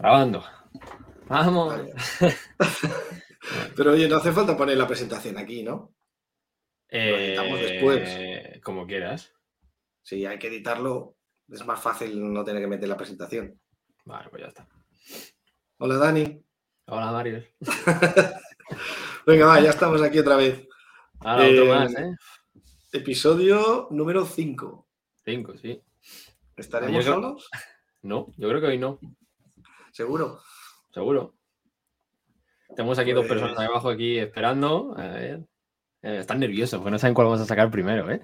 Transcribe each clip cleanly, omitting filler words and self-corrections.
Grabando. Vamos. Vale. Pero oye, no hace falta poner la presentación aquí, ¿no? Lo editamos después. Como quieras. Si hay que editarlo, es más fácil no tener que meter la presentación. Vale, pues ya está. Hola, Dani. Hola, Mario. Venga, va, ya estamos aquí otra vez. Ahora otro más, ¿eh? Episodio número 5. 5, sí. ¿Estaremos solos? No, yo creo que hoy no. ¿Seguro? Seguro. Tenemos aquí dos personas ahí abajo aquí esperando. A ver. Están nerviosos porque no saben cuál vamos a sacar primero, ¿eh?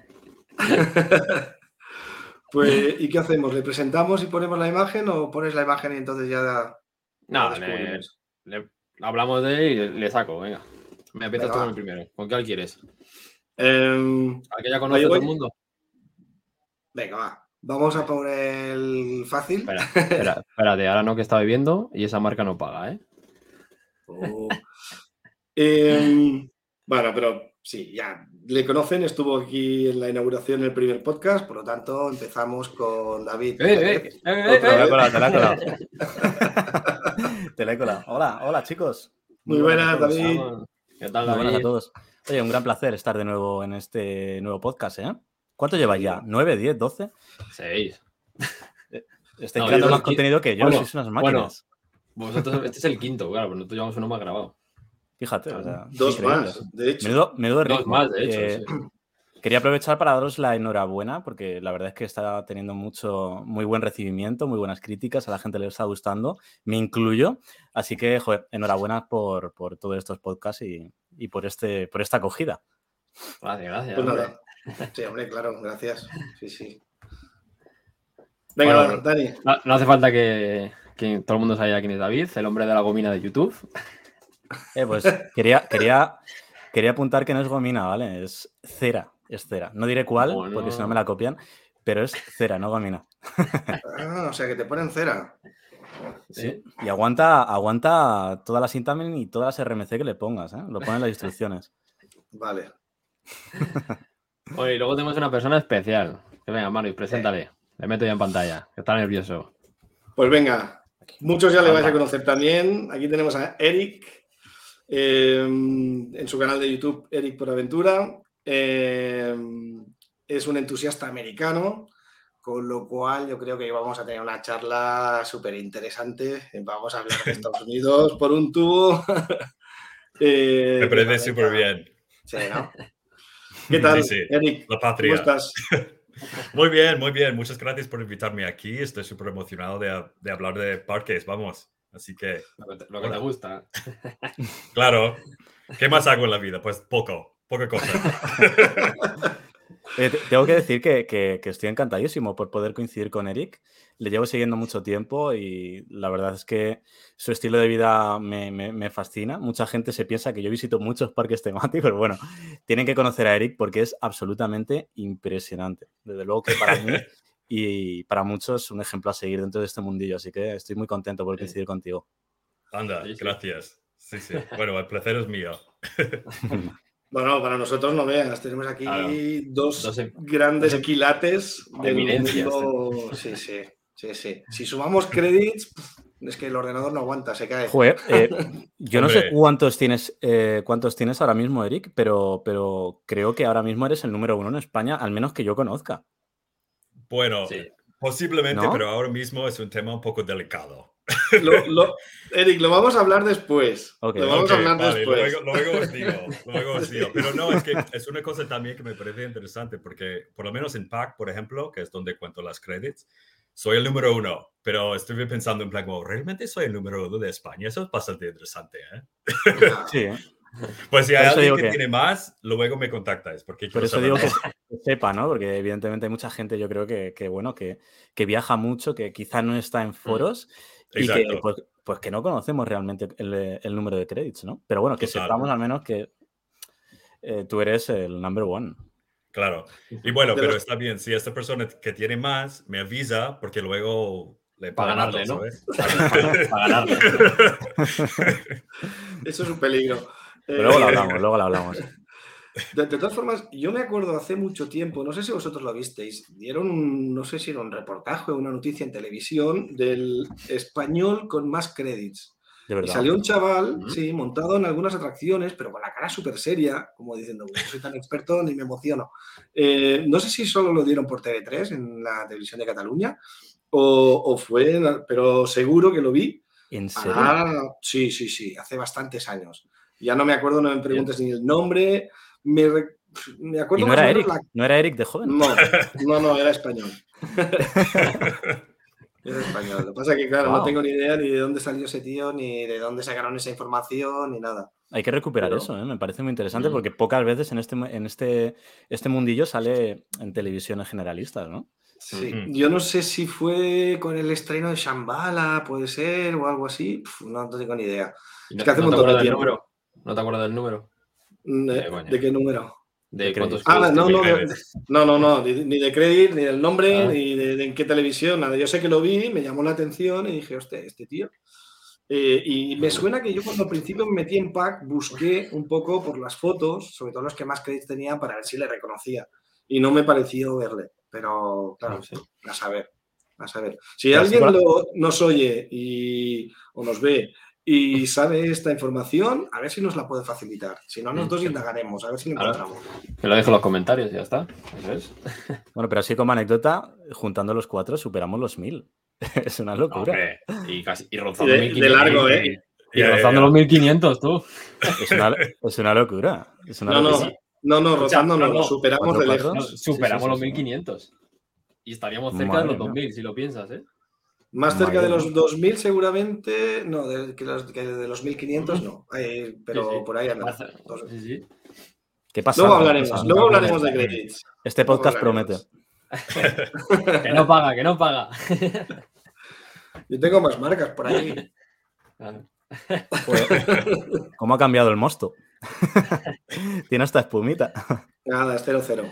Pues, ¿y qué hacemos? ¿Le presentamos y ponemos la imagen o pones la imagen y entonces ya No, descubrimos? hablamos de él y le saco, venga. Me empiezas tú con el Va. primero. ¿Con cuál quieres? ¿Al que ya conoce todo el mundo? Venga, va. Vamos a poner el fácil. Espérate, ahora no, que está bebiendo y esa marca no paga, ¿eh? Bueno, pero sí, ya le conocen, estuvo aquí en la inauguración del primer podcast, por lo tanto empezamos con David. Te la he colado. Hola chicos. Muy buenas, David. ¿Qué tal, Muy David? buenas a todos. Oye, un gran placer estar de nuevo en este nuevo podcast, ¿eh? ¿Cuánto lleváis ya? ¿9, 10, 12? 6. Estáis creando más contenido que yo, bueno, sois unas máquinas. Bueno, vosotros, este es el quinto, claro, pero nosotros llevamos uno más grabado. Fíjate, o sea, dos increíble. más, de hecho. Menudo ritmo. Dos más, de hecho, sí. Quería aprovechar para daros la enhorabuena, porque la verdad es que está teniendo muy buen recibimiento, muy buenas críticas, a la gente le está gustando, me incluyo. Así que, joder, enhorabuena por todos estos podcasts y por esta acogida. Gracias. Pues nada. Sí, hombre, claro, gracias. Sí. Venga, bueno, Dani. No hace falta que todo el mundo sepa quién es David, el hombre de la gomina de YouTube. Pues quería apuntar que no es gomina, ¿vale? Es cera. Es cera. No diré cuál, porque si no me la copian, pero es cera, no gomina. O sea, que te ponen cera. Sí. Y aguanta toda la Sintamen y todas las RMC que le pongas, ¿eh? Lo ponen las instrucciones. Vale. Oye, y luego tenemos una persona especial. Que venga, Mario, preséntale. Le meto ya en pantalla, que está nervioso. Pues venga, muchos ya le vais a conocer también. Aquí tenemos a Eric, en su canal de YouTube, Eric por Aventura. Es un entusiasta americano, con lo cual yo creo que vamos a tener una charla súper interesante. Vamos a hablar de Estados Unidos por un tubo. Me parece súper bien. Sí, ¿no? ¿Qué tal, sí. Eric? La patria. ¿Cómo estás? Muy bien. Muchas gracias por invitarme aquí. Estoy súper emocionado de hablar de parques, vamos. Así que... Lo que te gusta. Claro. ¿Qué más hago en la vida? Pues poca cosa. Tengo que decir que estoy encantadísimo por poder coincidir con Eric. Le llevo siguiendo mucho tiempo y la verdad es que su estilo de vida me fascina. Mucha gente se piensa que yo visito muchos parques temáticos, pero bueno, tienen que conocer a Eric porque es absolutamente impresionante. Desde luego que para mí y para muchos un ejemplo a seguir dentro de este mundillo. Así que estoy muy contento por coincidir contigo. Anda, gracias. Sí. Bueno, el placer es mío. Bueno, para nosotros no veas, tenemos aquí dos grandes quilates del mundo. Sí. Si sumamos créditos, es que el ordenador no aguanta, se cae. Joder, yo no sé cuántos tienes ahora mismo, Eric, pero creo que ahora mismo eres el número 1 en España, al menos que yo conozca. Bueno, posiblemente, ¿no? Pero ahora mismo es un tema un poco delicado. Eric, lo vamos a hablar después. Okay. Lo vamos a hablar después. Luego os digo. Pero no, es que es una cosa también que me parece interesante porque por lo menos en PAC, por ejemplo, que es donde cuento las credits, soy el número 1. Pero estuve pensando en plan, ¿realmente soy el número 1 de España? Eso es bastante interesante, ¿eh? Sí. Pues si hay alguien que tiene más, luego me contactáis. Porque por eso digo que sepa, ¿no? Porque evidentemente hay mucha gente, yo creo que viaja mucho, que quizá no está en foros y que pues que no conocemos realmente el número de créditos, ¿no? Pero bueno, que sepamos al menos que tú eres el number 1. Claro. Y bueno, pero está bien. Si esta persona que tiene más me avisa, porque luego le para ganarle, ¿no? ¿sabes? Para ganarle. Eso es un peligro. Pero luego lo hablamos. De todas formas, yo me acuerdo hace mucho tiempo, no sé si vosotros lo visteis, dieron no sé si era un reportaje o una noticia en televisión del español con más créditos. De Y verdad. salió un chaval, sí, montado en algunas atracciones, pero con la cara súper seria, como diciendo, no soy tan experto ni me emociono. No sé si solo lo dieron por TV3 en la televisión de Cataluña o fue, pero seguro que lo vi. ¿En serio? Sí, hace bastantes años. Ya no me acuerdo, no me preguntes ni el nombre. Me acuerdo ¿Y no más o era menos Eric? ¿No era Eric de joven? No, era español. Era español. Lo que pasa es que, claro, no tengo ni idea ni de dónde salió ese tío, ni de dónde sacaron esa información, ni nada. Hay que recuperar eso, ¿eh? Me parece muy interesante porque pocas veces en este mundillo sale en televisiones generalistas, ¿no? Sí, yo no sé si fue con el estreno de Shambhala, puede ser, o algo así. No tengo ni idea. No, es que hace un montón de tiempo. ¿No te acuerdas del número? ¿De qué número? ¿De cuántos no, ni de crédito, ni del nombre, ni de en qué televisión, nada. Yo sé que lo vi, me llamó la atención y dije, hostia, este tío. Y me suena que yo cuando al principio me metí en Pack busqué un poco por las fotos, sobre todo los que más créditos tenía, para ver si le reconocía. Y no me pareció verle, pero claro, sí. a saber. Si alguien nos oye o nos ve y sabe esta información, a ver si nos la puede facilitar. Si no, nosotros indagaremos, a ver si lo encontramos. Que lo dejo en los comentarios y ya está. Eso es. Bueno, pero así como anécdota, juntando los 4 superamos los 1000. Es una locura. Hombre, y rozando 1500. De largo, ¿eh? Y rozando los 1500, tú. Es una locura. No, rozando no, superamos de lejos. Superamos los 1500. Y estaríamos cerca de los 2000, si lo piensas, ¿eh? Más cerca de los 2000 seguramente, no, que de los 1500 no, pero por ahí anda. Sí. ¿Qué pasa? Luego hablaremos de créditos. Este podcast promete. Que no paga. Yo tengo más marcas por ahí. Pues, ¿cómo ha cambiado el mosto? Tiene esta espumita. Nada, es 0-0.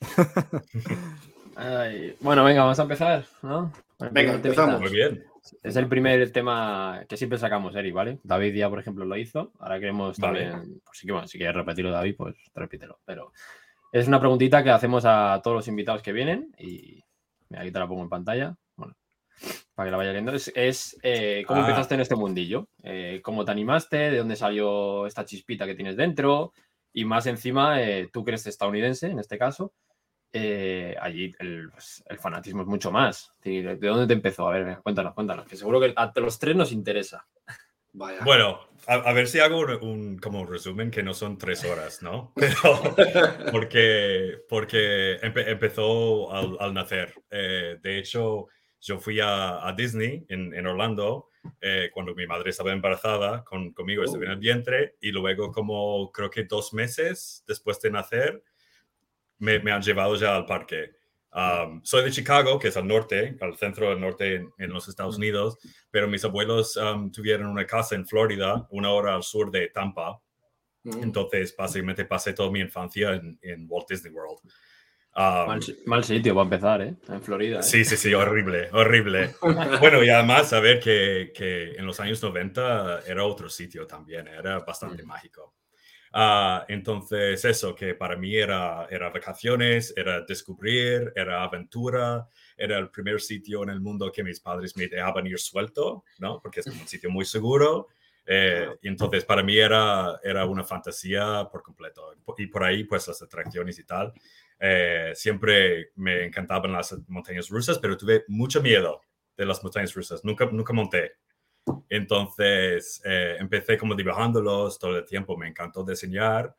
Bueno, venga, vamos a empezar, ¿no? Venga, empezamos. Muy bien. Es el primer tema que siempre sacamos, Eric, ¿vale? David ya, por ejemplo, lo hizo. Ahora queremos también... Pues si quieres repetirlo, David, pues repítelo. Pero es una preguntita que hacemos a todos los invitados que vienen y aquí te la pongo en pantalla. Bueno, para que la vaya viendo. ¿Cómo empezaste en este mundillo? ¿Cómo te animaste? ¿De dónde salió esta chispita que tienes dentro? Y más encima, tú que eres estadounidense, en este caso. Allí el fanatismo es mucho más. ¿De dónde te empezó? A ver, cuéntanos, que seguro que a los tres nos interesa. Vaya. Bueno, a ver si hago como un resumen que no son 3 horas, ¿no? Pero porque empezó al nacer. De hecho, yo fui a Disney en Orlando cuando mi madre estaba embarazada conmigo, estuve en el vientre y luego como creo que 2 meses después de nacer me han llevado ya al parque. Soy de Chicago, que es al norte, al centro del norte en los Estados Unidos, pero mis abuelos tuvieron una casa en Florida, 1 hora al sur de Tampa. Entonces, básicamente pasé toda mi infancia en Walt Disney World. Mal sitio para empezar, ¿eh? En Florida. Sí, horrible. Bueno, y además saber que en los años 90 era otro sitio también, era bastante mágico. Entonces eso, que para mí era vacaciones, era descubrir, era aventura, era el primer sitio en el mundo que mis padres me dejaban ir suelto, ¿no? Porque es como un sitio muy seguro. Y entonces para mí era una fantasía por completo. Y por ahí, pues las atracciones y tal. Siempre me encantaban las montañas rusas, pero tuve mucho miedo de las montañas rusas. Nunca monté. Entonces empecé como dibujándolos todo el tiempo, me encantó diseñar,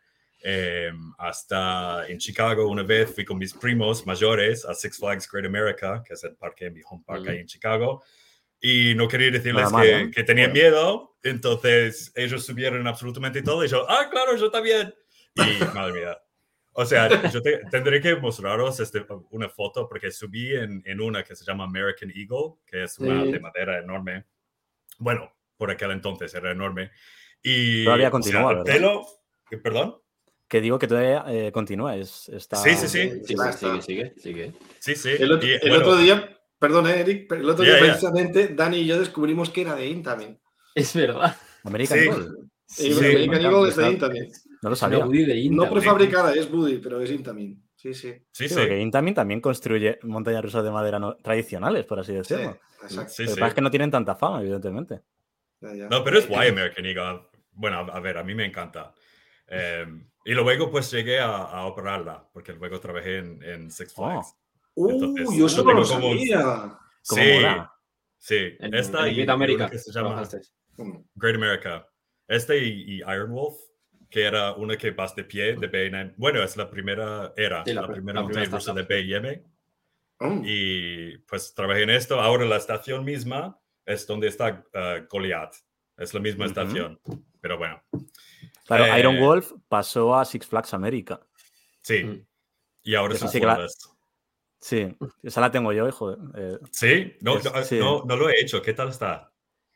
hasta en Chicago una vez fui con mis primos mayores a Six Flags Great America, que es el parque, mi home park ahí en Chicago, y no quería decirles que tenía miedo, entonces ellos subieron absolutamente todo y yo, claro, yo también, y madre mía. O sea, yo tendré que mostraros una foto porque subí en una que se llama American Eagle, que es una de madera enorme. Bueno, por aquel entonces era enorme. Y todavía continúa, o sea, ¿verdad? ¿Perdón? Que digo que todavía continúa. Está... Sí. Sigue. Sí. El otro día, perdón, Eric, pero el otro día precisamente Dani y yo descubrimos que era de IN también. Es verdad. American Eagle. American Eagle es de IN también. No lo Es una sabía. Buddy de Intamin. No prefabricada, es Buddy, pero es Intamin. Sí. Sí, Sí, sí. porque Intamin también construye montañas rusas de madera tradicionales, por así Sí, decirlo. exacto. Sí, Lo que sí. pasa es que no tienen tanta fama, evidentemente. Ya. No, pero es guay American Eagle. Bueno, a ver, a mí me encanta. Y luego pues llegué a operarla, porque luego trabajé en Six Flags. Entonces, Yo eso no tengo lo como sabía. ¿Cómo Sí, mola? sí. En Esta y Great una America. que se llama trabajaste. Great America. Esta y Iron Wolf, que era una que vas de pie de B&M. Bueno, es la primera, Sí, la primera montaña rusa de startup. B&M. Mm. Y pues trabajé en esto. Ahora la estación misma es donde está Goliath. Es la misma estación. Pero bueno. Claro, Iron Wolf pasó a Six Flags America. Sí. Y ahora Esa son sí que la- Flawless. Sí, esa la tengo yo, hijo. ¿Sí? sí. No lo he hecho. ¿Qué tal está?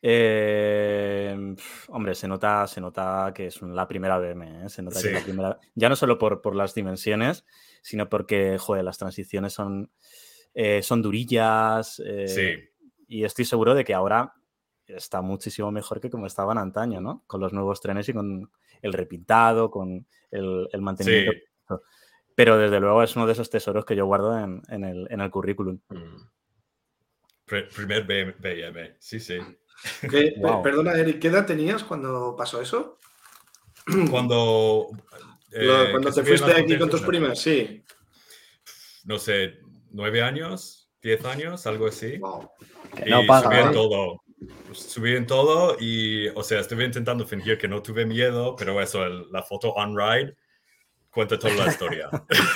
Hombre, se nota que es la primera BM, ¿eh? Se nota que Sí. es la primera. Ya no solo por las dimensiones, sino porque, joder, las transiciones son durillas. Sí. Y estoy seguro de que ahora está muchísimo mejor que como estaban antaño, ¿no? Con los nuevos trenes y con el repintado, con el mantenimiento. Sí. Pero desde luego es uno de esos tesoros que yo guardo en el currículum. Primer BM. Sí, sí. Wow. Perdona, Eric, ¿qué edad tenías cuando pasó eso? Cuando Cuando te fuiste aquí con tus primas. primas, sí. No sé, 9 años, 10 años, algo así. Wow. Que no Y pasa, subí en ¿eh? todo. Subí en todo y, o sea, estuve intentando fingir que no tuve miedo, pero eso, la foto on ride cuenta toda la historia.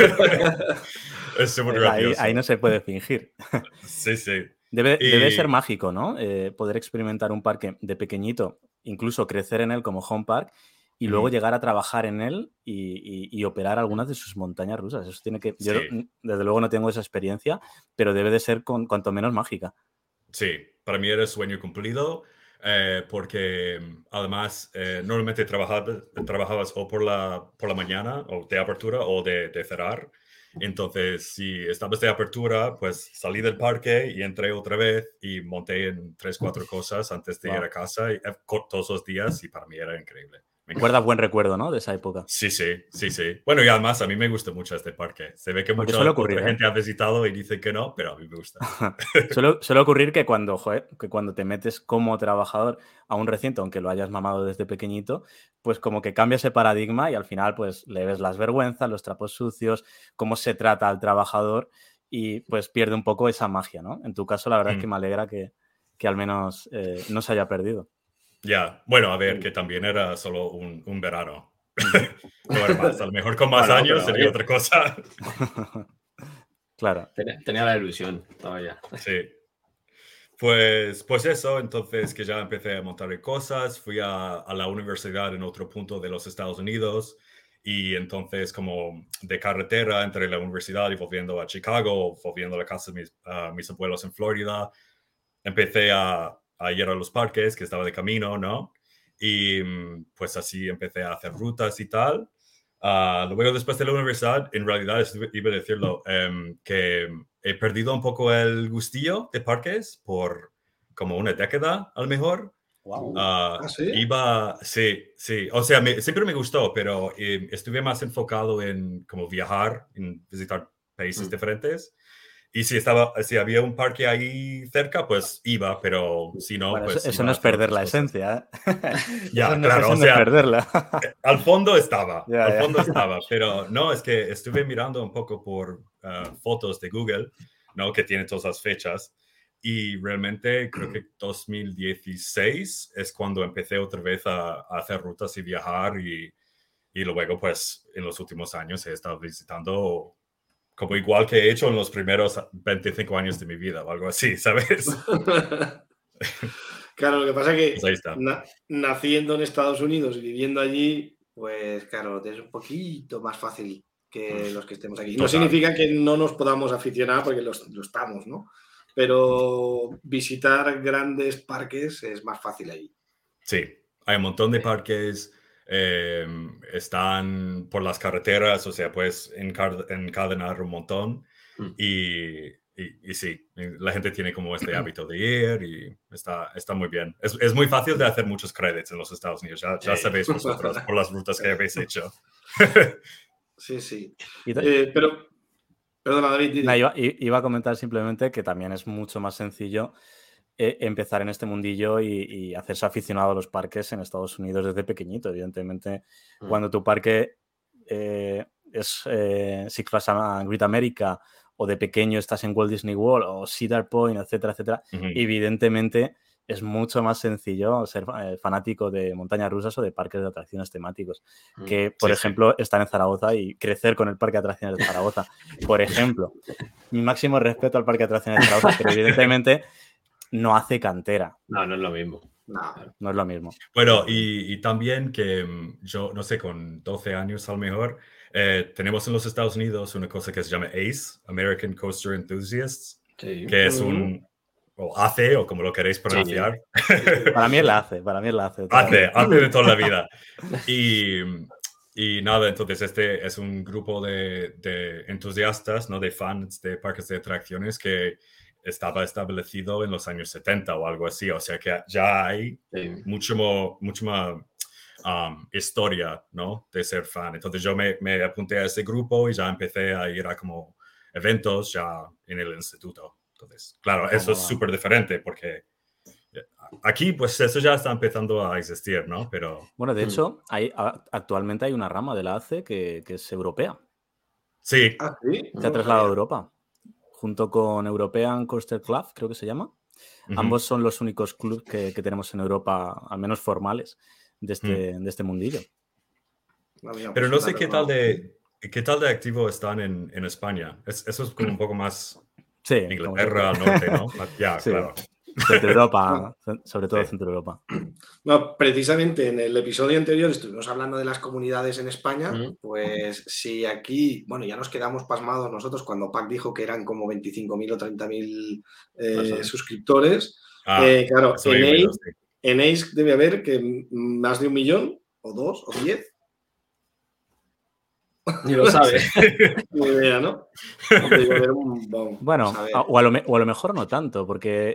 Es súper gracioso. Ahí no se puede fingir. Sí, sí. Debe ser mágico, ¿no? Poder experimentar un parque de pequeñito, incluso crecer en él como home park y luego llegar a trabajar en él y operar algunas de sus montañas rusas. Eso tiene que... Yo, desde luego, no tengo esa experiencia, pero debe de ser cuanto menos mágica. Sí, para mí era sueño cumplido porque además normalmente trabajabas o por la mañana o de apertura o de cerrar. Entonces, si estabas de apertura, pues salí del parque y entré otra vez y monté en 3, 4 cosas antes de ir a casa todos los días y para mí era increíble. Guardas buen recuerdo, ¿no? De esa época. Sí. Bueno, y además a mí me gusta mucho este parque. Se ve que mucha otra gente ha visitado y dice que no, pero a mí me gusta. Suele ocurrir que cuando te metes como trabajador a un recinto, aunque lo hayas mamado desde pequeñito, pues como que cambia ese paradigma y al final pues le ves las vergüenzas, los trapos sucios, cómo se trata al trabajador y pues pierde un poco esa magia, ¿no? En tu caso, la verdad es que me alegra que al menos no se haya perdido. Ya, bueno, a ver, que también era solo un verano. No era más. A lo mejor con más años sería otra cosa. Claro. Tenía la ilusión todavía. Sí. Pues eso, entonces que ya empecé a montar cosas, fui a la universidad en otro punto de los Estados Unidos y entonces como de carretera entre la universidad y volviendo a Chicago, volviendo a la casa de mis abuelos en Florida, empecé a ir a los parques, que estaba de camino, ¿no? Y pues así empecé a hacer rutas y tal. Luego, después de la universidad, en realidad iba a decirlo, que he perdido un poco el gustillo de parques por como una década, a lo mejor. Wow. ¿Sí? Sí. O sea, siempre me gustó, pero estuve más enfocado en como viajar, en visitar países diferentes. Y si había un parque ahí cerca, pues iba, pero si no, bueno, pues eso iba no a es hacer perder otras la cosas. esencia, ¿eh? Ya, eso claro, no o sea, es perderla. Al fondo estaba, al fondo estaba, pero no, es que estuve mirando un poco por fotos de Google, ¿no? Que tiene todas las fechas, y realmente creo que 2016 es cuando empecé otra vez a hacer rutas y viajar, y luego, pues, en los últimos años he estado visitando como igual que he hecho en los primeros 25 años de mi vida o algo así, ¿sabes? Claro, lo que pasa es que Pues ahí está. naciendo en Estados Unidos y viviendo allí, pues claro, es un poquito más fácil que los que estemos aquí. No significa que no nos podamos aficionar porque lo estamos, ¿no? Pero visitar grandes parques es más fácil allí. Sí, hay un montón de parques, están por las carreteras, o sea, puedes encadenar un montón. Y y sí, la gente tiene como este hábito de ir y está muy bien. Es muy fácil de hacer muchos credits en los Estados Unidos, ya sabéis vosotros por las rutas que habéis hecho. Sí. Y Pero, perdona, David. iba a comentar simplemente que también es mucho más sencillo empezar en este mundillo y hacerse aficionado a los parques en Estados Unidos desde pequeñito. Evidentemente, cuando tu parque es Six Flags Great America o de pequeño estás en Walt Disney World o Cedar Point, etcétera, etcétera, evidentemente es mucho más sencillo ser fanático de montañas rusas o de parques de atracciones temáticos que, por ejemplo, estar en Zaragoza y crecer con el parque de atracciones de Zaragoza. Por ejemplo, mi máximo respeto al parque de atracciones de Zaragoza, pero evidentemente no hace cantera. No es lo mismo. No es lo mismo. Bueno, y también que yo, no sé, con 12 años a lo mejor, tenemos en los Estados Unidos una cosa que se llama ACE, American Coaster Enthusiasts, que es o ACE, o como lo queréis pronunciar. Sí. Para mí es la ACE. ACE de toda la vida. Y nada, entonces este es un grupo de entusiastas, ¿no? De fans de parques de atracciones que estaba establecido en los años 70 o algo así. O sea que ya hay mucho más historia, ¿no? De ser fan. Entonces yo me apunté a ese grupo y ya empecé a ir a como eventos ya en el instituto. Entonces, claro, eso es súper diferente porque aquí, pues eso ya está empezando a existir, ¿no? Pero... Bueno, de hecho, actualmente hay una rama de la ACE que es europea. Sí. ¿Ah, sí? Se ha trasladado a Europa. Junto con European Coaster Club, creo que se llama. Ambos son los únicos clubes que tenemos en Europa, al menos formales, de este mundillo. Pero no sé qué tal de activo están en España. Eso es como un poco más Inglaterra al norte, ¿no? Ya, sí. Claro. Centro Europa, sobre todo Centro Europa. No, precisamente en el episodio anterior estuvimos hablando de las comunidades en España, pues si aquí, bueno, ya nos quedamos pasmados nosotros cuando Pac dijo que eran como 25.000 o 30.000 suscriptores. Claro, en ACE debe haber que más de 1 millón, o 2, o 10. Ni lo sabe. Ni idea, ¿no? Bueno, o a lo mejor no tanto, porque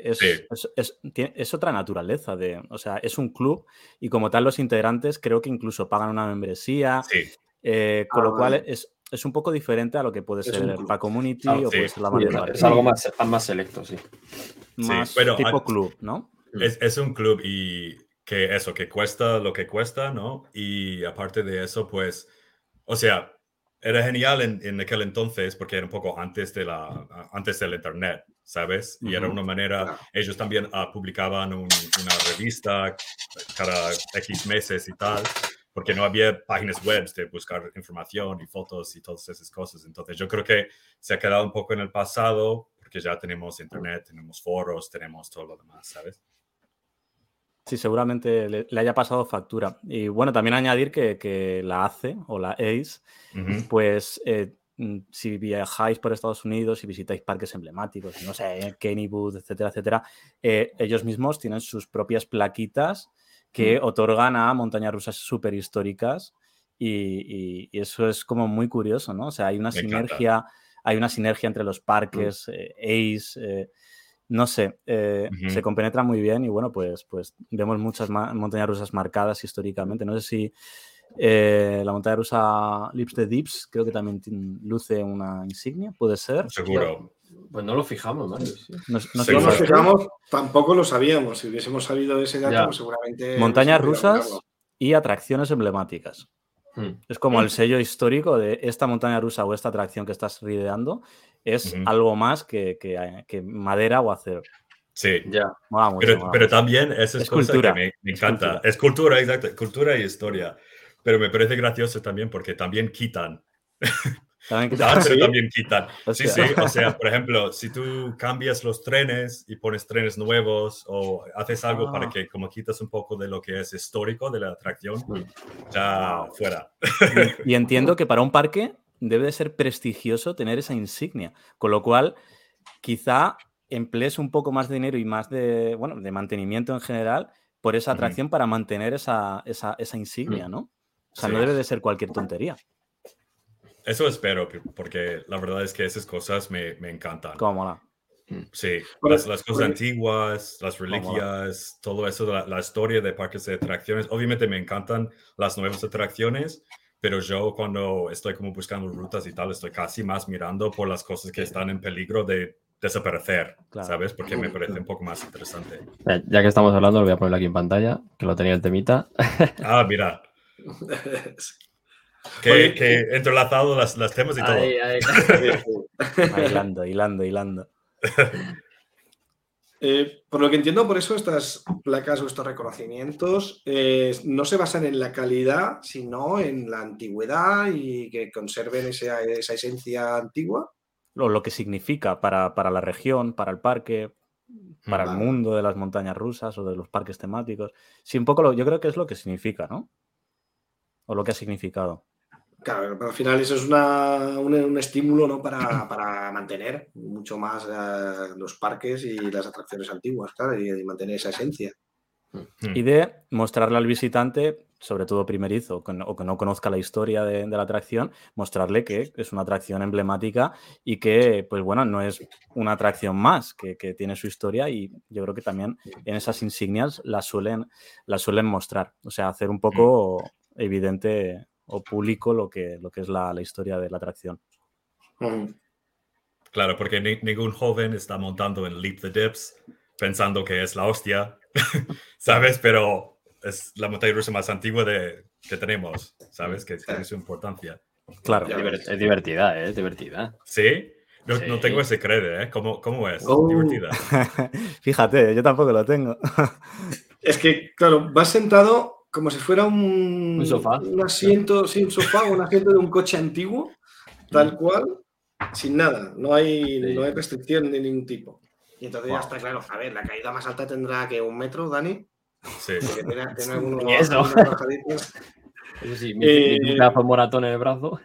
es otra naturaleza. O sea, es un club y como tal los integrantes creo que incluso pagan una membresía, con lo cual es un poco diferente a lo que puede ser el Pack Community o puede ser la Mario. Es algo más selecto, sí. Más tipo club, ¿no? Es un club y que cuesta lo que cuesta, ¿no? Y aparte de eso, pues, o sea, era genial en aquel entonces porque era un poco antes del internet, ¿sabes? Y era una manera, ellos también publicaban una revista cada X meses y tal, porque no había páginas web de buscar información y fotos y todas esas cosas. Entonces yo creo que se ha quedado un poco en el pasado porque ya tenemos internet, tenemos foros, tenemos todo lo demás, ¿sabes? Sí, seguramente le haya pasado factura. Y bueno, también añadir que la ACE o la ACE, pues si viajáis por Estados Unidos y visitáis parques emblemáticos, no sé, Kennywood, etcétera, etcétera, ellos mismos tienen sus propias plaquitas que otorgan a montañas rusas súper históricas y eso es como muy curioso, ¿no? O sea, hay una sinergia entre los parques, ACE... No sé, se compenetra muy bien y bueno, pues vemos muchas montañas rusas marcadas históricamente. No sé si la montaña rusa Lips the Dips creo que también luce una insignia, ¿puede ser? Seguro. Pues no lo fijamos, Mario. Sí. No nos fijamos, tampoco lo sabíamos. Si hubiésemos sabido de ese dato, pues seguramente... Montañas rusas y atracciones emblemáticas. Es como el sello histórico de esta montaña rusa o esta atracción que estás rideando es algo más que madera o acero. Sí, mola mucho, pero también esa es cosa cultura. Que me encanta. Es cultura, exacto. Cultura y historia. Pero me parece gracioso también porque también quitan. También quitan. Sí. O sea, por ejemplo, si tú cambias los trenes y pones trenes nuevos o haces algo para que como quitas un poco de lo que es histórico de la atracción, ya fuera. Y entiendo que para un parque debe de ser prestigioso tener esa insignia, con lo cual quizá emplees un poco más de dinero y más de mantenimiento en general por esa atracción para mantener esa insignia, ¿no? O sea, no debe de ser cualquier tontería. Eso espero, porque la verdad es que esas cosas me encantan. ¿Cómo mola? Sí, las cosas antiguas, las reliquias, todo eso, la historia de parques de atracciones. Obviamente me encantan las nuevas atracciones, pero yo cuando estoy como buscando rutas y tal, estoy casi más mirando por las cosas que están en peligro de desaparecer, ¿sabes? Porque me parece un poco más interesante. Ya que estamos hablando, lo voy a poner aquí en pantalla, que lo tenía el temita. Ah, mira. Que entrelazado las temas y todo. Hilando. Por lo que entiendo, por eso estas placas o estos reconocimientos no se basan en la calidad, sino en la antigüedad y que conserven esa esencia antigua. Lo que significa para la región, para el parque, para el mundo de las montañas rusas o de los parques temáticos. Sí, un poco yo creo que es lo que significa, ¿no? O lo que ha significado. Claro, pero al final eso es un estímulo, ¿no? para mantener mucho más los parques y las atracciones antiguas, claro, y mantener esa esencia. Y de mostrarle al visitante, sobre todo primerizo, o que no conozca la historia de la atracción, mostrarle que es una atracción emblemática y que, pues bueno, no es una atracción más, que tiene su historia, y yo creo que también en esas insignias las suelen mostrar. O sea, hacer un poco evidente o público lo que es la historia de la atracción. Claro, porque ningún joven está montando en Leap the Dips pensando que es la hostia, ¿sabes? Pero es la montaña rusa más antigua que tenemos, ¿sabes? Que tiene su importancia. Claro. Es divertida, es divertida. ¿Sí? No tengo ese crédito, ¿eh? ¿Cómo es? Divertida. Fíjate, yo tampoco lo tengo. Es que, claro, vas sentado como si fuera un sofá. Un asiento, sí, un sofá o un asiento de un coche antiguo, tal cual, sin nada. No hay restricción de ningún tipo. Y entonces ya está claro. A ver, la caída más alta tendrá que 1 metro, Dani. Sí. Porque tiene algunos Eso bajaditos. Eso sí, mi pedazo moratón en el brazo.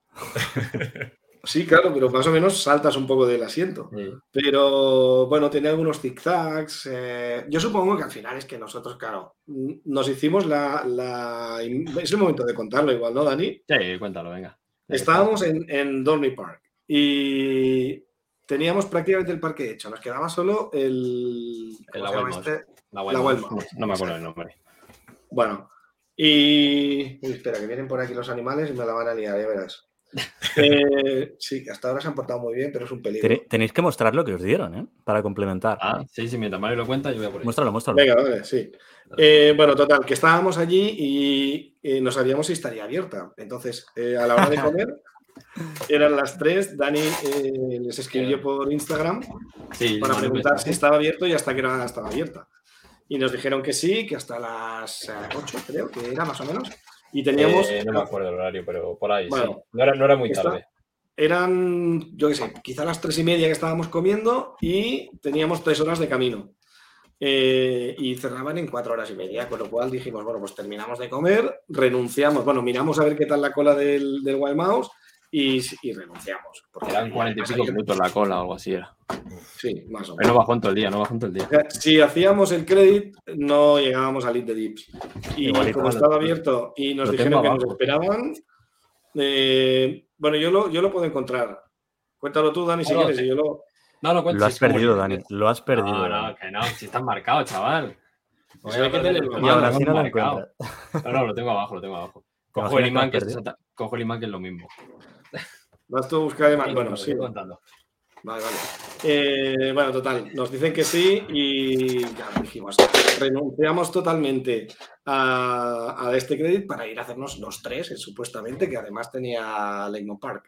Sí, claro, pero más o menos saltas un poco del asiento. Sí. Pero bueno, tiene algunos zigzags. Yo supongo que al final es que nosotros, claro, nos hicimos es el momento de contarlo igual, ¿no, Dani? Sí, cuéntalo, venga. Estábamos en Dorney Park y teníamos prácticamente el parque hecho. Nos quedaba solo La Wellmouse. No me acuerdo el nombre. Bueno, y... Uy, espera, que vienen por aquí los animales y me la van a liar, ya verás. Sí, hasta ahora se han portado muy bien, pero es un peligro. Tenéis que mostrar lo que os dieron, ¿eh? Para complementar. Sí, mientras Mario lo cuenta, yo voy a por ahí. Muéstralo. Venga, vale, sí. Bueno, total, que estábamos allí y no sabíamos si estaría abierta. Entonces, a la hora de comer, eran las 3, Dani les escribió por Instagram para preguntar si estaba abierto y hasta qué hora estaba abierta. Y nos dijeron que sí, que hasta las 8, creo que era más o menos. Y teníamos... no me acuerdo el horario, pero por ahí, bueno, sí. No era muy tarde. Eran, yo qué sé, quizá las 3:30 que estábamos comiendo y teníamos 3 horas de camino. Y cerraban en 4 horas y media, con lo cual dijimos, bueno, pues terminamos de comer, renunciamos, bueno, miramos a ver qué tal la cola del Wild Mouse y renunciamos. Porque eran 40 y pico minutos la cola o algo así era. Sí, más o menos. Pero no bajó en todo el día, Si hacíamos el credit, no llegábamos al Leap the Dips. Y igualito, como estaba abierto y nos dijeron que nos esperaban, bueno, yo lo puedo encontrar. Cuéntalo tú, Dani, si quieres. Y yo lo... No, lo has perdido, Dani. Lo has perdido. No, que no. Si estás marcado, chaval. Y ahora sí no lo encuentras. No, lo tengo abajo. Cojo el imán, que es lo mismo. Vas tú a buscar el imán. Sí, bueno, sí. Contando. Vale. Bueno, total, nos dicen que sí y ya dijimos, renunciamos totalmente a este crédito para ir a hacernos los 3, supuestamente, que además tenía Lego Park.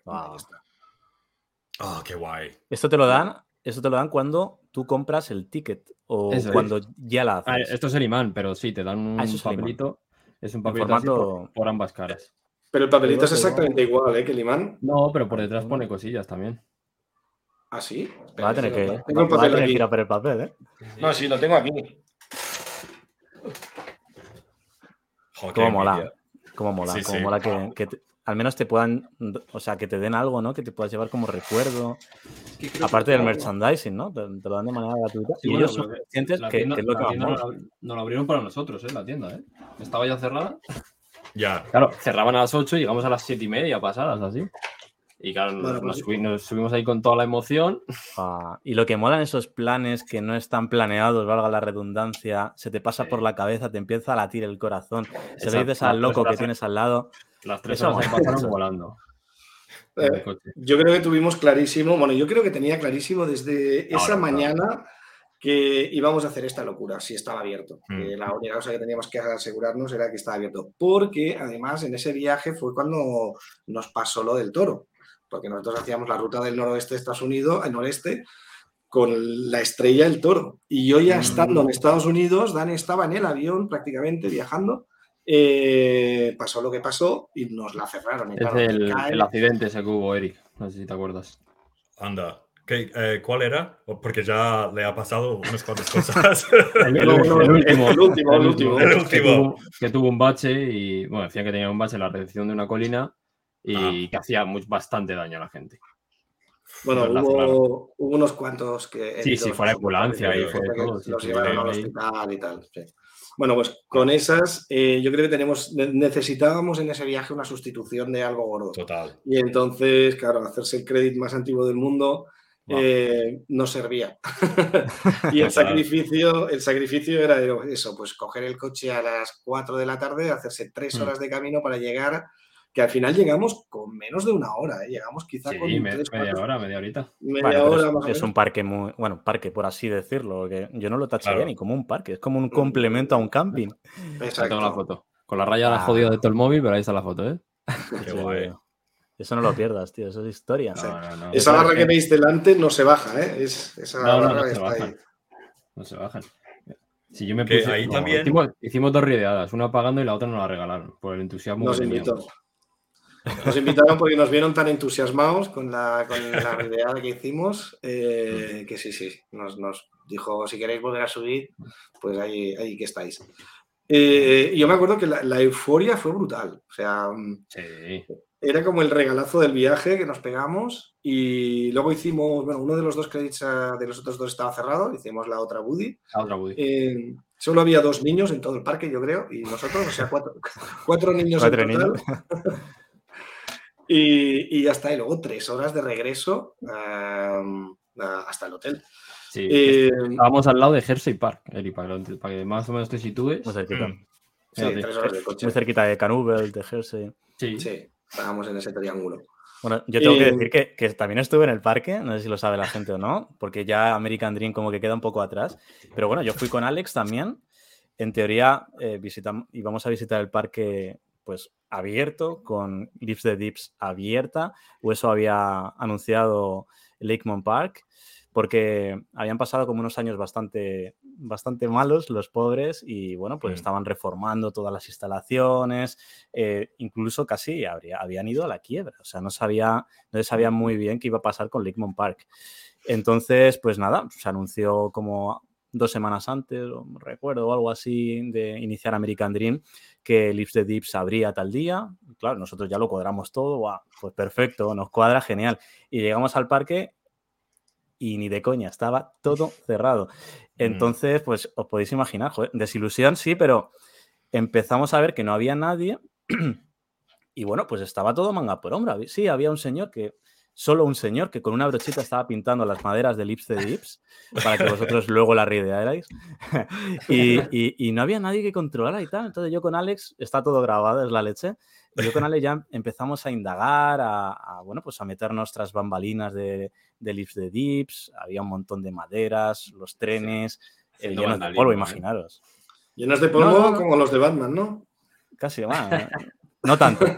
Qué guay. Esto te lo dan cuando tú compras el ticket o eso cuando ya la haces. Esto es el imán, pero sí, te dan un papelito. Es un papelito formato... por ambas caras. Pero el papelito es exactamente igual, que el imán. No, pero por detrás pone cosillas también. ¿Ah, sí? Va a tener que ir a por el papel, ¿eh? No, sí, lo tengo aquí. Cómo mola. Sí. Mola que al menos te puedan, o sea, que te den algo, ¿no? Que te puedas llevar como recuerdo. Aparte del merchandising, ¿no? Te lo dan de manera gratuita. Sí, y ellos son conscientes que es lo que vamos. Nos lo abrieron para nosotros, la tienda, ¿eh? Estaba ya cerrada. Ya. Claro, cerraban a las 8 y llegamos a las 7:30 pasadas, así. Y claro, Bueno, nos subimos ahí con toda la emoción. Y lo que molan esos planes que no están planeados, valga la redundancia, se te pasa por la cabeza, te empieza a latir el corazón, se lo dices al loco que tienes al lado. Las 3 horas ahí pasaron volando. Yo creo que tuvimos clarísimo, bueno, yo creo que tenía clarísimo desde esa mañana que íbamos a hacer esta locura, si estaba abierto. La única cosa que teníamos que asegurarnos era que estaba abierto, porque además en ese viaje fue cuando nos pasó lo del toro, porque nosotros hacíamos la ruta del noroeste de Estados Unidos, al noreste, con la estrella del toro. Y yo ya estando en Estados Unidos, Dani estaba en el avión prácticamente viajando, pasó lo que pasó y nos la cerraron. Y es claro, el accidente ese que hubo, Eric. No sé si te acuerdas. Anda. ¿Cuál era? Porque ya le ha pasado unas cuantas cosas. El último. Que tuvo un bache y, bueno, decían que tenía un bache en la recepción de una colina y que hacía bastante daño a la gente. Bueno, hubo unos cuantos que... Sí, fue la ambulancia y fue todo. Los llevaron al hospital y tal. Sí. Bueno, pues con esas, yo creo que necesitábamos en ese viaje una sustitución de algo gordo. Total. Y entonces, claro, hacerse el crédito más antiguo del mundo no servía. Y el sacrificio era eso, pues coger el coche a las 4 de la tarde, hacerse 3 horas de camino para llegar, que al final llegamos con menos de una hora, llegamos quizá con media horita. Media hora más o menos. Es un parque muy, bueno, parque por así decirlo, que yo no lo tacharía ni como un parque, es como un complemento a un camping. Exacto. Tengo la foto. Con la raya jodida de todo el móvil, pero ahí está la foto, ¿eh? Qué guay. Eso no lo pierdas, tío, eso es historia. No. Esa barra que veis delante no se baja, ¿eh? Esa barra está ahí. No se bajan. Si yo me puse, ahí también... hicimos 2 rideadas, una pagando y la otra nos la regalaron, por el entusiasmo que teníamos. Nos invitaron porque nos vieron tan entusiasmados con la rideada que hicimos, que sí, nos dijo, si queréis volver a subir, pues ahí que estáis. Y yo me acuerdo que la euforia fue brutal, o sea... Sí. Era como el regalazo del viaje que nos pegamos y luego hicimos, bueno, uno de los 2 créditos de los otros 2 estaba cerrado, hicimos la otra Woody. Solo había 2 niños en todo el parque, yo creo, y nosotros, o sea, 4 niños en total. Y ya está, y luego 3 horas de regreso hasta el hotel. Sí, estábamos al lado de Hershey Park, Eric, para que más o menos te sitúes. Muy cerquita. Sí, 3 horas de coche. Muy cerquita de Canuvel, de Hershey. Sí. Estábamos en ese triángulo. Bueno, yo tengo que decir que también estuve en el parque, no sé si lo sabe la gente o no, porque ya American Dream como que queda un poco atrás, pero bueno, yo fui con Alex también. En teoría íbamos a visitar el parque pues abierto, con Lift the Dips abierta, o eso había anunciado Lakemont Park, porque habían pasado como unos años bastante malos los pobres y, bueno, pues estaban reformando todas las instalaciones, incluso casi habían ido a la quiebra. O sea, no se sabía muy bien qué iba a pasar con Lakemont Park. Entonces, pues nada, se anunció como 2 semanas antes, recuerdo, o algo así, de iniciar American Dream, que Lift the Dips abría tal día. Claro, nosotros ya lo cuadramos todo, ¡guau! Pues perfecto, nos cuadra, genial. Y llegamos al parque y ni de coña, estaba todo cerrado. Entonces, pues os podéis imaginar, joder, desilusión sí, pero empezamos a ver que no había nadie y bueno, pues estaba todo manga por hombro. Sí, había solo un señor que con una brochita estaba pintando las maderas de Lift the Dips para que vosotros luego la ridearais y no había nadie que controlara y tal. Entonces yo con Alex, está todo grabado, es la leche, y yo con Alex ya empezamos a indagar, bueno, pues a meternos tras bambalinas de Lift the Dips. Había un montón de maderas, los trenes, llenos de polvo, imaginaros. Llenos de polvo como los de Batman, ¿no? Casi más. No tanto.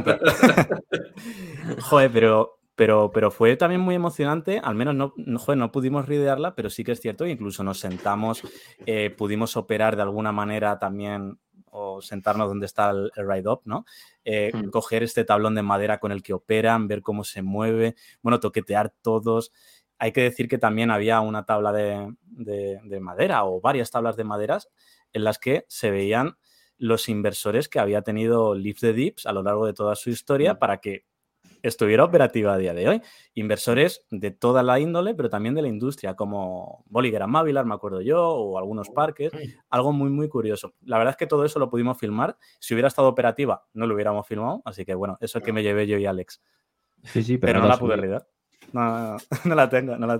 Joder, pero fue también muy emocionante, al menos no pudimos ridearla, pero sí que es cierto que incluso nos sentamos, pudimos operar de alguna manera también, o sentarnos donde está el ride-up, ¿no? Coger este tablón de madera con el que operan, ver cómo se mueve, bueno, toquetear todos. Hay que decir que también había una tabla de madera o varias tablas de maderas en las que se veían los inversores que había tenido Lift the Dips a lo largo de toda su historia para que estuviera operativa a día de hoy. Inversores de toda la índole, pero también de la industria, como Bolliger & Mavilar, me acuerdo yo, o algunos parques. Algo muy, muy curioso. La verdad es que todo eso lo pudimos filmar. Si hubiera estado operativa, no lo hubiéramos filmado. Así que, bueno, eso es que me llevé yo y Alex. Sí, pero no la pude arreglar. No la tengo. No,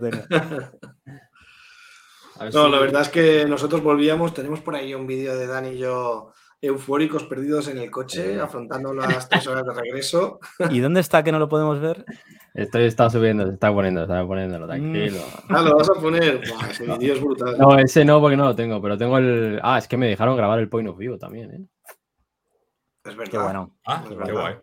la verdad es que nosotros volvíamos, tenemos por ahí un vídeo de Dani y yo eufóricos perdidos en el coche, afrontando las 3 horas de regreso. ¿Y dónde está que no lo podemos ver? Está subiendo, se está poniéndolo, tranquilo. Lo vas a poner. Buah, ese vídeo es brutal. No, ese no, porque no lo tengo, pero tengo el... es que me dejaron grabar el point of view también, ¿eh? Es verdad. Qué bueno. Qué guay.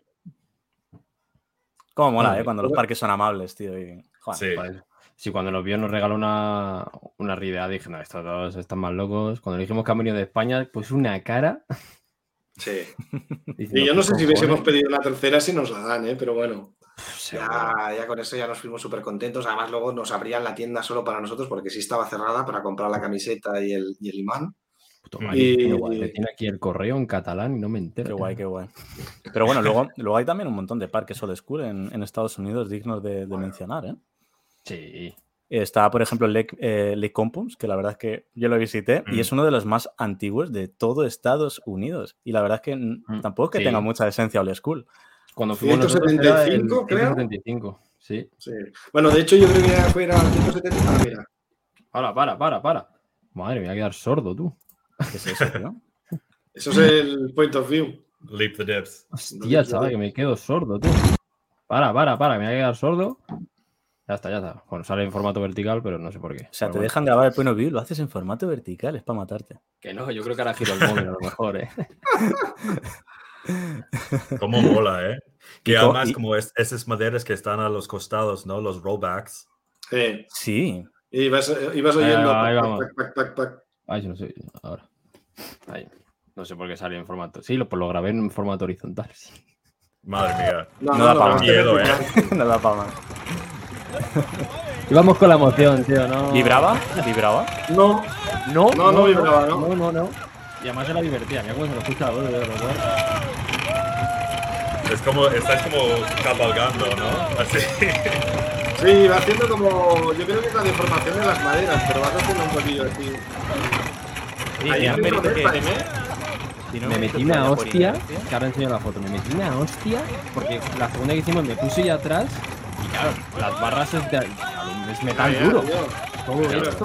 Cómo mola, cuando los parques son amables, tío. Y... Sí. Sí, cuando nos vio nos regaló una ridea, dije, no, estos dos están más locos. Cuando dijimos que han venido de España, pues una cara. Sí. Y yo no sé si hubiésemos pedido una tercera si nos la dan, pero bueno. Ya con eso ya nos fuimos súper contentos. Además, luego nos abrían la tienda solo para nosotros porque sí estaba cerrada para comprar la camiseta y el imán. Me tiene aquí el correo en catalán y no me entero. Qué guay. Pero bueno, luego hay también un montón de parques old school en Estados Unidos dignos de mencionar, ¿eh? Sí. Está, por ejemplo, Lake Compons, que la verdad es que yo lo visité y es uno de los más antiguos de todo Estados Unidos. Y la verdad es que tampoco es que tenga mucha esencia old school. Cuando fuimos 175, creo. 175, sí. Bueno, de hecho, yo creo que ya fuera 175. Mira. Para. Madre, me voy a quedar sordo, tú. ¿Qué es eso, tío? Eso es el point of view. Leap the depths. Hostia, chaval, que me quedo sordo, tú. Para, me voy a quedar sordo. Ya está. Bueno, sale en formato vertical, pero no sé por qué. O sea, te dejan grabar el point of view, lo haces en formato vertical, es para matarte. Que no, yo creo que ahora giro el móvil a lo mejor, ¿eh? Cómo mola, ¿eh? Que además como esas maderas que están a los costados, ¿no? Los rollbacks. Sí. Y ibas oyendo... Ahí vamos. Pac. Ay, yo no sé. Ahora. Ahí. No sé por qué salió en formato... Sí, pues lo grabé en formato horizontal, sí. Madre mía. No da para más. Miedo, ¿eh? No da para más. Íbamos con la emoción, tío, ¿no? ¿Vibraba? No vibraba, ¿no? No. Y además era divertida. Mira cómo se lo escucha. Es como, estás como cabalgando, ¿no? Así. Sí, va haciendo como... Yo creo que es la deformación de las maderas, pero vas haciendo un poquillo así. Me metí una hostia, que ahora enseño la foto, me metí una hostia, porque la segunda que hicimos me puse ya atrás, y claro, las barras es metal duro. Todo esto.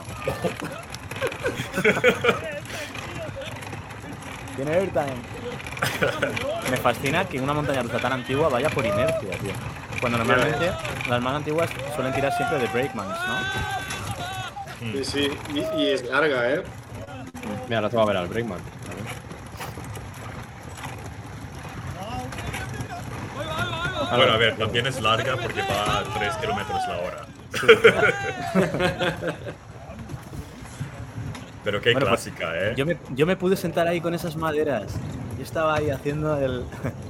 Tiene airtime. Me fascina que una montaña rusa tan antigua vaya por inercia, tío. Cuando normalmente las más antiguas suelen tirar siempre de breakmans, ¿no? Sí, y es larga, ¿eh? Mira, ahora te va a ver al breakman. Bueno, a ver, también es larga porque va a 3 kilómetros la hora. Pero qué clásica, ¿eh? Yo me pude sentar ahí con esas maderas. Yo estaba ahí haciendo el...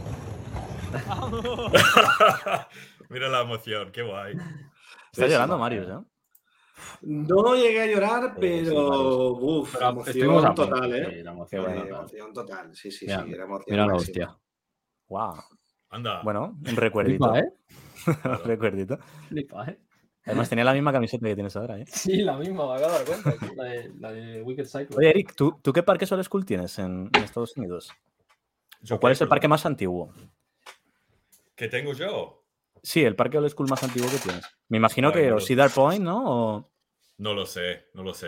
Mira la emoción, qué guay. Está llorando Marius, ¿eh? No llegué a llorar, pero... emoción total, ¿eh? Sí, la emoción total, sí. Mira, era emoción mira la máxima. hostia. Wow. Anda. Bueno, un recuerdito. Flipa, ¿eh? Un recuerdito. Flipa, ¿eh? Además tenía la misma camiseta que tienes ahora, ¿eh? Sí, la misma, me acabo de dar cuenta. La de Wicked Cycle. Oye, Eric, ¿tú qué parque old school tienes en Estados Unidos? ¿O cuál es el parque más antiguo? ¿Qué tengo yo? Sí, el parque old school más antiguo que tienes. Me imagino que Cedar Point, ¿no? No lo sé.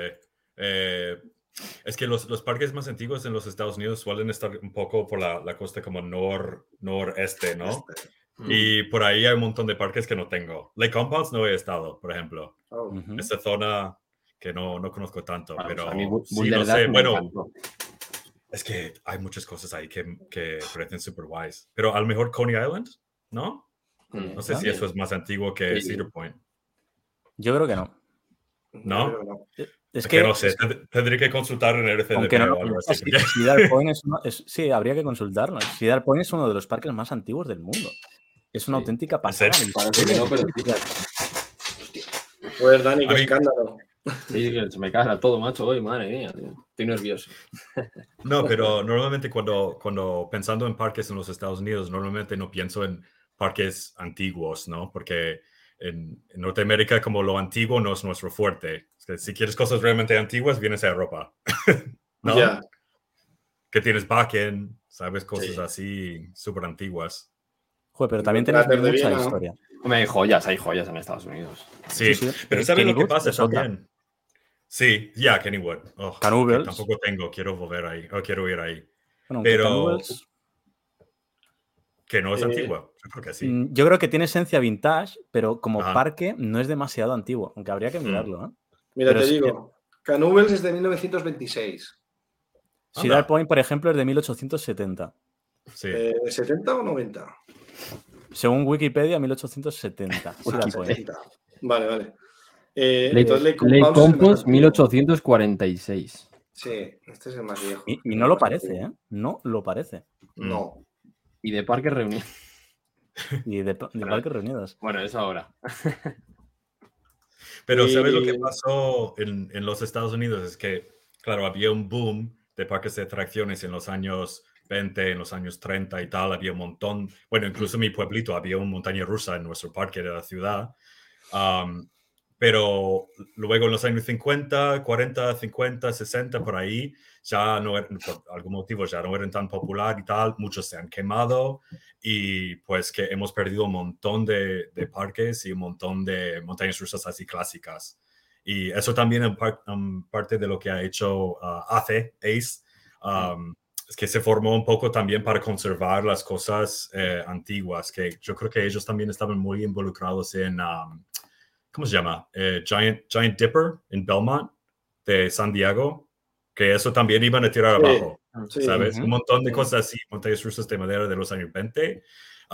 Es que los parques más antiguos en los Estados Unidos suelen estar un poco por la costa como noreste, ¿no? Y por ahí hay un montón de parques que no tengo. Lake Compounds no he estado, por ejemplo. Esta zona que no conozco tanto, pero a mí, sí, no sé. Bueno, es que hay muchas cosas ahí que parecen super guays. Pero a lo mejor Coney Island, ¿no? No sé si eso es más antiguo que Cedar Point. Yo creo que no. ¿No? Es que no sé, tendré que consultar en RCDP o algo así. Cedar Point sí, habría que consultarlo. Cedar Point es uno de los parques más antiguos del mundo. Es una auténtica pasada. Pues Dani, qué escándalo. Sí, se me caga todo, macho, hoy, madre mía, tío. Estoy nervioso. No, pero normalmente cuando pensando en parques en los Estados Unidos, normalmente no pienso en parques antiguos, ¿no? Porque en Norteamérica como lo antiguo no es nuestro fuerte. Es que si quieres cosas realmente antiguas, vienes a Europa. ¿No? Que tienes Bakken, ¿sabes? Cosas así súper antiguas. Joder, pero también tenéis Cráter de mucha Viena. historia. Hombre, hay joyas en Estados Unidos. Sí, Sí. pero ¿sabes lo que Kennywood pasa es otra. también? Sí, ya, Kennywood. Oh, Canubles. que tampoco tengo, quiero volver ahí, o quiero ir ahí. Bueno, aunque Pero Canubles, que no es antigua, yo creo que sí. yo creo que tiene esencia vintage, pero como Ajá. parque no es demasiado antiguo, aunque habría que mirarlo, ¿eh? Mira, Pero te sí, digo, Canubles es de 1926. Cedar Anda. Point, por ejemplo, es de 1870. Sí. ¿70 o 90? Según Wikipedia, 1870. Cedar Point. 70. Vale. Lake Entonces Lake Compos, Compos es el más antiguo. 1846. Sí, este es el más viejo. Y no lo parece, ¿eh? No lo parece. No. Y de Parques Reunidos. Y de Parques Reunidos. Bueno, eso ahora. Pero Y- ¿sabes lo que pasó en los Estados Unidos? Es que, claro, había un boom de parques de atracciones en los años 20, en los años 30 y tal. Había un montón. Bueno, incluso en mi pueblito había una montaña rusa en nuestro parque de la ciudad. Pero luego en los años 50, 40, 50, 60, por ahí, ya no eran, por algún motivo, ya no eran tan popular y tal. Muchos se han quemado y pues que hemos perdido un montón de parques y un montón de montañas rusas así clásicas. Y eso también es parte de lo que ha hecho ACE, es que se formó un poco también para conservar las cosas antiguas, que yo creo que ellos también estaban muy involucrados en... ¿cómo se llama? Giant Dipper en Belmont, de San Diego, que eso también iban a tirar abajo, ¿sabes? Un montón de cosas así, montañas rusas de madera de los años 20.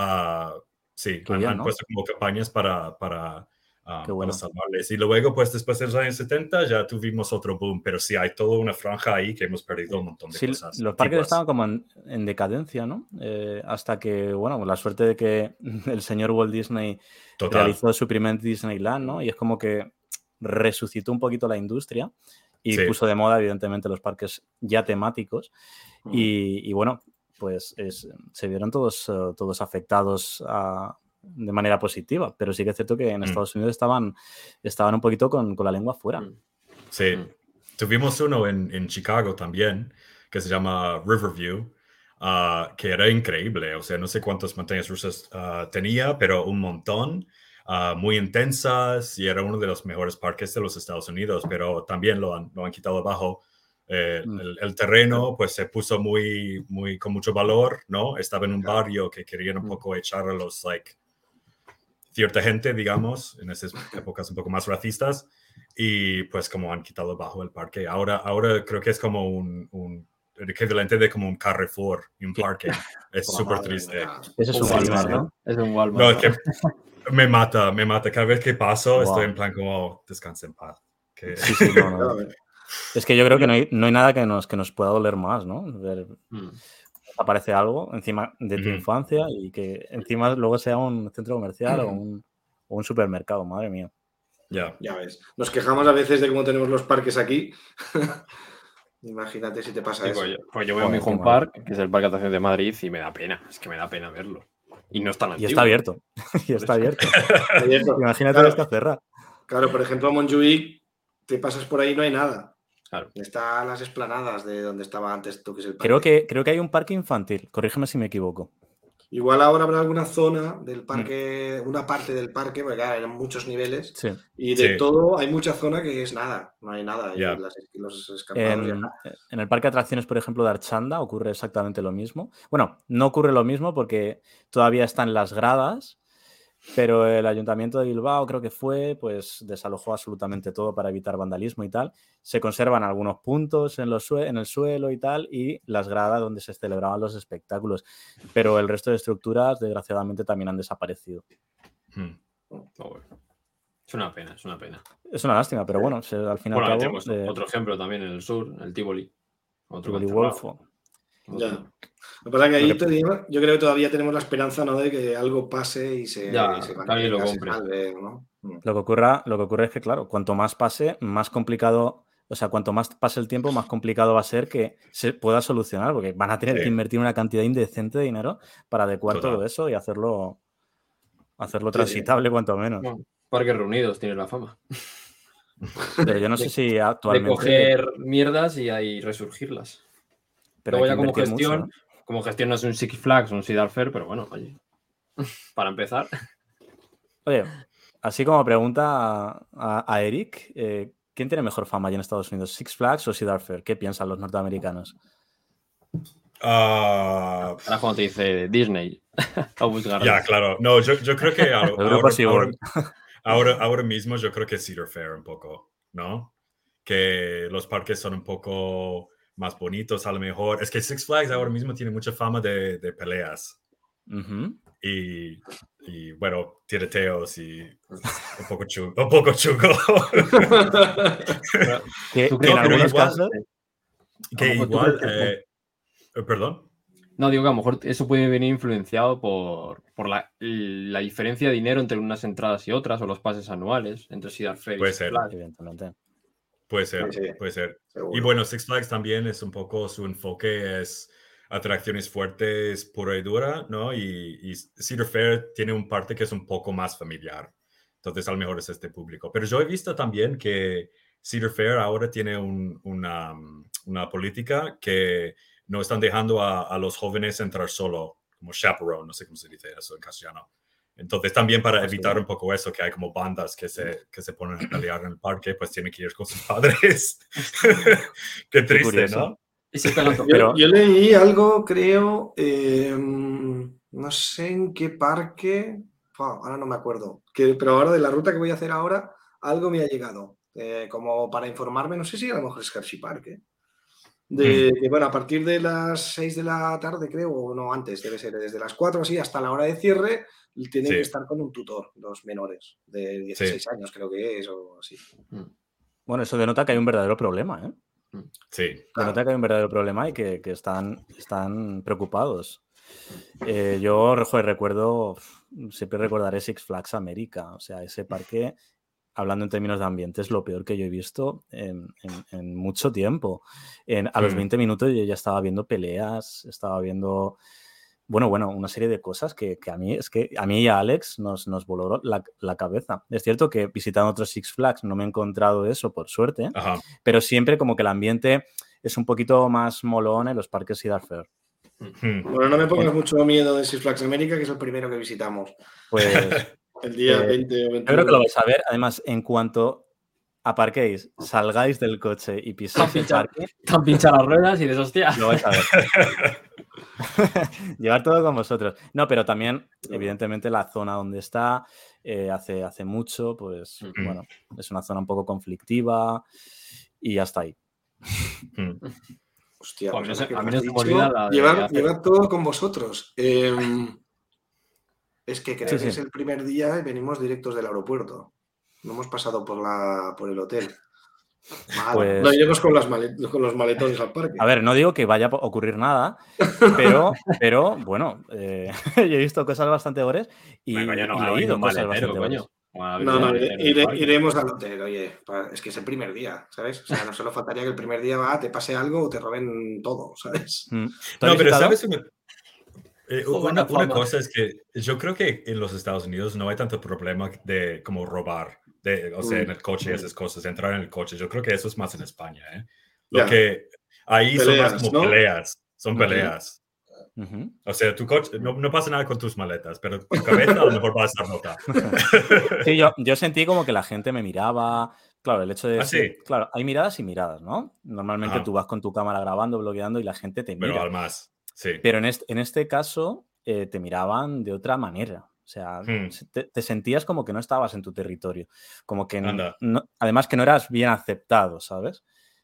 Sí, han puesto como campañas para salvarles. Y luego, pues después de los años 70 ya tuvimos otro boom, pero sí hay toda una franja ahí que hemos perdido un montón de cosas. Los parques estaban como en decadencia, ¿no? Hasta que, bueno, la suerte de que el señor Walt Disney realizó su primer Disneyland, ¿no? Y es como que resucitó un poquito la industria y puso de moda, evidentemente, los parques ya temáticos. Y bueno, pues se vieron todos afectados de manera positiva, pero sí que es cierto que en Estados Unidos estaban un poquito con la lengua fuera. Sí, tuvimos uno en Chicago también, que se llama Riverview, que era increíble, o sea, no sé cuántas montañas rusas tenía, pero un montón, muy intensas, y era uno de los mejores parques de los Estados Unidos, pero también lo han quitado abajo. El terreno pues se puso con mucho valor, ¿no? Estaba en un barrio que querían un poco echar a los, cierta gente, digamos, en esas épocas un poco más racistas, y pues como han quitado abajo el parque. Ahora creo que es como el equivalente de como un Carrefour y un parque. Es súper triste. Eso es un Walmart, ¿no? Es un Walmart. No, es que me mata. Cada vez que paso estoy en plan como, descansa en paz. Sí, no. Es que yo creo que no hay nada que nos pueda doler más, ¿no? Aparece algo encima de tu infancia y que encima luego sea un centro comercial o un supermercado, madre mía. Ya ves. Nos quejamos a veces de cómo tenemos los parques aquí. Imagínate si te pasa eso. Pues yo voy a mi home park, que es el Parque de Atracciones de Madrid, y me da pena. Es que me da pena verlo. Y no es tan antiguo. Y está abierto. Imagínate que está cerrado. Claro, por ejemplo, Montjuïc, te pasas por ahí y no hay nada. Claro. Están las esplanadas de donde estaba antes tú, que es el parque. Creo que hay un parque infantil. Corrígeme si me equivoco. Igual ahora habrá alguna zona del parque, una parte del parque, porque claro, eran muchos niveles. Sí. Y de todo hay mucha zona que es nada. No hay nada. Yeah. Los escampados en el parque de atracciones, por ejemplo, de Archanda ocurre exactamente lo mismo. Bueno, no ocurre lo mismo porque todavía están las gradas, pero el Ayuntamiento de Bilbao, creo que pues desalojó absolutamente todo para evitar vandalismo y tal. Se conservan algunos puntos en el suelo y tal, y las gradas donde se celebraban los espectáculos. Pero el resto de estructuras, desgraciadamente, también han desaparecido. Es una pena. Es una lástima, pero bueno, al final. Bueno, tenemos otro ejemplo también en el sur, el Tivoli. Tivoli Wolf. Ya. Lo que pasa es que ahí yo creo que todavía tenemos la esperanza, ¿no?, de que algo pase y se alguien lo compre. salve, ¿no? Lo que ocurre es que, claro, cuanto más pase, más complicado, o sea, cuanto más pase el tiempo, más complicado va a ser que se pueda solucionar, porque van a tener que invertir una cantidad indecente de dinero para adecuar todo eso y hacerlo transitable, cuanto menos. Bueno, Parques Reunidos tiene la fama. Pero yo no sé si actualmente... De coger mierdas y resurgirlas. Pero luego ya como gestión no es un Six Flags o un Cedar Fair, pero bueno, oye. para empezar. Oye, así como pregunta a Eric, ¿quién tiene mejor fama allí en Estados Unidos, Six Flags o Cedar Fair? ¿Qué piensan los norteamericanos? Ah, Ahora cuando te dice Disney. ya, claro. No, yo creo que El grupo SeaWorld. ahora mismo yo creo que Cedar Fair un poco, ¿no? Que los parques son un poco más bonitos a lo mejor. Es que Six Flags ahora mismo tiene mucha fama de peleas. Ujú. Y bueno, tiroteos y un poco chungo. Que ¿Tú en crees que algunos igual- casos... Que A lo mejor tú igual... crees perdón. No, digo que a lo mejor eso puede venir influenciado por la diferencia de dinero entre unas entradas y otras, o los pases anuales entre Cedar Fair y Puede Six ser. Flags. Evidentemente. Puede ser, Sí, puede ser. seguro. Y bueno, Six Flags también es un poco su enfoque, es atracciones fuertes, pura y dura, ¿no? Y Cedar Fair tiene un parte que es un poco más familiar. Entonces, a lo mejor es este público. Pero yo he visto también que Cedar Fair ahora tiene una política que no están dejando a los jóvenes entrar solo, como chaperone, no sé cómo se dice eso en castellano. Entonces, también para evitar un poco eso, que hay como bandas que se ponen a pelear en el parque, pues tienen que ir con sus padres. Qué triste, curioso. ¿no? Y se pegan todos. Yo leí algo, creo, no sé en qué parque, ahora no me acuerdo, pero ahora de la ruta que voy a hacer ahora, algo me ha llegado, como para informarme, no sé si a lo mejor es Hershey Park, que bueno, a partir de las 6 de la tarde, creo, o no, antes, debe ser desde las 4 así hasta la hora de cierre, tienen que estar con un tutor, los menores, de 16 años creo que es, o así. Bueno, eso denota que hay un verdadero problema, ¿eh? Sí. Denota que hay un verdadero problema y que están preocupados. Yo recuerdo, siempre recordaré Six Flags America, o sea, ese parque, hablando en términos de ambiente, es lo peor que yo he visto en mucho tiempo. A los 20 minutos yo ya estaba viendo peleas, estaba viendo, bueno, una serie de cosas que a mí y a Alex nos voló la cabeza. Es cierto que visitando otros Six Flags no me he encontrado eso, por suerte, pero siempre como que el ambiente es un poquito más molón en los parques Cedar Fair. Bueno, no me pongas mucho miedo de Six Flags America, que es el primero que visitamos. Pues el día 20 o 21. Yo creo que lo vais a ver. Además, en cuanto aparquéis, salgáis del coche y piséis el parque, están pinchadas las ruedas y dices, hostia. Lo vais a ver. Llevar todo con vosotros. No, pero también, evidentemente, la zona donde está hace mucho, pues, bueno, es una zona un poco conflictiva y hasta ahí. Hostia, a mí no se me dicho, olvida la de llevar todo con vosotros. Es que creo que es el primer día y venimos directos del aeropuerto. No hemos pasado por el hotel. Pues, no iremos con los maletones al parque. A ver, no digo que vaya a ocurrir nada, pero bueno, yo he visto cosas bastante gores y he leído cosas bastante gores. No, iremos al hotel, oye, es que es el primer día, ¿sabes? O sea, no solo faltaría que el primer día te pase algo o te roben todo, ¿sabes? No, pero ¿sabes? Una cosa es que yo creo que en los Estados Unidos no hay tanto problema de como robar, o sea, en el coche y esas cosas, entrar en el coche. Yo creo que eso es más en España, ¿eh? Lo que ahí peleas, son más como, ¿no? Peleas, son peleas. O sea, tu coche, no pasa nada con tus maletas, pero tu cabeza a lo mejor va a estar rota. Sí, yo sentí como que la gente me miraba. Claro, el hecho de... sí. Claro, hay miradas y miradas, ¿no? Normalmente tú vas con tu cámara grabando, bloqueando y la gente te mira. Pero además, sí. Pero en este caso te miraban de otra manera. O sea, te sentías como que no estabas en tu territorio. Como que además que no eras bien aceptado, ¿sabes?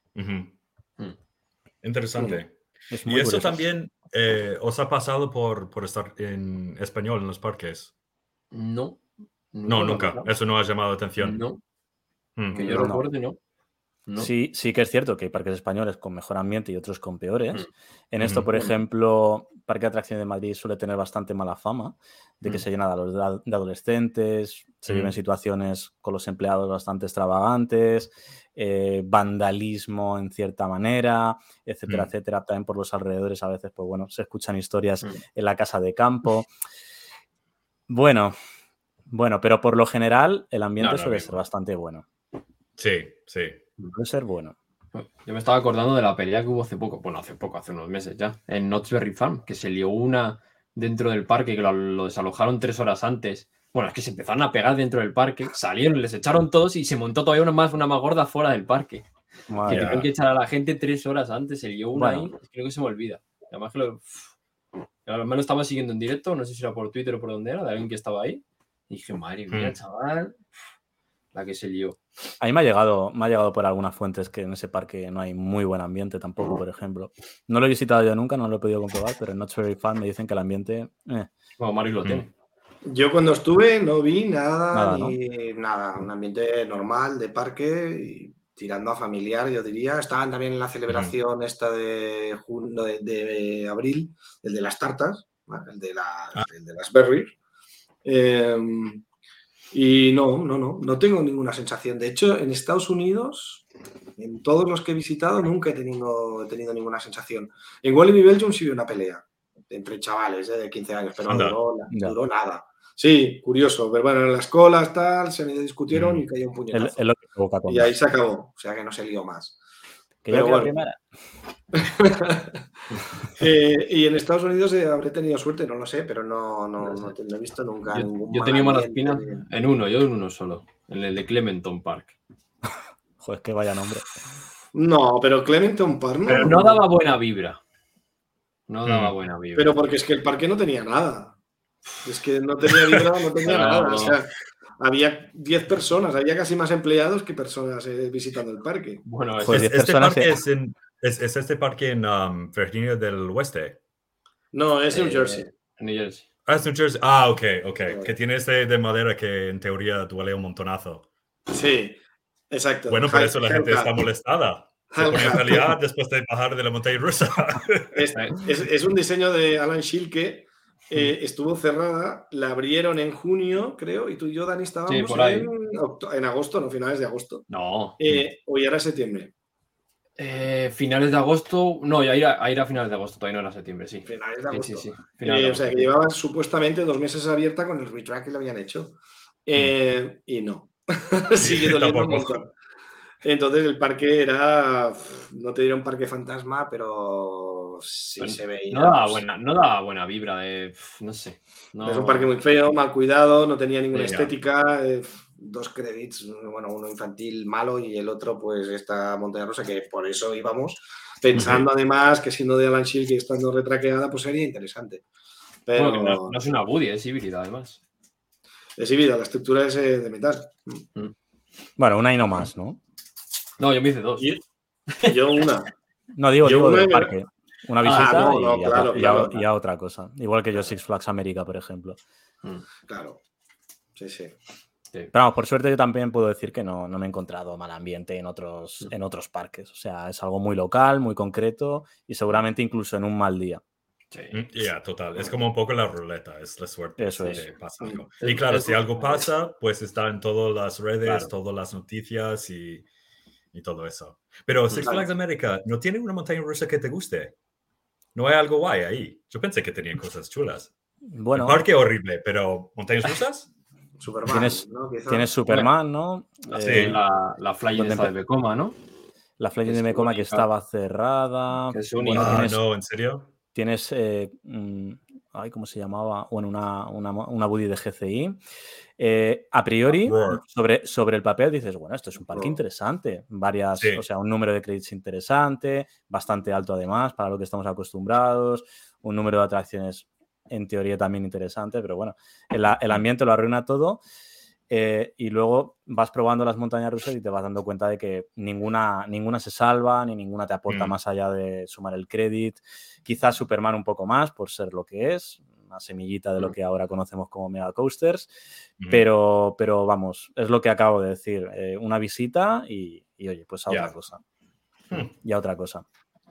Interesante. Y eso curioso. También os ha pasado por estar en español en los parques. No. Nunca. Eso no ha llamado la atención. No. Que yo recuerde, no. Sí que es cierto que hay parques españoles con mejor ambiente y otros con peores. En esto, por ejemplo, Parque de Atracciones de Madrid suele tener bastante mala fama de que se llena de adolescentes, se viven situaciones con los empleados bastante extravagantes, vandalismo en cierta manera, etcétera, etcétera. También por los alrededores a veces, pues bueno, se escuchan historias en la casa de campo. Bueno, pero por lo general el ambiente suele ser bastante bueno. Sí. Puede ser bueno. Yo me estaba acordando de la pelea que hubo hace poco, hace unos meses ya, en Knott's Berry Farm, que se lió una dentro del parque, que lo desalojaron 3 horas antes. Bueno, es que se empezaron a pegar dentro del parque, salieron, les echaron todos y se montó todavía una más gorda fuera del parque. Madre Que mía. tuvieron que echar a la gente 3 horas antes, se lió una Bueno. ahí, creo que se me olvida. Además que además lo estaba siguiendo en directo, no sé si era por Twitter o por dónde era, de alguien que estaba ahí. Y dije, madre mía, chaval, la que se lió. A mí me ha llegado por algunas fuentes que en ese parque no hay muy buen ambiente tampoco, por ejemplo. No lo he visitado yo nunca, no lo he podido comprobar, pero en Not Very Fun me dicen que el ambiente... Bueno, Mario lo tiene. Yo cuando estuve no vi nada, Nada, nada, un ambiente normal de parque y tirando a familiar, yo diría. Estaban también en la celebración esta de abril, el de las tartas, ¿vale? el de las berries. Y no tengo ninguna sensación. De hecho, en Estados Unidos, en todos los que he visitado, nunca he tenido ninguna sensación. En Walibi Belgium sí vi una pelea entre chavales de 15 años, pero no duró nada. Sí, curioso, pero bueno, en las colas tal, se discutieron y cayó un puñetazo. Es lo que provoca y ahí se acabó, o sea que no se lió más. Que pero yo bueno. Y en Estados Unidos habré tenido suerte, no lo sé, pero no he visto nunca ningún. Yo tenía mala espina en uno solo, en el de Clementon Park. Joder, que vaya nombre. No, pero Clementon Park no. Pero no daba buena vibra. No daba buena vibra. Pero porque es que el parque no tenía nada. Es que no tenía vibra, no tenía nada. O sea, había 10 personas, había casi más empleados que personas visitando el parque. Bueno, parque es este parque en Virginia del Oeste. No, es New Jersey. New Jersey. Ah, es New Jersey. Ah, ok. Que tiene este de madera que en teoría duele un montonazo. Sí, exacto. Bueno, por eso la gente está molestada. Se pone a pelear después de bajar de la montaña rusa. Es un diseño de Alan Schilke. Estuvo cerrada, la abrieron en junio, creo, y tú y yo, Dani, estábamos en agosto, no, finales de agosto. No. O ya era septiembre. Finales de agosto, no, ya era finales de agosto, todavía no era septiembre, sí. Finales de agosto. Sí. O sea, que llevaban supuestamente 2 meses abierta con el retrack que le habían hecho. Y no. Sigue doliendo un montón. Entonces el parque era, no te diría un parque fantasma, pero sí pues se veía. No daba buena vibra, no sé. No. Es un parque muy feo, mal cuidado, no tenía ninguna estética. 2 credits, bueno, uno infantil malo y el otro pues esta montaña rusa, que por eso íbamos, pensando además que siendo de Alan Schilke y estando retraqueada, pues sería interesante. Pero bueno, no es una Woody, es híbrida además. Es híbrida, la estructura es de metal. Bueno, una y no más, ¿no? No, yo me hice 2. Yo una. No, digo del parque. Una visita y a otra cosa. Igual que yo Six Flags America, por ejemplo. Claro. Sí. Pero vamos, por suerte yo también puedo decir que no me he encontrado mal ambiente en otros parques. O sea, es algo muy local, muy concreto y seguramente incluso en un mal día. Ya, total. Es como un poco la ruleta, es la suerte. Eso es. Pasa algo. Y claro, si algo pasa, pues está en todas las redes, todas las noticias y todo eso. Pero Six Flags America, ¿no tiene una montaña rusa que te guste? ¿No hay algo guay ahí? Yo pensé que tenían cosas chulas. Bueno. El parque horrible, pero ¿montañas rusas? Superman, tienes Superman, ¿no? Sí, la Flying de Vekoma, ¿no? La Flying de Vekoma que estaba cerrada. Que es no, ¿en serio? Tienes, ¿cómo se llamaba? Bueno, una Buddy de GCI. A priori, sobre el papel dices, bueno, esto es un parque interesante. O sea, un número de créditos interesante, bastante alto además para lo que estamos acostumbrados, un número de atracciones en teoría también interesante, pero bueno, el ambiente lo arruina todo. Y luego vas probando las montañas rusas y te vas dando cuenta de que ninguna se salva ni ninguna te aporta más allá de sumar el crédito. Quizás Superman un poco más por ser lo que es, una semillita de lo que ahora conocemos como Mega Coasters, pero vamos, es lo que acabo de decir, una visita y oye, pues a otra cosa. Y a otra cosa.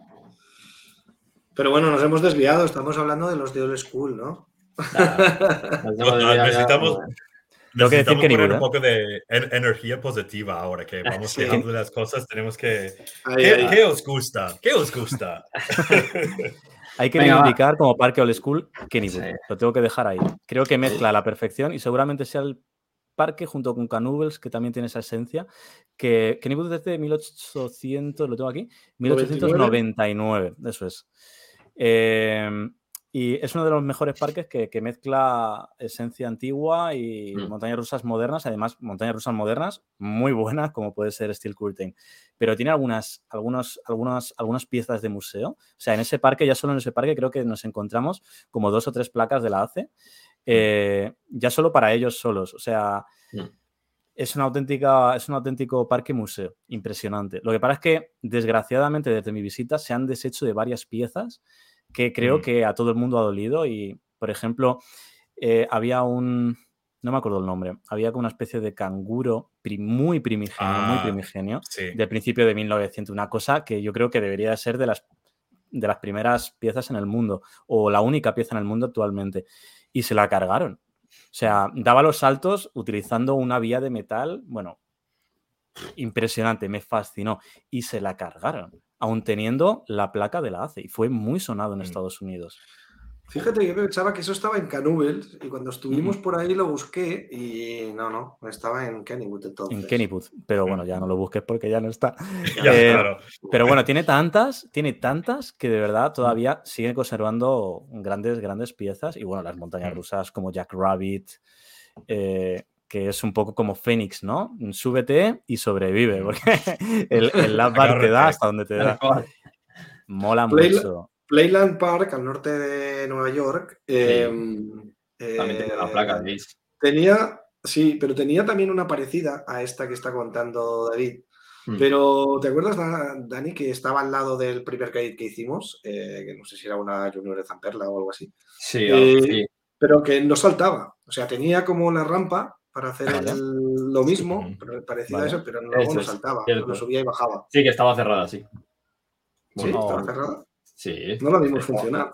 Pero bueno, nos hemos desviado, estamos hablando de los de Old School, ¿no? Necesitamos decir poner un poco de energía positiva ahora que vamos quejando de las cosas. Tenemos que... ¿Qué os gusta? ¿Qué os gusta? Hay que reivindicar como parque Old School Kennywood. Sí. Lo tengo que dejar ahí. Creo que mezcla a la perfección y seguramente sea el parque junto con Canoodles, que también tiene esa esencia, que Kennywood desde 1800, lo tengo aquí, 1899, eso es. Y es uno de los mejores parques que mezcla esencia antigua y montañas rusas modernas. Además, montañas rusas modernas muy buenas, como puede ser Steel Curtain. Pero tiene algunas piezas de museo. O sea, en ese parque, ya solo en ese parque, creo que nos encontramos como 2 o 3 placas de la ACE. Ya solo para ellos solos. O sea, es un auténtico parque museo. Impresionante. Lo que pasa es que, desgraciadamente, desde mi visita se han deshecho de varias piezas que creo que a todo el mundo ha dolido. Y, por ejemplo, había no me acuerdo el nombre, había como una especie de canguro muy primigenio, sí. del principio de 1900, una cosa que yo creo que debería de ser de las primeras piezas en el mundo, o la única pieza en el mundo actualmente, y se la cargaron. O sea, daba los saltos utilizando una vía de metal, bueno, impresionante, me fascinó, y se la cargaron, aún teniendo la placa de la ACE, y fue muy sonado en Estados Unidos. Fíjate, yo pensaba que eso estaba en Canubles y cuando estuvimos por ahí lo busqué y no, estaba en Kennywood entonces. En Kennywood, pero bueno, ya no lo busques porque ya no está. Claro. Pero bueno, tiene tantas que de verdad todavía sigue conservando grandes piezas. Y bueno, las montañas rusas como Jack Rabbit, que es un poco como Fénix, ¿no? Súbete y sobrevive, porque el lap bar te da hasta donde te da. Mola mucho. Playland Park, al norte de Nueva York, también tenía la placa de Ace. Pero tenía también una parecida a esta que está contando David. Pero, ¿te acuerdas, Dani, que estaba al lado del primer guide que hicimos? Que no sé si era una Junior de Zamperla o algo así. Sí, sí. Pero que no saltaba. O sea, tenía como la rampa para hacer lo mismo, parecido a eso, pero luego no saltaba. Lo subía y bajaba. Sí, que estaba cerrada, sí. ¿Sí? ¿Estaba cerrada? Sí. No la vimos funcionar.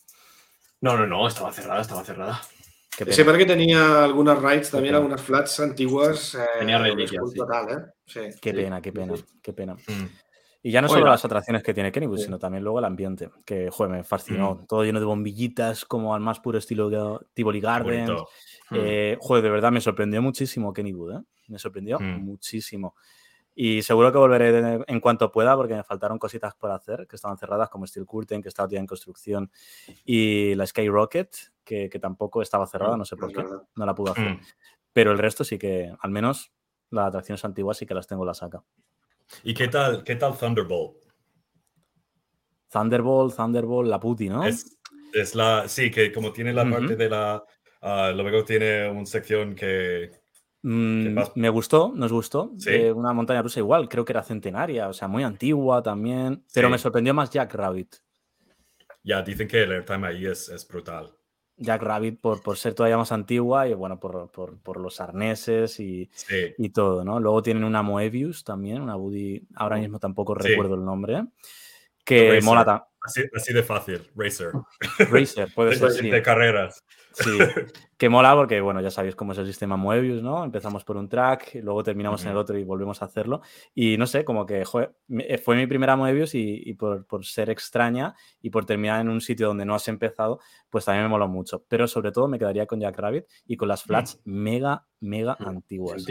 No, estaba cerrada. Ese parque tenía algunas rides, también algunas flats antiguas. Tenía reliquias, sí. Total, sí. Qué pena. Y ya no solo las atracciones que tiene Kennywood, sino también luego el ambiente, que, joder, me fascinó. Todo lleno de bombillitas, como al más puro estilo Tivoli Gardens. Joder, de verdad, me sorprendió muchísimo Kennywood, ¿eh? Me sorprendió muchísimo. Y seguro que volveré en cuanto pueda, porque me faltaron cositas por hacer, que estaban cerradas, como Steel Curtain, que estaba ya en construcción, y la Sky Rocket, que tampoco estaba cerrada, no sé por qué, no la pude hacer. Pero el resto sí que, al menos, las atracciones antiguas sí que las tengo en la saca. ¿Y qué tal Thunderbolt? Thunderbolt, la puti, ¿no? Sí, que como tiene la parte de la... luego tiene una sección que... nos gustó. ¿Sí? Una montaña rusa igual, creo que era centenaria, o sea, muy antigua también, pero me sorprendió más Jack Rabbit. Ya, dicen que el airtime ahí es brutal. Jack Rabbit por ser todavía más antigua y bueno, por los arneses y todo, ¿no? Luego tienen una Moebius también, una Buddy, ahora mismo tampoco recuerdo el nombre, que Racer. mola. Así de fácil, Racer. Puede ser, sí. De carreras. Sí, que mola porque, bueno, ya sabéis cómo es el sistema Moebius, ¿no? Empezamos por un track, luego terminamos en el otro y volvemos a hacerlo. Y no sé, como que fue mi primera Moebius y por ser extraña y por terminar en un sitio donde no has empezado, pues también me moló mucho. Pero sobre todo me quedaría con Jack Rabbit y con las flats mega antiguas.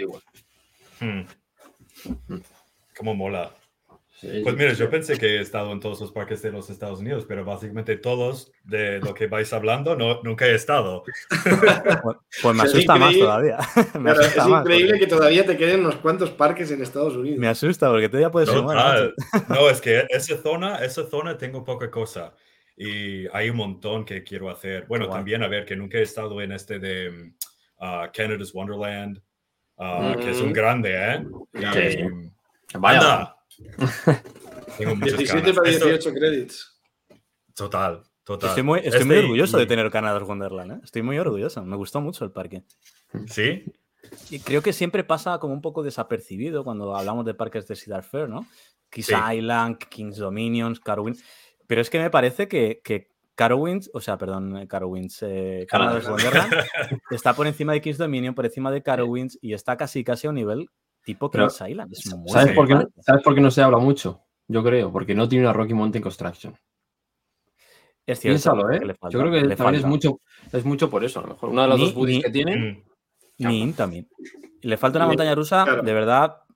Cómo mola. Pues mira, yo pensé que he estado en todos los parques de los Estados Unidos, pero básicamente todos de lo que vais hablando nunca he estado. Pues me asusta más todavía. Es increíble que todavía te queden unos cuantos parques en Estados Unidos. Me asusta porque todavía puedes sumar. No, es que esa zona tengo poca cosa. Y hay un montón que quiero hacer. Bueno, también, a ver, que nunca he estado en este de Canada's Wonderland, que es un grande, ¿eh? Vaya. Tengo muchas 17 para 18 créditos. Total. Estoy muy orgulloso de tener Canada's Wonderland, ¿eh? Estoy muy orgulloso. Me gustó mucho el parque. ¿Sí? Y creo que siempre pasa como un poco desapercibido cuando hablamos de parques de Cedar Fair, ¿no? Kiss Island, King's Dominions, Carowinds. Pero es que me parece que Carowinds, Canada's Wonderland está por encima de King's Dominion, por encima de Carowinds y está casi a un nivel tipo King's Island. Es muy ¿Sabes por qué no se habla mucho? Yo creo, porque no tiene una Rocky Mountain Construction. Es cierto. Piénsalo, ¿eh? Yo creo que también es mucho por eso, a lo mejor. Una de las dos buddies que tienen. También. Le falta una montaña rusa, de verdad,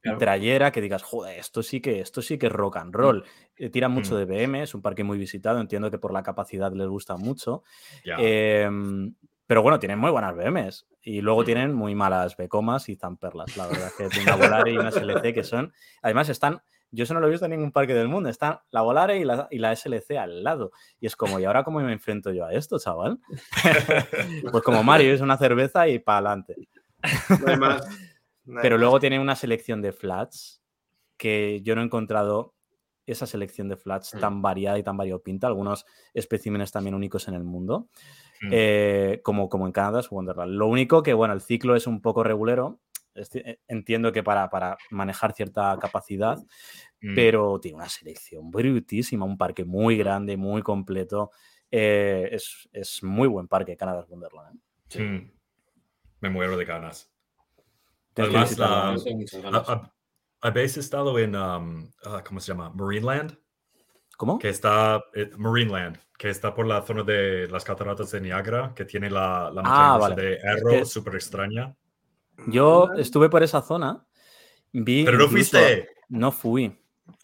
trayera, que digas, joder, esto sí que es rock and roll. Tiran mucho de BM, es un parque muy visitado, entiendo que por la capacidad les gusta mucho. Pero bueno, tienen muy buenas BMs y luego tienen muy malas Becomas y zamperlas. La verdad es que tienen una Volare y una SLC que son... Además están... Yo eso no lo he visto en ningún parque del mundo. Están la Volare y la SLC al lado. Y es como, ¿y ahora cómo me enfrento yo a esto, chaval? Pues como Mario, es una cerveza y para adelante. No hay más. Pero luego tiene una selección de flats que yo no he encontrado esa selección de flats tan variada y tan variopinta. Algunos especímenes también únicos en el mundo. Como en Canada's Wonderland. Lo único que, bueno, el ciclo es un poco regulero. Entiendo que para manejar cierta capacidad, pero tiene una selección brutísima, un parque muy grande, muy completo. Es muy buen parque, Canada's Wonderland. Sí. Me muero de ganas. Además, ¿habéis estado en, ¿cómo se llama? Marineland? ¿Cómo? Que está, Marineland, que está por la zona de las cataratas de Niágara, que tiene la montaña rusa de Arrow, súper extraña. Yo estuve por esa zona, ¿Pero no fuiste? No fui.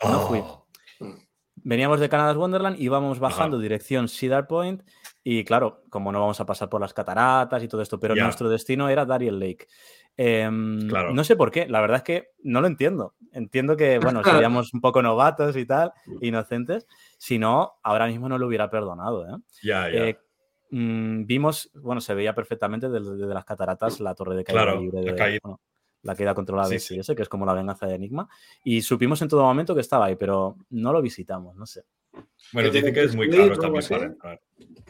Veníamos de Canada's Wonderland, íbamos bajando dirección Cedar Point y claro, como no vamos a pasar por las cataratas y todo esto, pero nuestro destino era Darien Lake. No sé por qué, la verdad es que no lo entiendo. Entiendo que, bueno, seríamos un poco novatos y tal, inocentes. Si no, ahora mismo no lo hubiera perdonado. Vimos, bueno, se veía perfectamente desde las cataratas la torre de caída libre la caída controlada de ese, que es como la venganza de Enigma. Y supimos en todo momento que estaba ahí, pero no lo visitamos, no sé. Bueno, dice que es muy caro también para entrar.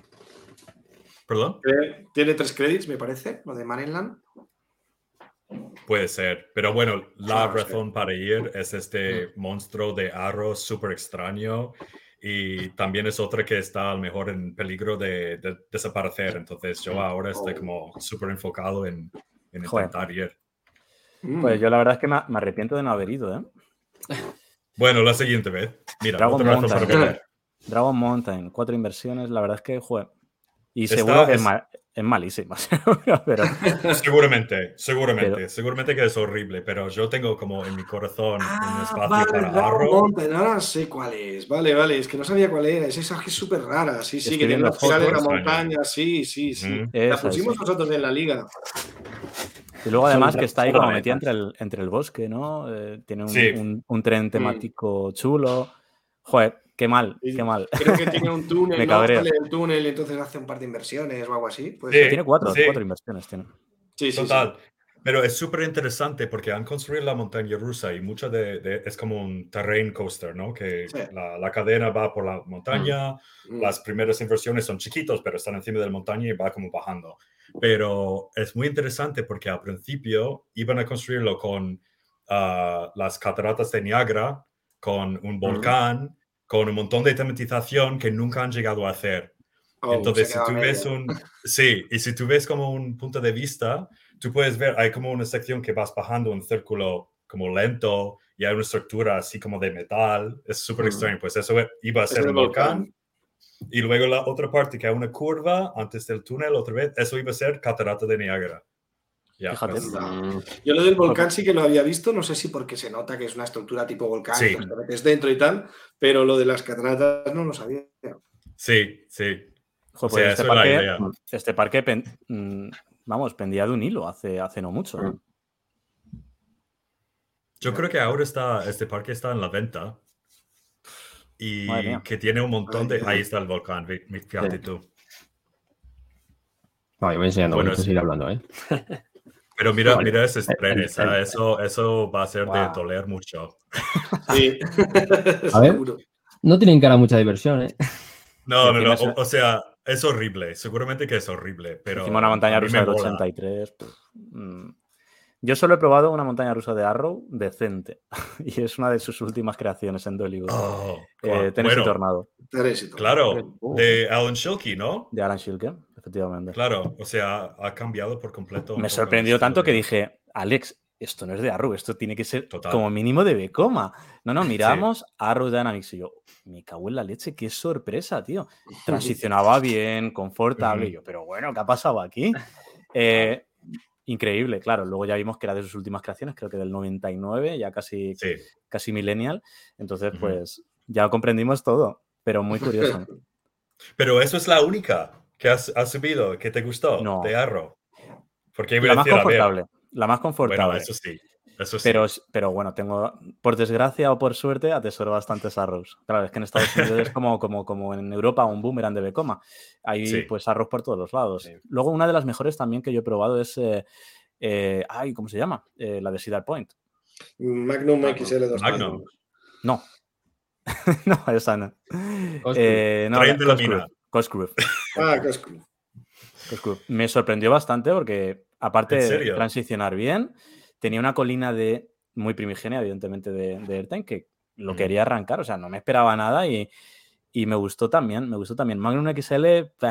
¿Perdón? Tiene 3 créditos, me parece, lo de Marineland. Puede ser, pero bueno, la razón para ir es este monstruo de Arrow súper extraño y también es otra que está a lo mejor en peligro de desaparecer. Entonces yo ahora estoy como súper enfocado en intentar ir. Pues yo la verdad es que me arrepiento de no haber ido, ¿eh? Bueno, la siguiente vez. Mira, Dragon Mountain, 4 inversiones, la verdad es que, joder. Y seguro que es malísima. Pero... Seguramente que es horrible, pero yo tengo como en mi corazón un espacio para Arrow. Ahora sé cuál es. Vale, es que no sabía cuál era. Es esa que es súper rara. Sí, que tiene la espiral de la montaña. Sí. La pusimos nosotros en la liga. Y luego además que está ahí como metida entre el bosque, ¿no? Tiene un tren temático chulo. Joder, qué mal. Creo que tiene un túnel, ¿no? Sale el túnel y entonces hace un par de inversiones o algo así. Tiene cuatro inversiones. Sí. Total. Pero es súper interesante porque han construido la montaña rusa y mucho es como un terrain coaster, ¿no? Que la cadena va por la montaña, las primeras inversiones son chiquitos, pero están encima de la montaña y va como bajando. Pero es muy interesante porque al principio iban a construirlo con las cataratas de Niágara, con un volcán, con un montón de tematización que nunca han llegado a hacer. Entonces, si tú ves como un punto de vista, tú puedes ver, hay como una sección que vas bajando un círculo como lento y hay una estructura así como de metal. Es súper extraño. Pues eso iba a ser un volcán. Y luego la otra parte que hay una curva antes del túnel, otra vez, eso iba a ser Catarata de Niágara. Fíjate. Yo lo del volcán sí que lo había visto, no sé si porque se nota que es una estructura tipo volcán, que es dentro y tal, pero lo de las cataratas no lo sabía. Sí. Joder, este parque pendía de un hilo hace no mucho. Yo creo que ahora este parque está en la venta y que tiene un montón de... Ahí está el volcán, fíjate tú. No, yo voy enseñando, seguir hablando, ¿eh? Pero mira esos trenes, eso va a ser de doler mucho. Sí. A ver, no tienen cara mucha diversión, ¿eh? No, o sea, es horrible, seguramente que es horrible, pero... Encima una montaña rusa del 83. Yo solo he probado una montaña rusa de Arrow decente y es una de sus últimas creaciones en Dollywood. Tennessee Tornado. Claro, de Alan Schilke, ¿no? De Alan Schilke, efectivamente. Claro, o sea, ha cambiado por completo. Me sorprendió tanto que dije, Alex, esto no es de Arrow, esto tiene que ser como mínimo de Vekoma. No, miramos Arrow Dynamics y yo, me cago en la leche, qué sorpresa, tío. Transicionaba bien, confortable. Y yo, pero bueno, ¿qué ha pasado aquí? increíble, claro. Luego ya vimos que era de sus últimas creaciones, creo que del 99, ya casi millennial. Entonces, pues ya comprendimos todo, pero muy curioso. Pero eso es la única que has subido, que te gustó de Arrow. Porque la más confortable. La más confortable. Bueno, eso sí. Pero bueno, tengo, por desgracia o por suerte, atesoro bastantes Arrows. Claro, es que en Estados Unidos es como en Europa un boomerang de Vekoma. Hay pues Arrows por todos los lados. Sí. Luego, una de las mejores también que yo he probado es, ¿cómo se llama? La de Cedar Point. Magnum XL2. Magnum. No. No, esa no. Cosgrove. Cosgrove. Me sorprendió bastante porque, aparte de transicionar bien, tenía una colina muy primigenia, evidentemente, de Airtime, que lo quería arrancar. O sea, no me esperaba nada y me gustó también. Magnum XL...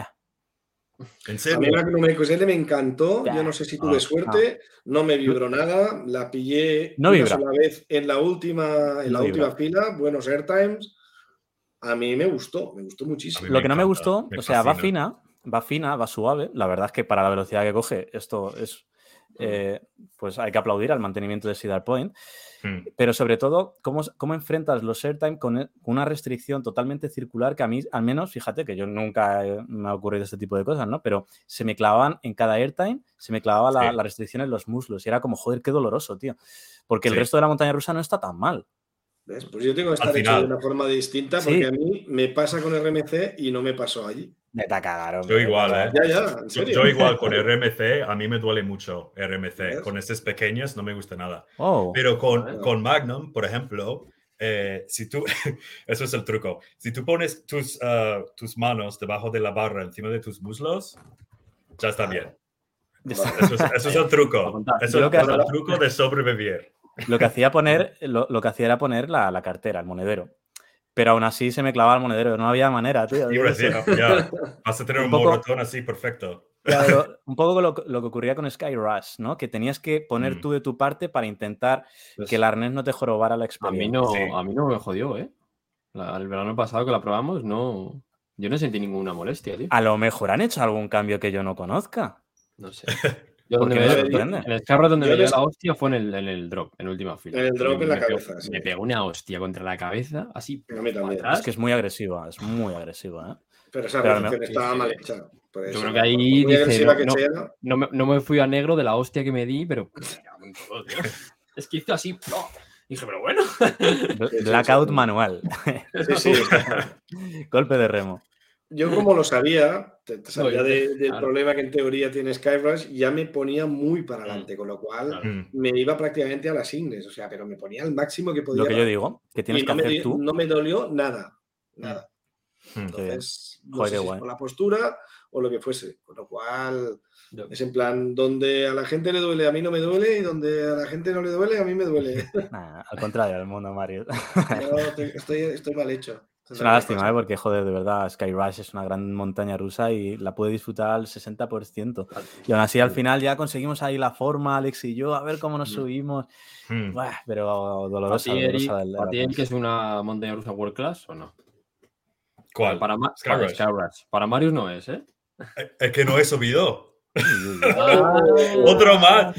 ¿En serio? A mí Magnum XL me encantó. Yo no sé si tuve suerte. No me vibró nada. La pillé una sola vez en la última fila. Buenos Airtimes. A mí me gustó muchísimo. Lo que no me gustó, o sea, va fina, va suave. La verdad es que para la velocidad que coge, esto es... pues hay que aplaudir al mantenimiento de Cedar Point. Pero sobre todo, ¿cómo enfrentas los airtime con una restricción totalmente circular que a mí, al menos, fíjate que yo nunca me ha ocurrido este tipo de cosas, ¿no? Pero se me clavaban en cada airtime, se me clavaba la restricción en los muslos y era como, joder, qué doloroso, tío. Porque el resto de la montaña rusa no está tan mal. ¿Ves? Pues yo tengo que estar hecho de una forma distinta porque a mí me pasa con RMC y no me pasó allí. Me te cagaron. Yo igual, ¿eh? Ya, en serio. Yo igual con RMC, a mí me duele mucho RMC. ¿Ves? Con estos pequeños no me gusta nada. Pero con Magnum, por ejemplo, si tú... Eso es el truco. Si tú pones tus manos debajo de la barra encima de tus muslos, ya está bien. Eso es el truco. Eso es el truco de sobrevivir. Lo que hacía era poner la cartera, el monedero. Pero aún así se me clavaba el monedero. No había manera, tío. Ya. Vas a tener un morrotón así, perfecto. Claro, un poco lo que ocurría con Sky Rush, ¿no? Que tenías que poner tú de tu parte para intentar que el arnés no te jorobara la experiencia. A mí no me jodió, ¿eh? El verano pasado que la probamos, no... Yo no sentí ninguna molestia, tío. A lo mejor han hecho algún cambio que yo no conozca. No sé. Yo donde me sorprende. En el carro donde me dio la hostia fue en el drop, en última fila. En el drop en la cabeza. Me pegó una hostia contra la cabeza, así. A mí también. Es que es muy agresiva, ¿eh? Pero esa reacción estaba mal hecha. Yo creo que ahí dice, no me fui a negro de la hostia que me di, pero es que hizo así. Dije, pero bueno. Blackout manual. Sí. Golpe de remo. Yo como lo sabía, sabía del problema que en teoría tiene Skyrush, ya me ponía muy para adelante, con lo cual me iba prácticamente a las ingles, o sea, pero me ponía al máximo que podía. Lo que yo digo, que tienes que hacer tú. No me dolió nada. Entonces, no sé si es por la postura o lo que fuese, con lo cual es en plan, donde a la gente le duele, a mí no me duele, y donde a la gente no le duele, a mí me duele. Al contrario, del mundo, Mario. Estoy mal hecho. Es una lástima, porque, joder, de verdad, Sky Rush es una gran montaña rusa y la puede disfrutar al 60%. Y aún así, al final ya conseguimos ahí la forma, Alex y yo, a ver cómo nos subimos. Pero dolorosa. ¿Para ti que es una montaña rusa world class o no? ¿Cuál? Sky Rush. Para Marius no es, ¿eh? Es que no he subido. Otro más.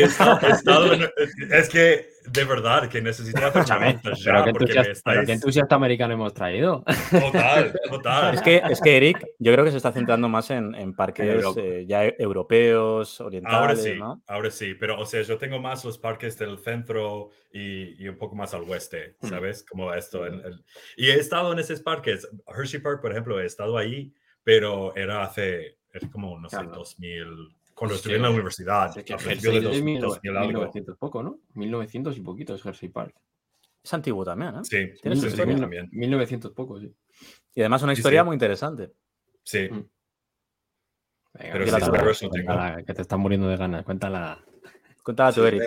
Es que de verdad que necesito hacer chamantas ya. ¿Qué entusiasta americano hemos traído? Total. Es que Eric, yo creo que se está centrando más en parques ya europeos, orientales. Ahora sí, pero o sea, yo tengo más los parques del centro y un poco más al oeste, ¿sabes? Como esto. Y he estado en esos parques. Hershey Park, por ejemplo, he estado ahí, pero era como, no sé, 2000, cuando estuve en la universidad. Es que Hershey es 1900 poco, ¿no? 1900 y poquito es Hershey Park. Es antiguo también, ¿eh? Sí, tiene su historia también. 1900 poco, sí. Y además una historia muy interesante. Sí. Venga, pero que te estás muriendo de ganas. Cuéntala tú, Eric.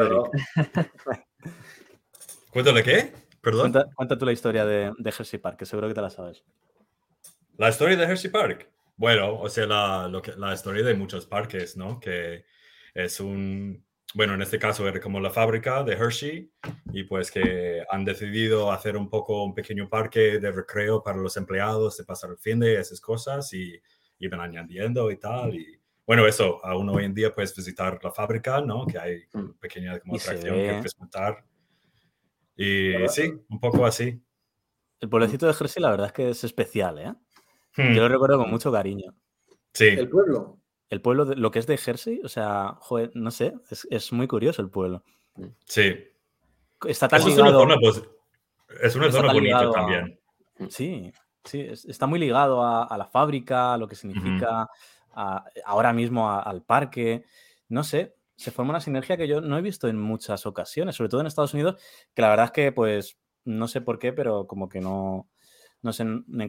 ¿Cuéntale qué? Perdón. Cuenta tú la historia de Hershey Park, que seguro que te la sabes. ¿La historia de Hershey Park? Bueno, o sea, la historia de muchos parques, ¿no? Que es bueno, en este caso era como la fábrica de Hershey y pues que han decidido hacer un pequeño parque de recreo para los empleados de pasar el fin de esas cosas y iban añadiendo y tal. Y bueno, eso, aún hoy en día puedes visitar la fábrica, ¿no? Que hay pequeña como Y se atracción ve. que puedes montar. Y sí, un poco así. El pueblecito de Jersey, la verdad es que es especial, ¿eh? Hmm, Yo lo recuerdo con mucho cariño. Sí, El pueblo. El pueblo, lo que es de Jersey, o sea, joder, no sé, es muy curioso el pueblo. sí. Está tan Eso es una ligado. zona, pues, es una Está zona tan bonita ligado a. también. Sí, sí, está muy ligado a la fábrica, a lo que significa ahora mismo al parque. No sé, se forma una sinergia que yo no he visto en muchas ocasiones, sobre todo en Estados Unidos, que la verdad es que, pues, no sé por qué, pero como que no sé,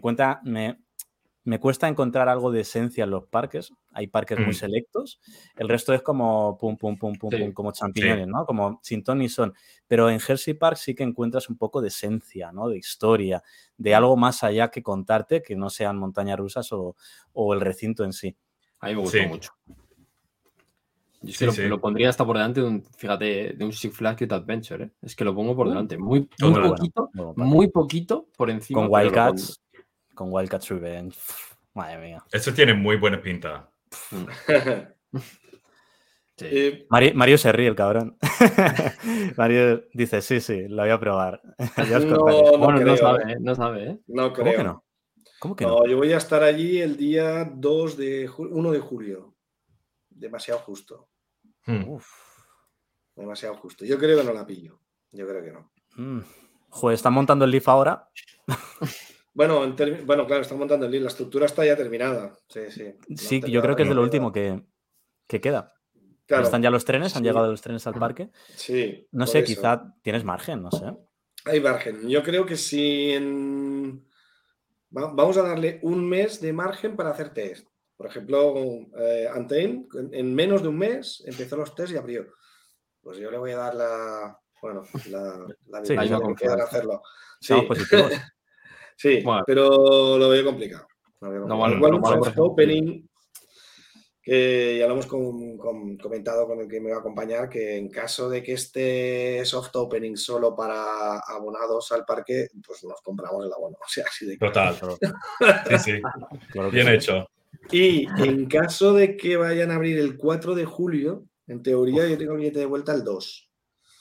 me cuesta encontrar algo de esencia en los parques. Hay parques muy selectos. El resto es como pum, pum, pum, pum, pum, como champiñones, ¿no? Como sin ton ni son. Pero en Hershey Park sí que encuentras un poco de esencia, ¿no? De historia, de algo más allá que contarte, que no sean montañas rusas o el recinto en sí. A mí me gustó mucho. Yo es que lo pondría hasta por delante de un Six Flags Great Adventure, ¿eh? Es que lo pongo por delante. Muy poquito, muy poquito por encima. Con Wildcats Revenge. Madre mía. Eso tiene muy buena pinta. Sí. Mario se ríe, el cabrón. Mario dice, sí, lo voy a probar. Bueno, no sabe, ¿eh? No sabe, ¿eh? No creo. ¿Cómo que no? ¿Cómo que no? Yo voy a estar allí el día 1 de julio. Demasiado justo. Demasiado justo. Yo creo que no la pillo. Yo creo que no. Joder, ¿están montando el Leaf ahora? Bueno, claro, están montando el Leaf. La estructura está ya terminada. Sí, yo creo que es de lo último que queda. Claro, ¿están ya los trenes? ¿Han llegado los trenes al parque? Sí. No sé, quizá tienes margen, no sé. Hay margen. Yo creo que si vamos a darle un mes de margen para hacer test. Por ejemplo, Untamed, en menos de un mes empezó los test y abrió. Pues yo le voy a dar la bienvenida que quieran hacerlo. Estamos positivos. Sí, bueno, pero lo veo complicado. Igual un soft opening, que ya lo hemos comentado con el que me va a acompañar, que en caso de que esté soft opening solo para abonados al parque, pues nos compramos el abono. O sea, así de Total. Sí. Claro, bien hecho. Y en caso de que vayan a abrir el 4 de julio, en teoría yo tengo el billete de vuelta el 2.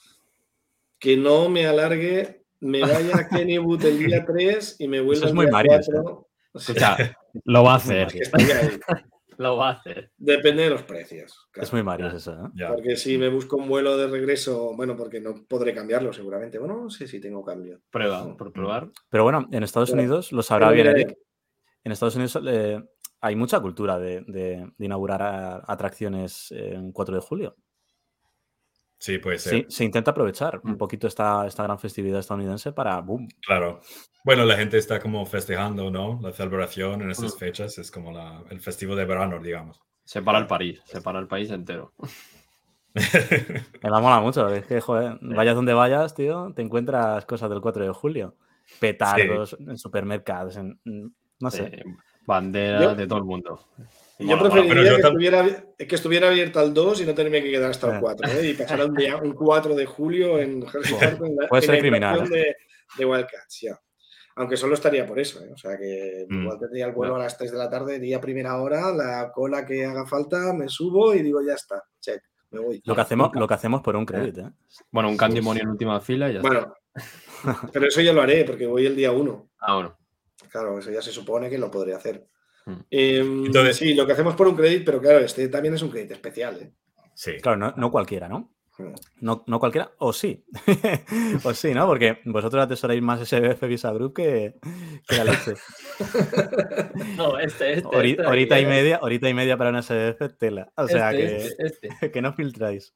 Que no me alargue, me vaya a Kennywood el día 3 y me vuelva el día 4. O sea, lo va a hacer. Es que ahí. Lo va a hacer. Depende de los precios. Claro. Es muy Mario eso, ¿eh? Porque si me busco un vuelo de regreso, bueno, porque no podré cambiarlo seguramente. Bueno, no sé si tengo cambio. Prueba, por probar. Pero bueno, en Estados Unidos, lo sabrá bien Eric, en Estados Unidos hay mucha cultura de inaugurar atracciones en 4 de julio. Sí, puede ser. Sí, se intenta aprovechar un poquito esta gran festividad estadounidense para boom. Claro. Bueno, la gente está como festejando, ¿no? La celebración en esas fechas es como el festivo de verano, digamos. Separa el país entero. Me la mola mucho. Es que, joder, vayas donde vayas, tío, te encuentras cosas del 4 de julio. Petardos en supermercados, no sé. Banderas de todo el mundo. Yo preferiría que estuviera abierta al 2 y no tenerme que quedar hasta el 4, ¿eh? Y pasar un 4 de julio en Hershey Park en la criminal, de Wildcats, ya. Aunque solo estaría por eso, ¿eh? O sea que igual tendría el vuelo a las 3 de la tarde, día primera hora, la cola que haga falta, me subo y digo, ya está, check, me voy. Lo que hacemos por un crédito, ¿eh? Bueno, un Candymonio en última fila y ya está. Bueno, pero eso ya lo haré porque voy el día 1. Bueno. Claro, eso ya se supone que lo podré hacer. Entonces, sí, lo que hacemos por un crédito, pero claro, este también es un crédito especial, ¿eh? Sí. Claro, no cualquiera, ¿no? No cualquiera, o sí. O sí, ¿no? Porque vosotros atesoráis más SBF Visa Group que la leche. No, horita y media para una SBF, tela. O sea que no filtráis.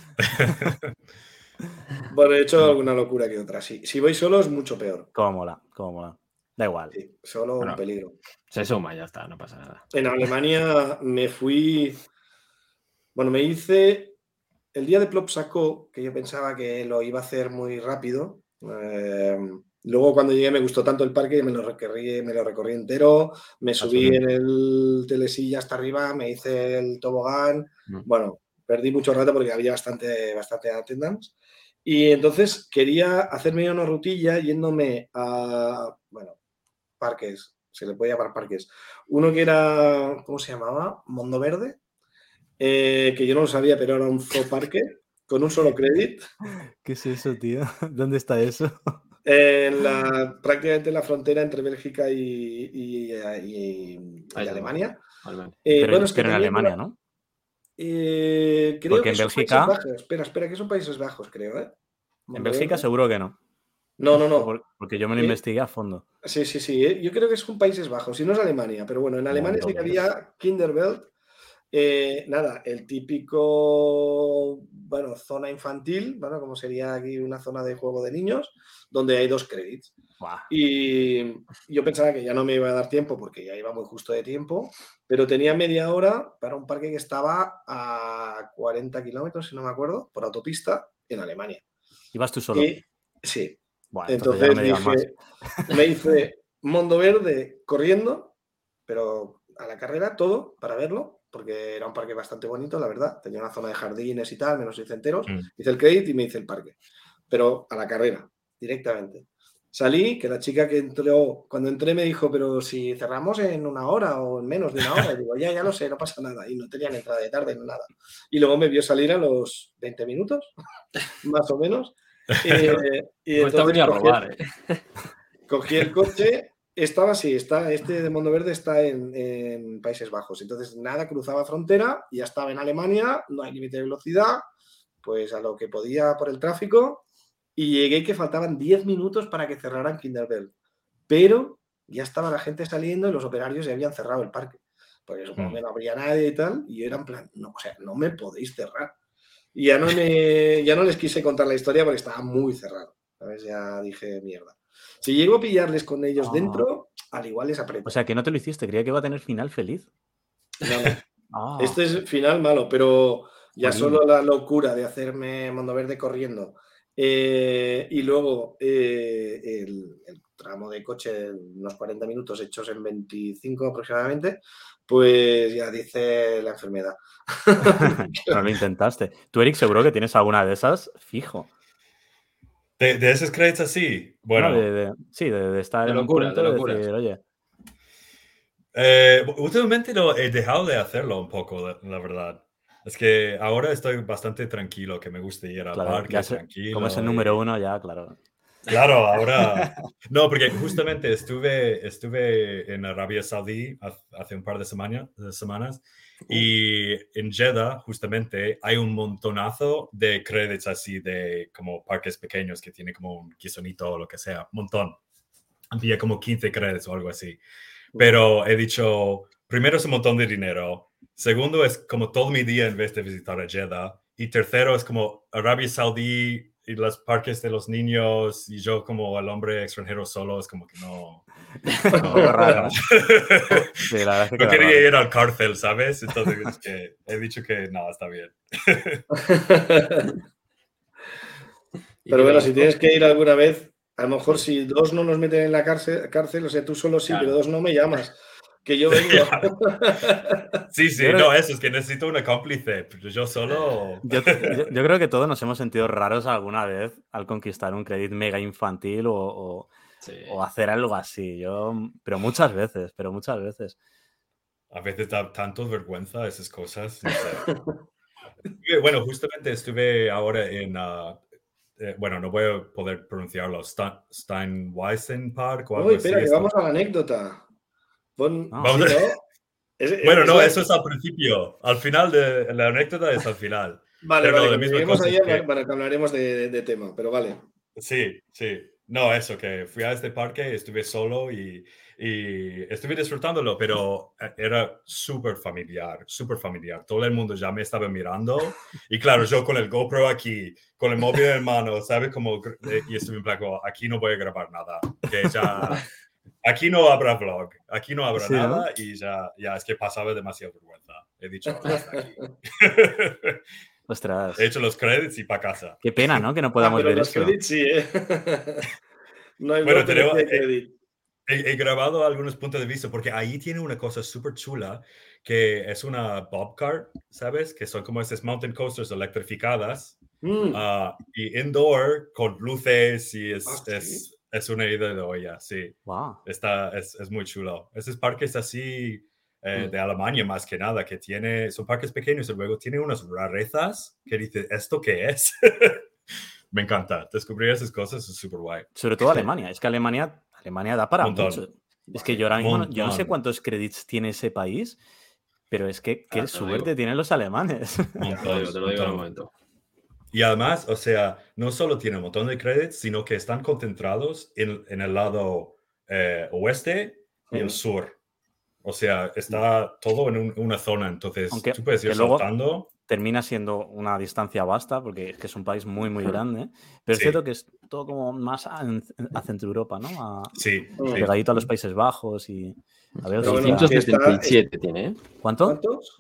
Bueno, he hecho alguna locura que otra, sí. Si voy solo es mucho peor. Cómo mola. Da igual. Sí, solo un peligro. Se suma, ya está, no pasa nada. En Alemania me fui... Bueno, me hice... El día de Plop sacó, que yo pensaba que lo iba a hacer muy rápido. Luego cuando llegué me gustó tanto el parque que me lo recorrí entero. Me subí en el telesilla hasta arriba, me hice el tobogán. Bueno, perdí mucho rato porque había bastante attendance. Y entonces quería hacerme una rutilla yéndome a... Bueno, parques, se le puede llamar parques. Uno que era, ¿cómo se llamaba? Mondo Verde. que yo no lo sabía, pero era un zooparque con un solo crédito. ¿Qué es eso, tío? ¿Dónde está eso? Prácticamente en la frontera entre Bélgica y Alemania. Pero en Alemania, ¿no? Creo porque que en son Bélgica... Países Bajos. Espera, que son Países Bajos, creo, ¿eh? En Bélgica seguro que no. No. Porque yo me lo investigué a fondo. Sí. Yo creo que son Países Bajos, si no es Alemania. Pero bueno, en Alemania sí que había Kinderwelt. Nada, el típico, bueno, zona infantil, bueno, como sería aquí una zona de juego de niños, donde hay 2 créditos. Wow. Y yo pensaba que ya no me iba a dar tiempo porque ya iba muy justo de tiempo, pero tenía media hora para un parque que estaba a 40 kilómetros, si no me acuerdo, por autopista en Alemania. ¿Ibas tú solo? Sí. Bueno, entonces ya no me, me hice Mundo Verde corriendo, pero a la carrera todo para verlo, porque era un parque bastante bonito, la verdad. Tenía una zona de jardines y tal, menos 6 enteros. Hice el crédito y me hice el parque. Pero a la carrera, directamente. Salí, que la chica que entró, cuando entré me dijo, pero si cerramos en 1 hora o en menos de 1 hora. Y digo, ya lo sé, no pasa nada. Y no tenían entrada de tarde, no nada. Y luego me vio salir a los 20 minutos, más o menos. Y entonces a robar, cogí el coche. Este de Mundo Verde está en Países Bajos. Entonces, nada, cruzaba frontera, ya estaba en Alemania, no hay límite de velocidad, pues a lo que podía por el tráfico. Y llegué que faltaban 10 minutos para que cerraran Kinderwelt. Pero ya estaba la gente saliendo y los operarios ya habían cerrado el parque. Porque supongo que no habría nadie y tal. Y yo era en plan, no, o sea, no me podéis cerrar. Y ya no les quise contar la historia porque estaba muy cerrado. ¿Sabes? Ya dije, mierda. Si llego a pillarles con ellos dentro, al igual les aprieto. O sea, que no te lo hiciste, creía que iba a tener final feliz. No. Este es final malo, pero ya solo la locura de hacerme Mundo Verde corriendo y luego el tramo de coche, unos 40 minutos hechos en 25 aproximadamente, pues ya dice la enfermedad. No lo intentaste. Tú, Eric, seguro que tienes alguna de esas fijo. ¿De esos créditos así? Bueno. No, sí, de estar en un punto de decir, oye... Últimamente he dejado de hacerlo un poco, la verdad. Es que ahora estoy bastante tranquilo, que me gusta ir al parque tranquilo. Como es el número 1, ya, claro. Claro, ahora... No, porque justamente estuve en Arabia Saudí hace un par de semanas y en Jeddah, justamente, hay un montonazo de créditos así de como parques pequeños que tiene como un guisonito o lo que sea, un montón. Había como 15 créditos o algo así. Pero he dicho, primero es un montón de dinero. Segundo es como todo mi día en vez de visitar a Jeddah. Y tercero es como Arabia Saudí y los parques de los niños y yo como el hombre extranjero solo es como que no... raro. Sí, la verdad es que no quería ir al cárcel, ¿sabes? Entonces es que he dicho que no, está bien. Pero bueno, si tienes que ir alguna vez, a lo mejor si 2 no nos meten en la cárcel, o sea, tú solo sí, claro. Pero 2 no me llamas, que yo vengo. Sí, no, eso es que necesito una cómplice, pero yo solo... Yo creo que todos nos hemos sentido raros alguna vez al conquistar un crédito mega infantil o hacer algo así. Pero muchas veces. A veces da tanto vergüenza esas cosas. No sé. Bueno, justamente estuve ahora en... bueno, no voy a poder pronunciarlo. Steinweissen Park o algo así. Espera, que vamos a la anécdota. Vamos bueno, no, eso es al principio. Al final de la anécdota es al final. Vale, lleguemos ahí, bueno, que hablaremos de tema, pero vale. Sí. No, eso, que fui a este parque, estuve solo y estuve disfrutándolo, pero era súper familiar. Todo el mundo ya me estaba mirando. Y claro, yo con el GoPro aquí, con el móvil en mano, ¿sabes? Y estuve en plan, aquí no voy a grabar nada. Que ya... Aquí no habrá vlog, aquí no habrá nada, ¿no? Y ya es que pasaba demasiada vergüenza. He dicho, hasta aquí. Ostras. He hecho los credits y para casa. Qué pena, ¿no? Que no podamos ver los esto. Credits sí, No hay bueno, he grabado algunos puntos de vista porque ahí tiene una cosa súper chula que es una bobcart, ¿sabes? Que son como esas mountain coasters electrificadas y indoor con luces y es una idea de olla, sí. Wow. Es muy chulo. Esos parques así de Alemania más que nada, que son parques pequeños y luego tiene unas rarezas que dices, ¿esto qué es? Me encanta. Descubrir esas cosas es súper guay. Sobre todo Alemania. Es que Alemania da para mucho. Es que yo ahora mismo yo no sé cuántos credits tiene ese país, pero es que qué suerte tienen los alemanes. Te lo digo en un momento. Y además, o sea, no solo tiene un montón de credits, sino que están concentrados en el lado oeste y el sur. O sea, está todo en una zona, entonces tú puedes ir saltando. Termina siendo una distancia vasta, porque es que es un país muy, muy grande, pero es cierto que es todo como más a Centro Europa, ¿no? Pegadito a los Países Bajos y... A ver, 277 tiene, ¿eh? ¿Cuántos?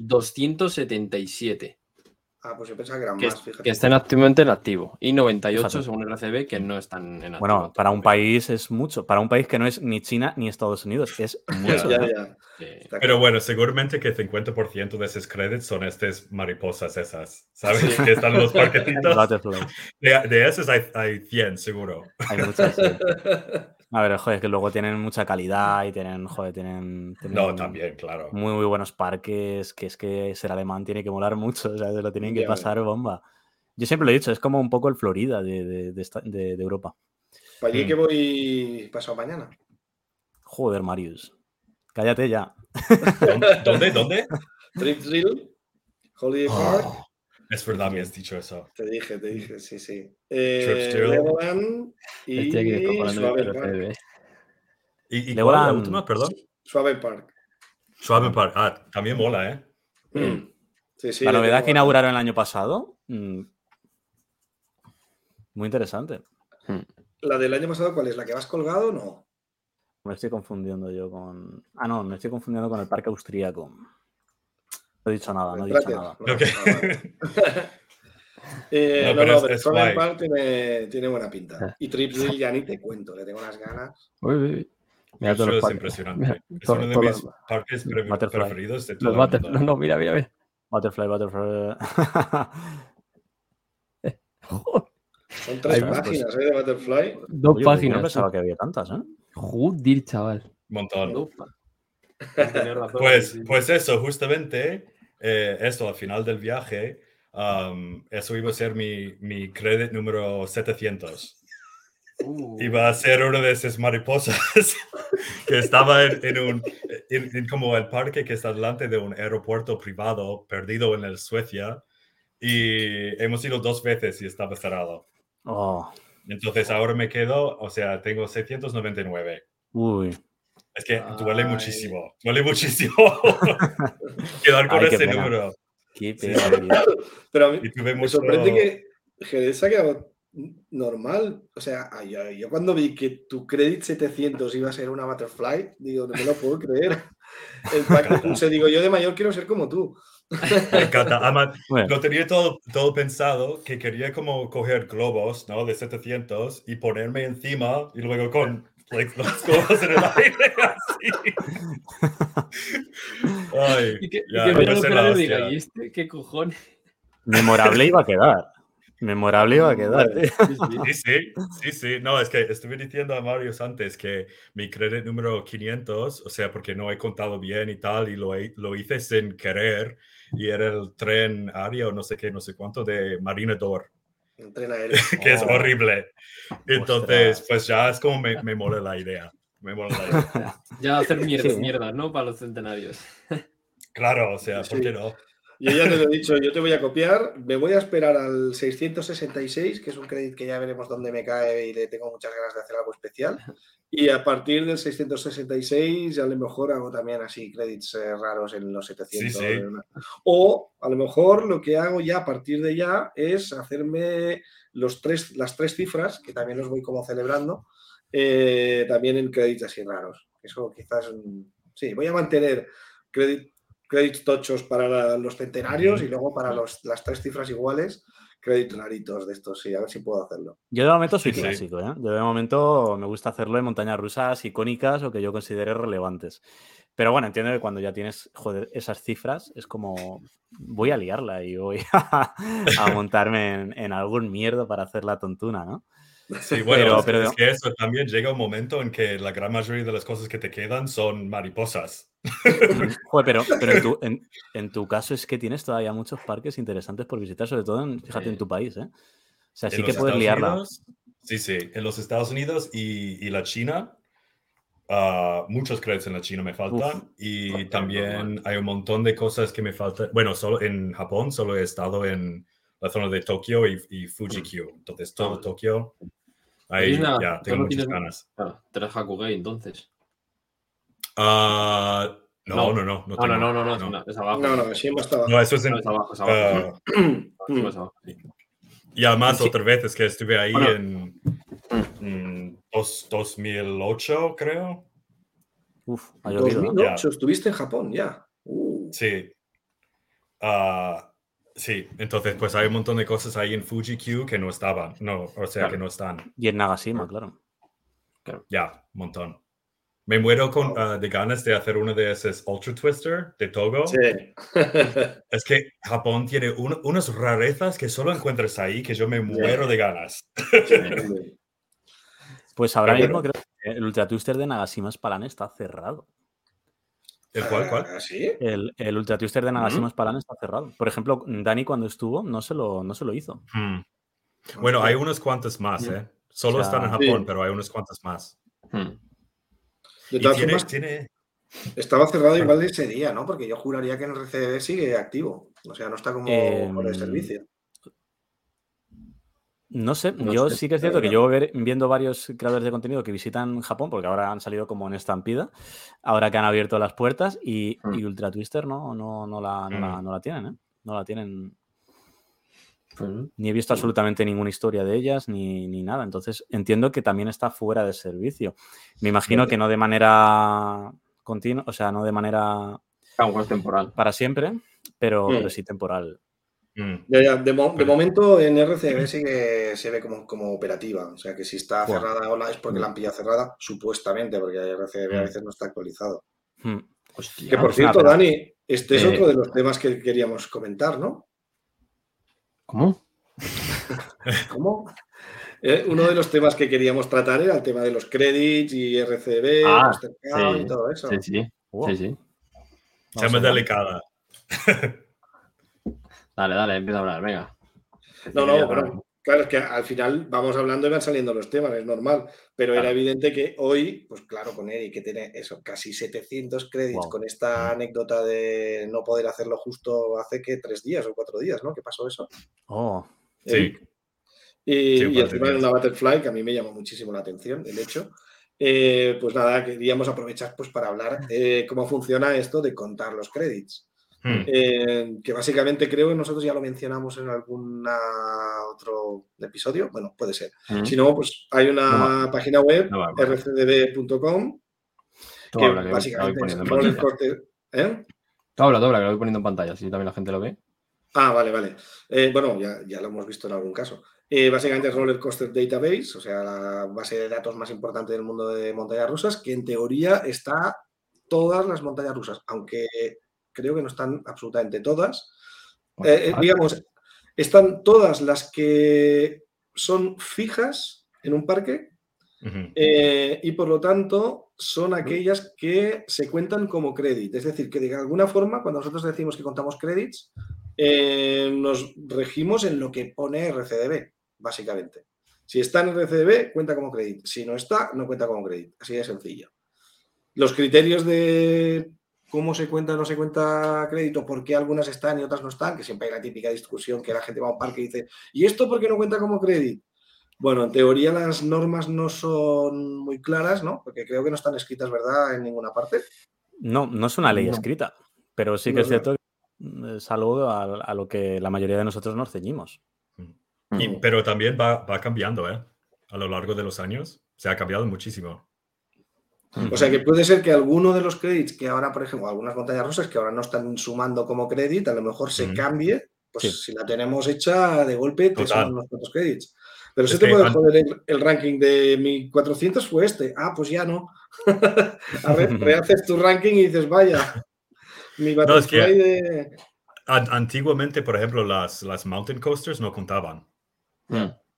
277. Pues yo pensaba que eran más, fíjate. Que estén activamente en activo. Y 98 según el RCB que no están en activo. Bueno, para un país es mucho. Para un país que no es ni China ni Estados Unidos. Es mucho. Ya. Pero bueno, seguramente que 50% de esos credits son estas mariposas esas. ¿Sabes? Que están en los parquecitos. De esos hay 100, seguro. Hay muchas, sí. A ver, joder, es que luego tienen mucha calidad y tienen No, también, claro. Muy, muy buenos parques, que es que ser alemán tiene que molar mucho, o sea, se lo tienen que pasar bomba. Yo siempre lo he dicho, es como un poco el Florida de Europa. ¿Para allí que voy pasado mañana? Joder, Marius. Cállate ya. ¿Dónde? Tripsdrill, Holiday Park. Es verdad, me has dicho eso. Te dije, sí. Legoland y Schwaben Park. ¿Y cuál es la última, perdón? Schwaben Park. Schwaben Park. También mola, ¿eh? Sí, la novedad que inauguraron el año pasado, muy interesante. ¿La del año pasado cuál es? ¿La que vas colgado o no? Me estoy confundiendo yo con... me estoy confundiendo con el parque austríaco. No he dicho nada, no he dicho nada. Pero Schwaben Park tiene buena pinta. Y Tripsdrill ya ni te cuento, le tengo unas ganas. Mira, es impresionante. Es uno de mis parques preferidos de todo el mundo. No, mira. Butterfly. Son 3 páginas, de Butterfly. 2 páginas. No pensaba que había tantas, ¿eh? Joder, chaval. Un montón. Razón, pues eso, justamente, esto al final del viaje, eso iba a ser mi credit número 700. Iba a ser una de esas mariposas que estaba en como el parque que está delante de un aeropuerto privado perdido en el Suecia, y hemos ido 2 veces y estaba cerrado. Entonces ahora me quedo, o sea, tengo 699. Uy. Es que duele muchísimo quedar con ese número. Qué pena. Pero a mí me sorprende que Jerez se ha quedado normal. O sea, yo cuando vi que tu credit 700 iba a ser una Butterfly, digo, no me lo puedo creer. El pack puse, digo, yo de mayor quiero ser como tú. Me encanta. Además, lo tenía todo pensado, que quería como coger globos, ¿no? De 700 y ponerme encima y luego con los globos en el aire, así. Ay, y que vaya a operar y diga, ¿y este qué cojones? Memorable iba a quedar. Sí. No, es que estuve diciendo a Marius antes que mi credit número 500, o sea, porque no he contado bien y tal, y lo hice sin querer, y era el tren aéreo, no sé qué, no sé cuánto, de Marina d'Or. Un tren aéreo. Que es horrible. Entonces, pues ya es como me mola la idea. Ya hacer mierda, ¿no? Para los centenarios. Claro, o sea, ¿por qué no? Yo ya te lo he dicho, yo te voy a copiar, me voy a esperar al 666, que es un crédito que ya veremos dónde me cae y le tengo muchas ganas de hacer algo especial. Y a partir del 666 ya a lo mejor hago también así créditos raros en los 700. Sí. O a lo mejor lo que hago ya a partir de ya es hacerme las 3 cifras, que también los voy como celebrando, también en créditos así raros. Eso quizás, sí, voy a mantener créditos tochos para los centenarios y luego para las 3 cifras iguales, créditos raritos de estos, sí, a ver si puedo hacerlo. Yo de momento soy clásico, ¿eh? Yo de momento me gusta hacerlo en montañas rusas icónicas o que yo considere relevantes. Pero bueno, entiendo que cuando ya tienes, esas cifras, es como, voy a liarla y voy a montarme en algún mierdo para hacer la tontuna, ¿no? Sí, bueno, Pero- es que eso también llega un momento en que la gran mayoría de las cosas que te quedan son mariposas. Joder, pero en tu caso es que tienes todavía muchos parques interesantes por visitar, sobre todo, fíjate, en tu país, ¿eh? O sea, sí En que los puedes Estados liarla. Unidos, sí, en los Estados Unidos y la China, muchos créditos en la China me faltan y también hay un montón de cosas que me faltan. Bueno, solo en Japón solo he estado en la zona de Tokio y Fuji-Q. Entonces, todo Tokio, ahí ya tengo muchas ganas. Claro, tres Hakugei, entonces. No tengo. No, es abajo. No, Shima está abajo. No, eso es No, en... es abajo, es abajo. Mm. Es abajo, sí. Y además, Sí. otra vez es que estuve ahí Bueno. en 2008, creo. Ha llovido, ¿no? 2008, estuviste en Japón ya. Sí. Sí, entonces pues hay un montón de cosas ahí en Fuji-Q que no estaban. No, o sea, Claro. que no están. Y en Nagashima, claro. Ya, un montón. Me muero de ganas de hacer uno de esos Ultra Twister de Togo. Sí. Es que Japón tiene unas rarezas que solo encuentras ahí que yo me muero de ganas. Pues ahora Pero mismo bueno. creo que el Ultra Twister de Nagashima Spalán está cerrado. ¿El cuál? ¿Sí? El Ultra Twister de Nagashima Spalán está cerrado. Por ejemplo, Dani cuando estuvo no se lo hizo. Bueno, hay unos cuantos más, ¿eh? Solo O sea, están en Japón, sí. pero hay unos cuantos más. De todas formas, estaba cerrado igual de ese día, ¿no? Porque yo juraría que en RCD sigue activo. O sea, no está como fuera de servicio. No sé, No yo sé, sí que es cierto que llevo viendo varios creadores de contenido que visitan Japón, porque ahora han salido como en estampida, ahora que han abierto las puertas, y Ultra Twister no la tienen, ¿eh? No la tienen. Ni he visto absolutamente ninguna historia de ellas, ni nada. Entonces, entiendo que también está fuera de servicio. Me imagino que no de manera continua, o sea, no de manera temporal. para siempre, pero sí temporal. Ya. De momento en RCB sigue se ve como operativa. O sea que si está cerrada ahora es porque la han pillado cerrada, supuestamente, porque RCB a veces no está actualizado. Hostia, que por cierto, Dani, este es otro de los temas que queríamos comentar, ¿no? ¿Cómo? ¿Cómo? Uno de los temas que queríamos tratar era el tema de los credits y RCB, Mastercard y todo eso. Sí. Tema delicada. Dale, empieza a hablar, venga. Bueno, claro, es que al final vamos hablando y van saliendo los temas, es normal, pero era evidente que hoy, pues claro, con Eric, que tiene eso, casi 700 créditos con esta anécdota de no poder hacerlo justo hace que 3 días o 4 días, ¿no? ¿Qué pasó eso? Sí. Y encima en una Butterfly, que a mí me llamó muchísimo la atención, el hecho. Pues nada, queríamos aprovechar pues, para hablar cómo funciona esto de contar los créditos. Que básicamente creo que nosotros ya lo mencionamos en algún otro episodio. Bueno, puede ser. Si no, pues hay una página web, rcdb.com, que básicamente es roller coaster. Tú habla, que lo voy poniendo en pantalla, así también la gente lo ve. Vale. Bueno, ya lo hemos visto en algún caso. Básicamente es Roller Coaster Database, o sea, la base de datos más importante del mundo de montañas rusas, que en teoría está todas las montañas rusas, aunque creo que no están absolutamente todas. Digamos, están todas las que son fijas en un parque y por lo tanto son aquellas que se cuentan como credit. Es decir, que de alguna forma, cuando nosotros decimos que contamos credits, nos regimos en lo que pone RCDB, básicamente. Si está en RCDB, cuenta como credit. Si no está, no cuenta como credit. Así de sencillo. Los criterios de cómo se cuenta o no se cuenta crédito, por qué algunas están y otras no están, que siempre hay la típica discusión que la gente va a un parque y dice, ¿y esto por qué no cuenta como credit? Bueno, en teoría las normas no son muy claras, ¿no? Porque creo que no están escritas, ¿verdad?, en ninguna parte. No es una ley escrita, pero sí que es cierto que es algo a lo que la mayoría de nosotros nos ceñimos. Pero también va cambiando, ¿eh? A lo largo de los años se ha cambiado muchísimo. O sea que puede ser que alguno de los credits que ahora, por ejemplo, algunas montañas rusas que ahora no están sumando como credit, a lo mejor se cambie, pues si la tenemos hecha de golpe, te suman unos cuantos credits. Pero eso te puede joder el ranking de 1400 fue este. Pues ya no. A ver, rehaces tu ranking y dices, vaya, mi Butterfly de... Antiguamente, por ejemplo, las Mountain Coasters no contaban.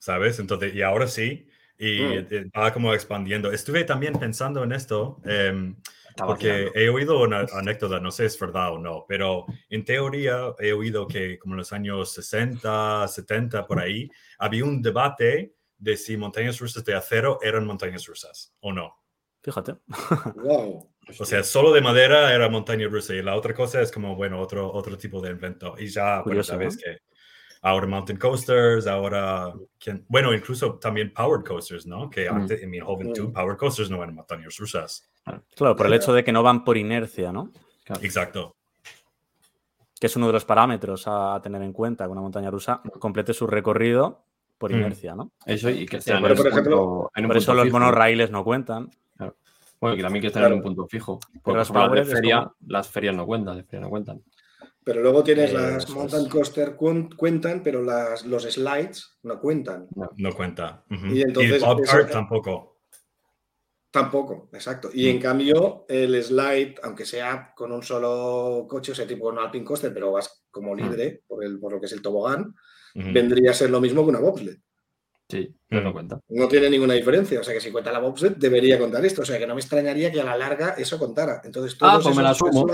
¿sabes? Entonces, y ahora sí, y va como expandiendo. Estuve también pensando en esto, porque he oído una anécdota, no sé si es verdad o no, pero en teoría he oído que como en los años 60, 70, por ahí, había un debate de si montañas rusas de acero eran montañas rusas o no. Fíjate. Wow. O sea, solo de madera era montaña rusa y la otra cosa es como, bueno, otro tipo de invento. Y ya, Curioso, bueno, sabes ¿no? que ahora mountain coasters, ahora, bueno, incluso también powered coasters, ¿no? Que antes, en mi juventud, powered coasters no eran montañas rusas. Claro, por el hecho de que no van por inercia, ¿no? Claro. Exacto. Que es uno de los parámetros a tener en cuenta que una montaña rusa complete su recorrido por inercia, ¿no? Eso y que estén por en eso, un punto, por eso los monorraíles no cuentan. Claro. Bueno, que también que estén en un punto fijo. Porque, los por ejemplo, powered las ferias no cuentan, Pero luego tienes las Eso mountain es. coaster cuentan, pero los slides no cuentan. No cuenta. Y entonces el bobcart tampoco. Tampoco, exacto. Y en cambio, el slide, aunque sea con un solo coche, o sea, tipo un Alpine Coaster, pero vas como libre por lo que es el tobogán, vendría a ser lo mismo que una bobsled. Sí, no cuenta. No tiene ninguna diferencia. O sea, que si cuenta la bobsled, debería contar esto. O sea, que no me extrañaría que a la larga eso contara. Entonces, todos pues me la sumo.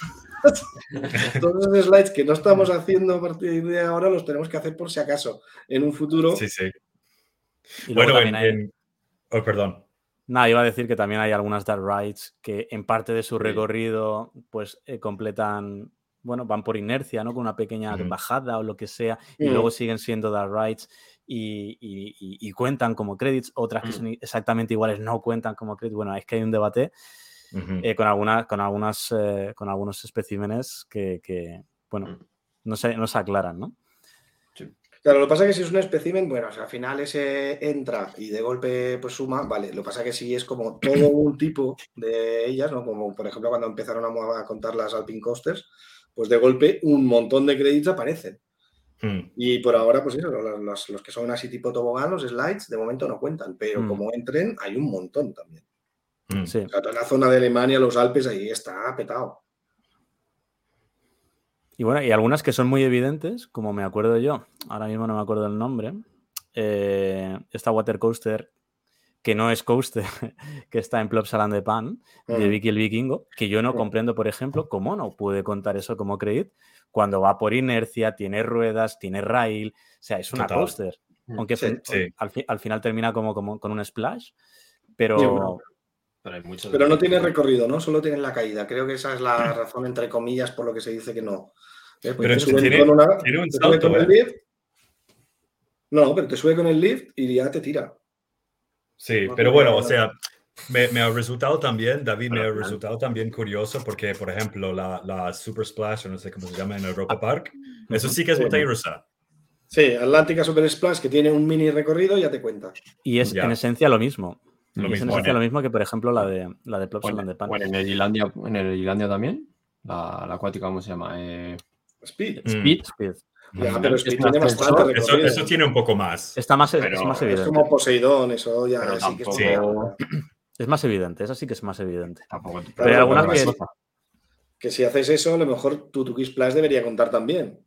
todos esos slides que no estamos haciendo a partir de ahora los tenemos que hacer por si acaso en un futuro. Sí, sí. Y bueno, también Oh, perdón. Nada, iba a decir que también hay algunas dark rides que en parte de su recorrido pues completan, bueno, van por inercia, ¿no? Con una pequeña bajada o lo que sea, y luego siguen siendo dark rides y cuentan como credits, otras que son exactamente iguales no cuentan como credits. Bueno, es que hay un debate con algunos especímenes que bueno, no se aclaran, ¿no? Claro, lo que pasa es que si es un espécimen, bueno, o sea, al final ese entra y de golpe pues suma, vale. Lo que pasa es que si es como todo un tipo de ellas, ¿no? Como por ejemplo cuando empezaron a contar las Alpine Coasters, pues de golpe un montón de créditos aparecen. Y por ahora, pues eso, los que son así tipo tobogán, los slides, de momento no cuentan, pero como entren, hay un montón también. Sí. O sea, toda la zona de Alemania, los Alpes, ahí está petado. Y bueno, y algunas que son muy evidentes, como me acuerdo yo, ahora mismo no me acuerdo el nombre, esta water coaster, que no es coaster, que está en Plopsaland de Pan, de Vicky el Vikingo, que yo no comprendo, por ejemplo, cómo no puede contar eso como credit cuando va por inercia, tiene ruedas, tiene rail, o sea, es una coaster. Aunque al final termina como con un splash, pero... Pero no tiene recorrido, ¿no? Solo tiene la caída. Creo que esa es la razón, entre comillas, por lo que se dice que no. Pero te suben con un salto, con el lift. No, pero te sube con el lift y ya te tira. Sí, pero bueno, o sea, me ha resultado también, David, me ha resultado también curioso porque, por ejemplo, la Super Splash, o no sé cómo se llama, en Europa Park, eso sí que es montaña rusa. Sí, Atlántica Super Splash, que tiene un mini recorrido, ya te cuenta. Y es en esencia lo mismo. Lo mismo que, por ejemplo, la de Plopsaland de Pan. Bueno, en el Islandia también, la acuática, ¿cómo se llama? Speed. Ya, pero Speed tiene bastante recorrido. Eso tiene un poco más. Es más evidente. Es como Poseidón, eso ya pero sí que es más evidente, eso sí que es más evidente. Tampoco, pero hay algunas que si haces eso, a lo mejor tu Tuki Splash debería contar también.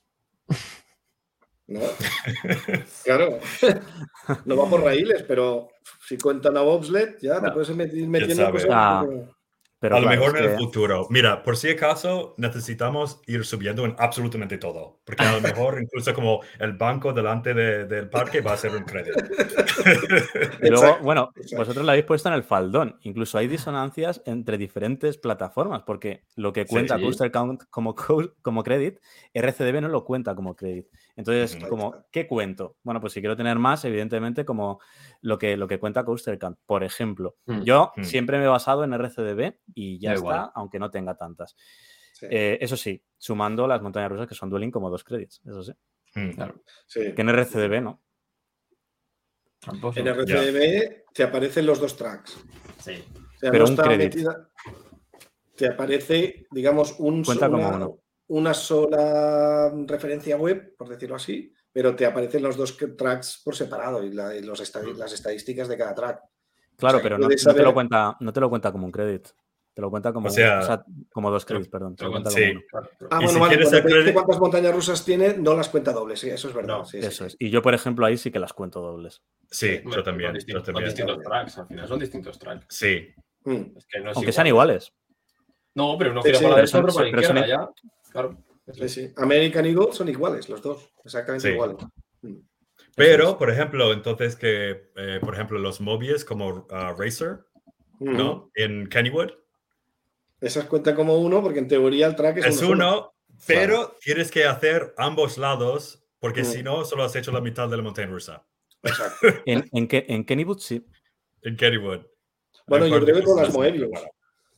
¿No? Claro. No va por raíles, pero si cuentan a bobsled, ya te puedes ir metiendo cosas. Pero a lo mejor en el futuro. Mira, por si acaso necesitamos ir subiendo en absolutamente todo. Porque a lo mejor incluso como el banco delante del parque va a ser un crédito. Y luego, bueno, vosotros lo habéis puesto en el faldón. Incluso hay disonancias entre diferentes plataformas. Porque lo que cuenta Coaster Count como credit, RCDB no lo cuenta como credit. Entonces, ¿qué cuento? Bueno, pues si quiero tener más, evidentemente, como lo que cuenta Coaster Count. Por ejemplo, yo siempre me he basado en RCDB y ya está, aunque no tenga tantas. Sí. Eso sí, sumando las montañas rusas que son Dueling como 2 credits, eso sí. Claro. Que en RCDB no. Tramposo. En RCDB te aparecen los 2 tracks. Sí. O sea, pero no un credit. Te aparece, digamos, una sola referencia web, por decirlo así, pero te aparecen los 2 tracks por separado y las estadísticas de cada track. Claro, o sea, pero no te lo cuenta como un credit. Te lo cuenta como, O sea, como 2 créditos, perdón. Te lo cuenta sí. como 1. Ah, Y bueno, si vale. quieres Cuando el te dice crédito- cuántas montañas rusas tiene, no las cuenta dobles. Sí, eso es verdad. No, sí, Eso sí. es. Y yo, por ejemplo, ahí sí que las cuento dobles. Sí, Hombre, yo también. Son Yo también. distintos tracks, al final son distintos tracks. Sí. Es que no es Aunque sean iguales. No, pero uno Sí, gira sí, para la pero derecha, otro son- para la pero son- izquierda, ya. Claro. Sí, sí. American Eagle son iguales, los dos. Exactamente Sí. iguales. Pero, por ejemplo, entonces que, por ejemplo, los Mobius como Racer, ¿no? En Kennywood. Esas cuentan como uno porque en teoría el track es Es uno solo. uno, pero tienes que hacer ambos lados porque si no, solo has hecho la mitad de la montaña rusa. Exacto. En Kennywood sí. En Kennywood. Bueno, Hay yo un par de creo que con las cosas así, Moebius.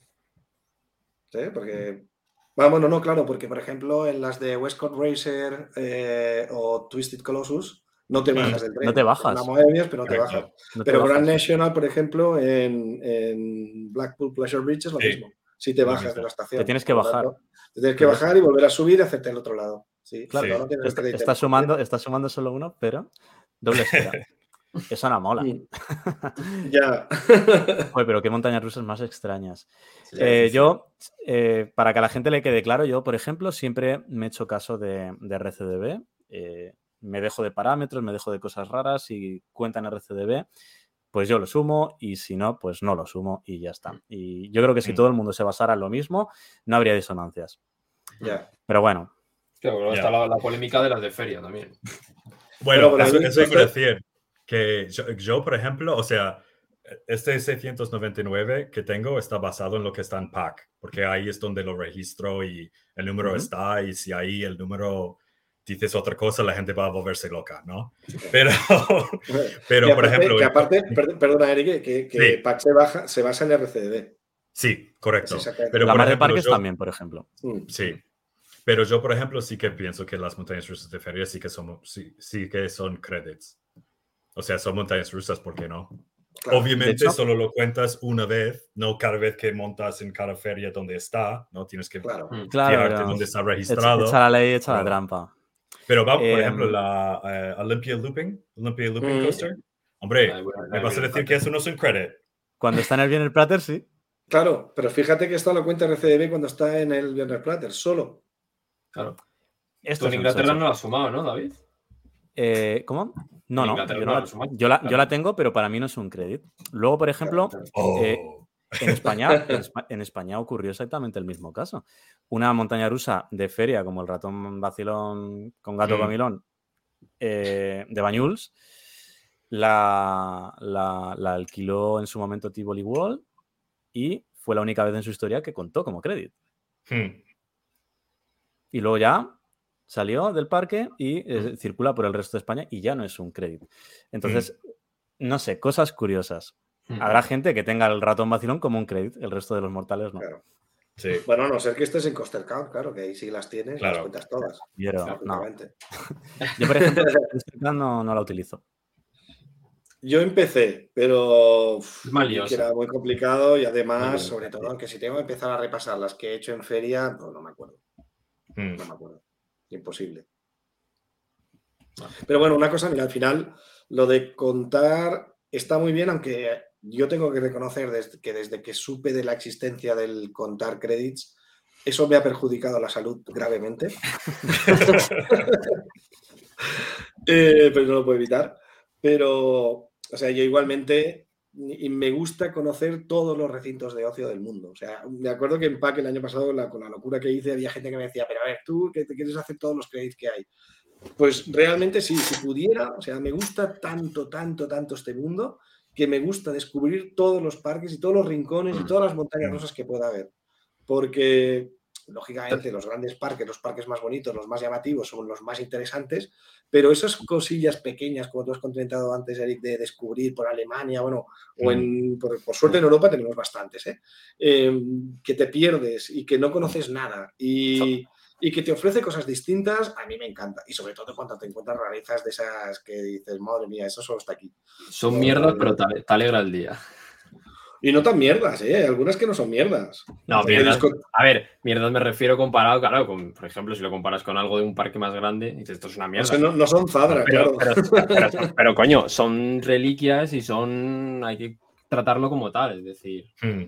¿Sí? Porque... Bueno, no, claro, porque por ejemplo en las de Westcott Racer o Twisted Colossus no te bajas del tren. No te bajas. Es una Moebius, pero no te Correcto. bajas. No te Pero bajas. Grand National, por ejemplo, en Blackpool Pleasure Bridge es lo Sí. mismo. Si te Lo bajas mismo. de la estación. Te tienes que Por lo bajar. tanto, te tienes que Pero bajar y volver a subir y hacerte el otro lado. Sí, Claro, no tienes el crédito está sumando solo uno, pero doble esfera. Eso no mola. Ya. Joder, pero qué montañas rusas más extrañas. Sí. Yo, para que a la gente le quede claro, yo, por ejemplo, siempre me he hecho caso de RCDB. Me dejo de parámetros, me dejo de cosas raras y cuentan RCDB, pues yo lo sumo y si no, pues no lo sumo y ya está. Y yo creo que si todo el mundo se basara en lo mismo, no habría disonancias. Ya. Pero bueno. Claro, luego está la polémica de las de feria también. Bueno, Pero por ahí, eso iba a decir que yo, por ejemplo, o sea, este 699 que tengo está basado en lo que está en PAC, porque ahí es donde lo registro y el número está, y si ahí el número dices otra cosa, la gente va a volverse loca, ¿no? Pero aparte, por ejemplo... Que aparte, perdona, Eric, que sí. PAC se basa en RCDB. Sí, correcto. Pero la por mar de parques también, por ejemplo. Sí. Pero yo, por ejemplo, sí que pienso que las montañas rusas de feria sí que son credits. O sea, son montañas rusas, ¿por qué no? Claro. Obviamente hecho, solo lo cuentas una vez, no cada vez que montas en cada feria donde está, ¿no? Tienes que fijarte dónde está registrado. Echa la ley, echa la trampa. Pero va, por ejemplo, la Olympia Looping Coaster. Hombre, me vas a decir que eso no es un credit. Cuando está en el Wiener Platter, sí. Claro, pero fíjate que esto lo cuenta RCDB cuando está en el Wiener Platter, solo. Claro. Esto en Inglaterra no lo has sumado, ¿no, David? ¿Cómo? No, yo claro. la tengo, pero para mí no es un crédito. Luego, por ejemplo, en España ocurrió exactamente el mismo caso. Una montaña rusa de feria como el ratón vacilón con gato comilón de Banyuls la alquiló en su momento Tivoli World y fue la única vez en su historia que contó como crédito. Y luego ya salió del parque y circula por el resto de España y ya no es un crédito. Entonces, no sé, cosas curiosas. Habrá gente que tenga el ratón vacilón como un crédito, el resto de los mortales no. Claro. Sí. Bueno, a no ser que estés en Coaster Count, claro, que ahí sí las tienes, las cuentas todas. Pero no. Yo, por ejemplo, no la utilizo. Yo empecé, pero que era muy complicado y además, sobre todo, que si tengo que empezar a repasar las que he hecho en feria, pues no me acuerdo. No me acuerdo. Imposible. Pero bueno, una cosa, mira, al final, lo de contar está muy bien, aunque yo tengo que reconocer que desde que supe de la existencia del contar credits, eso me ha perjudicado la salud gravemente. Pero no lo puedo evitar. Pero, o sea, yo igualmente me gusta conocer todos los recintos de ocio del mundo. O sea, me acuerdo que en PAC el año pasado, con la locura que hice, había gente que me decía, pero a ver, tú que te quieres hacer todos los credits que hay. Pues realmente sí, si pudiera, o sea, me gusta tanto este mundo que me gusta descubrir todos los parques y todos los rincones y todas las montañas rusas que pueda haber. Porque, lógicamente, los grandes parques, los parques más bonitos, los más llamativos, son los más interesantes, pero esas cosillas pequeñas, como tú has comentado antes, Eric, de descubrir por Alemania, bueno, o por suerte en Europa tenemos bastantes, que te pierdes y que no conoces nada y que te ofrece cosas distintas, a mí me encanta. Y sobre todo cuando te encuentras rarezas de esas que dices, madre mía, eso solo está aquí. Son mierdas, pero te alegra el día. Y no tan mierdas, algunas que no son mierdas. No, mierdas. A ver, mierdas me refiero comparado, claro, por ejemplo, si lo comparas con algo de un parque más grande, dices, esto es una mierda. O sea, no son Zadra, claro. Pero, coño, son reliquias y hay que tratarlo como tal, es decir.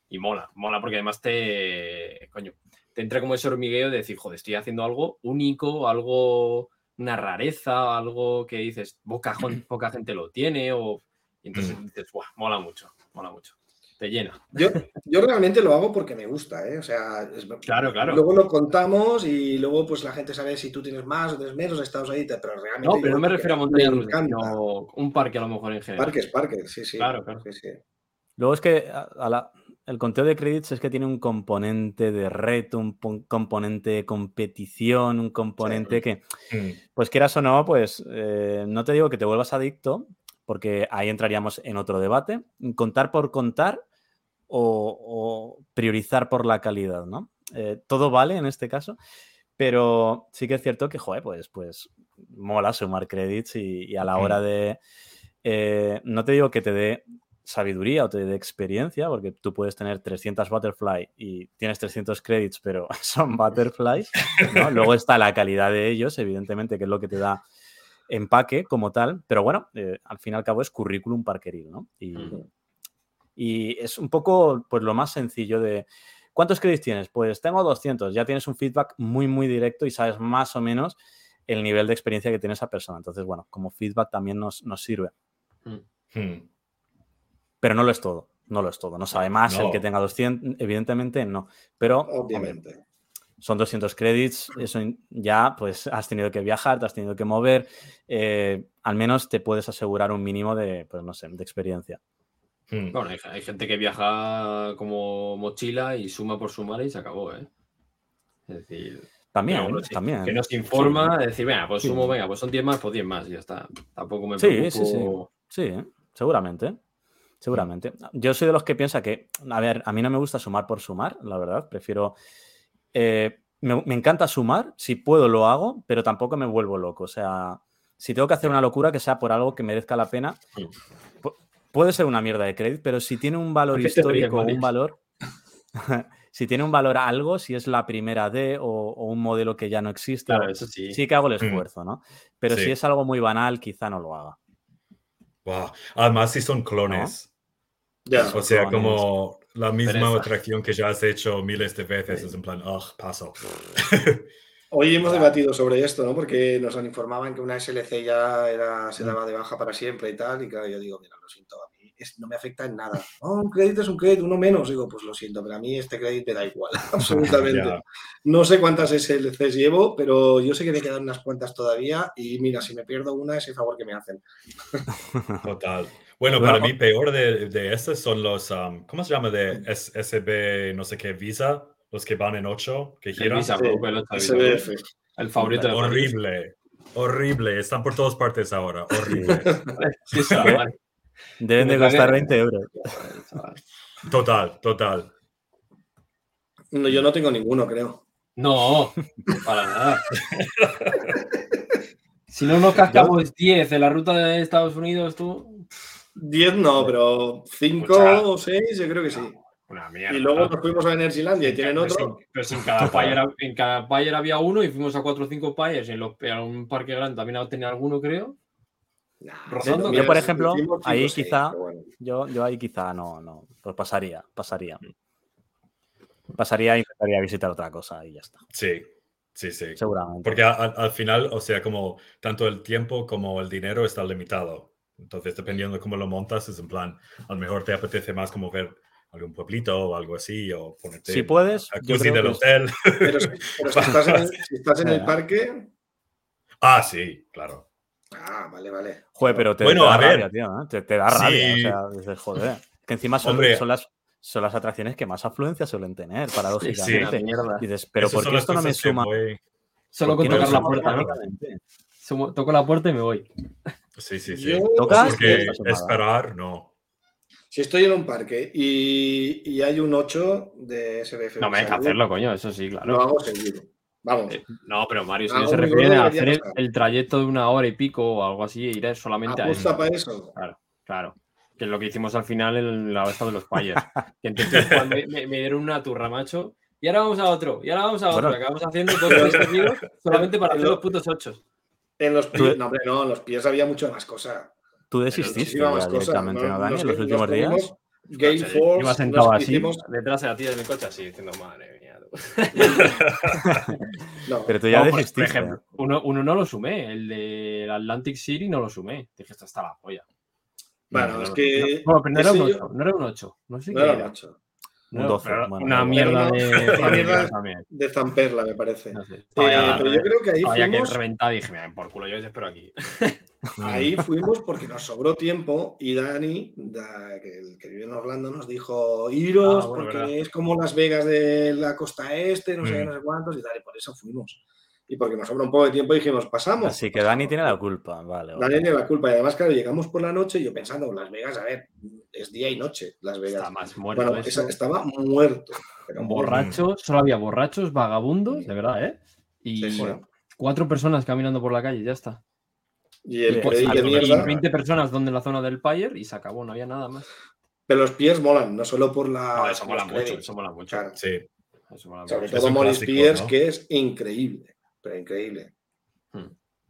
Y mola porque además te entra como ese hormigueo de decir, joder, estoy haciendo algo único, algo, una rareza, algo que dices, poca gente lo tiene, y entonces dices, ¡buah! Mola mucho. Te llena. Yo realmente lo hago porque me gusta, ¿eh? O sea, Claro. Luego lo contamos y luego pues la gente sabe si tú tienes más o tienes menos, estás ahí, pero realmente... No, pero no me refiero a montaña rusa, sino un parque a lo mejor en general. Parques, sí. Claro. Sí. Luego es que el conteo de credits es que tiene un componente de reto, un componente de competición, un componente que, pues quieras o no, pues no te digo que te vuelvas adicto, porque ahí entraríamos en otro debate, contar por contar o priorizar por la calidad, ¿no? Todo vale en este caso, pero sí que es cierto que, joder, pues mola sumar credits y a la hora de... no te digo que te dé sabiduría o te dé experiencia, porque tú puedes tener 300 butterfly y tienes 300 credits, pero son butterflies, ¿no? Luego está la calidad de ellos, evidentemente, que es lo que te da empaque como tal, pero bueno, al fin y al cabo es currículum parkeril, ¿no? Y es un poco pues lo más sencillo de... ¿Cuántos credits tienes? Pues tengo 200, ya tienes un feedback muy, muy directo y sabes más o menos el nivel de experiencia que tiene esa persona. Entonces, bueno, como feedback también nos sirve. Pero no lo es todo, no sabe más el que tenga 200, evidentemente no, pero obviamente. Hombre, son 200 credits, eso ya pues has tenido que viajar, te has tenido que mover, al menos te puedes asegurar un mínimo de, pues no sé, de experiencia. Bueno, hay gente que viaja como mochila y suma por sumar y se acabó, ¿eh? Es decir... También. Que nos informa, decir, venga, pues sumo, venga, pues son 10 más, pues 10 más y ya está. Tampoco me preocupo... Sí, seguramente. Yo soy de los que piensa que, a ver, a mí no me gusta sumar por sumar, la verdad. Prefiero... me encanta sumar, si puedo lo hago, pero tampoco me vuelvo loco. O sea, si tengo que hacer una locura que sea por algo que merezca la pena, puede ser una mierda de crédito, pero si tiene un valor histórico, un valor... si tiene un valor a algo, si es la primera D o un modelo que ya no existe, claro, eso sí que hago el esfuerzo, ¿no? Pero si es algo muy banal, quizá no lo haga. Wow. Además, si son clones. ¿No? O sea, como la misma atracción que ya has hecho miles de veces. Es en plan, paso. Hoy hemos debatido sobre esto, ¿no? Porque nos informaban que una SLC ya se daba de baja para siempre y tal. Y claro, yo digo, mira, lo siento, a mí no me afecta en nada. Un crédito es un crédito, uno menos. Digo, pues lo siento, pero a mí este crédito me da igual, absolutamente. No sé cuántas SLCs llevo, pero yo sé que me quedan unas cuantas todavía. Y mira, si me pierdo una, es el favor que me hacen. Total. Bueno, para mí peor de estos son los, ¿cómo se llama? De SB, no sé qué, Visa, los que van en 8, que giran. SBF. El favorito de horrible. Están por todas partes ahora. Horrible. Deben de costar 20 euros. Total. No, yo no tengo ninguno, creo. No, para nada. Si no nos cascamos 10 en la ruta de Estados Unidos, tú... 10 no, pero 5 o 6 yo creo que sí. Una mierda. Y luego nos fuimos a Energylandia y tienen otro. Pero si en cada payer había uno y fuimos a 4 o 5 payers. En un parque grande también tenía alguno, creo. Rozando. Yo, por ejemplo, ahí quizá... Yo ahí quizá no. Pues pasaría. Pasaría e intentaría visitar otra cosa y ya está. Sí. Seguramente. Porque al final, o sea, como tanto el tiempo como el dinero está limitado. Entonces, dependiendo de cómo lo montas, es en plan, a lo mejor te apetece más como ver algún pueblito o algo así, o ponerte si puedes, yo creo del hotel. Pero si estás en el parque... Sí, claro. Vale. Joder, pero te da rabia, tío, ¿eh? Te da rabia, o sea, dices, joder. Que encima son las atracciones que más afluencia suelen tener, paradójicamente. Y dices, pero ¿por qué esto no me suma? Solo con tocar la puerta, ¿no? Toco la puerta y me voy. Sí. ¿Tocas? Porque esperar, no. Si estoy en un parque y hay un 8 de SBF... No me hay que hacerlo, coño, eso sí, claro. Lo hago seguro. Vamos. No, pero Mario, si se refiere a hacer el trayecto de 1 hora y pico o algo así, iré solamente a eso. Para eso. Claro. Que es lo que hicimos al final en la vez de los payers. Que entonces me dieron una turra, macho. Y ahora vamos a otro. Acabamos haciendo todo esto solamente para hacer los putos 8. En los pies, no, hombre, no, en los pies había mucho más cosas. Tú desististe ya directamente, ¿no, Dani, en los últimos días? Gale Iba Force, sentado nos así, hicimos... detrás de la tía de mi coche, así, diciendo, madre mía. No, Pero tú ya No, por desististe. ejemplo, uno no lo sumé, el de Atlantic City no lo sumé. Dije, esto está la polla. bueno, es que... Bueno, pero no era un ese 8, no era un 8. No sé no qué era un era. 8. Un 12. Pero Bueno, una da igual. mierda Pero de una familiar mierda también. de Zamperla, me parece. No sé. Estaba ya, Pero yo creo que ahí estaba ya que fuimos... reventado y dije, mira, por culo, yo te espero aquí. Ahí fuimos porque nos sobró tiempo y Dani, el que vive en Orlando, nos dijo iros bueno, porque verdad. es como Las Vegas de la costa este, no sé, Mm. no sé cuántos y tal, y por eso fuimos. Y porque nos sobra un poco de tiempo dijimos, pasamos. Así que Dani tiene la culpa. Vale, Dani vale. tiene la culpa y además, claro, llegamos por la noche y yo pensando, Las Vegas, a ver, es día y noche Las Vegas. Está más muerto Bueno, eso. estaba muerto. Pero Borrachos, solo había borrachos, vagabundos, de verdad, ¿eh? Y Sí, sí. 4 personas caminando por la calle, ya está. Y el Sí, Credit de y Y mierda. 20 personas donde en la zona del Pyre y se acabó, no había nada más. Pero los piers molan, no solo por la. No, eso mola los mucho, credits. eso mola mucho. Claro. Sí. Eso mola Sobre mucho. todo Son Morris clásicos, Pierce, ¿no? que es increíble. Pero increíble. Hmm.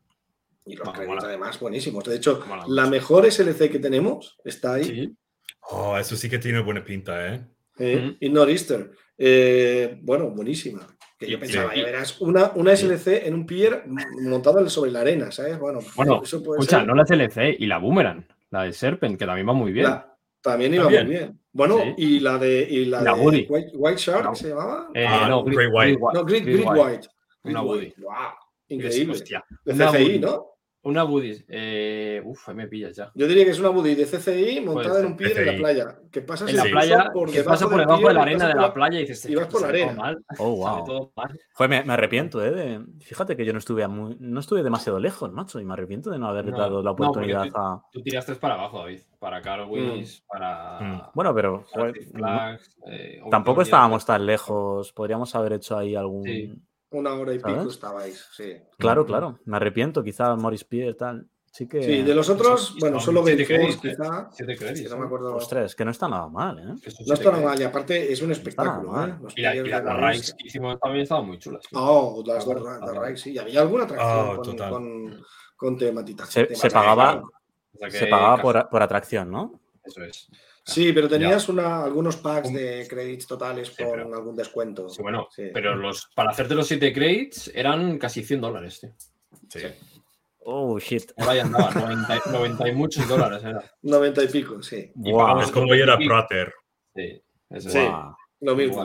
Y los Mola, créditos, mola. además, buenísimos. De hecho, Mola la mucho. mejor SLC que tenemos está ahí. Sí. Oh, eso sí que tiene buena pinta, ¿eh? In Nor'easter. Bueno, buenísima. Que yo Sí, pensaba, sí. ya verás, una SLC en un pier montado sobre la arena, ¿sabes? Bueno, eso puede escucha, ser. no la SLC y la Boomerang, la de Serpent, que también va muy bien. También iba También. muy bien. Bueno, Sí. y la de La Woody. White Shark, No. ¿se llamaba? No, Great White. No, Grid White. White. Una Woody. Wow, increíble. Hostia. De Una CCI, Woody. ¿no? Una Woody. Ahí me pillas ya. Yo diría que es una Woody de CCI montada Puede en un ser. pier en la CCI. playa. Que pasas En la Sí. playa, por que pasa por debajo pier de la y arena pasas de por la playa y dices, y vas por la sale todo arena. mal. Oh, Sale wow. todo mal. Joder, me arrepiento, ¿eh? Fíjate que yo no estuve demasiado lejos, macho, y me arrepiento de no haber dado la oportunidad a... Tú tiraste para abajo, David. Para Carowinds, para... Bueno, pero para joder, Six Flags, tampoco Overlord, estábamos tan lejos. Podríamos haber hecho ahí algún... Sí. Una hora y ¿Sabes? pico estabais, sí. Claro. Me arrepiento, quizá Morris Pierre, tal. Sí que... Sí, de los otros, bueno, solo Gale 7 Force, créditos, quizá. 7 créditos. Que no me acuerdo. Ostras, que no está nada mal, ¿eh? No está nada mal, y aparte es un espectáculo, nada ¿eh? mal. Los Y las piers de Rikes Morris. que hicimos también estaban muy chulas. tío. Oh, las dos Rikes, sí. Y había alguna atracción total. con temática. Se pagaba, O sea que se pagaba casi- por atracción, ¿no? Eso es. Sí, pero tenías algunos packs de créditos totales Sí, con pero- algún descuento. Sí, bueno, Sí. pero para hacerte los 7 crates eran casi $100, tío. Sí. Oh, shit. Por ahí andaba, 90 y muchos dólares era. 90 y pico, sí. Y Buah. pagamos Es como ir a otros 20. Prater. Sí, eso Sí. es. Buah. Lo mismo.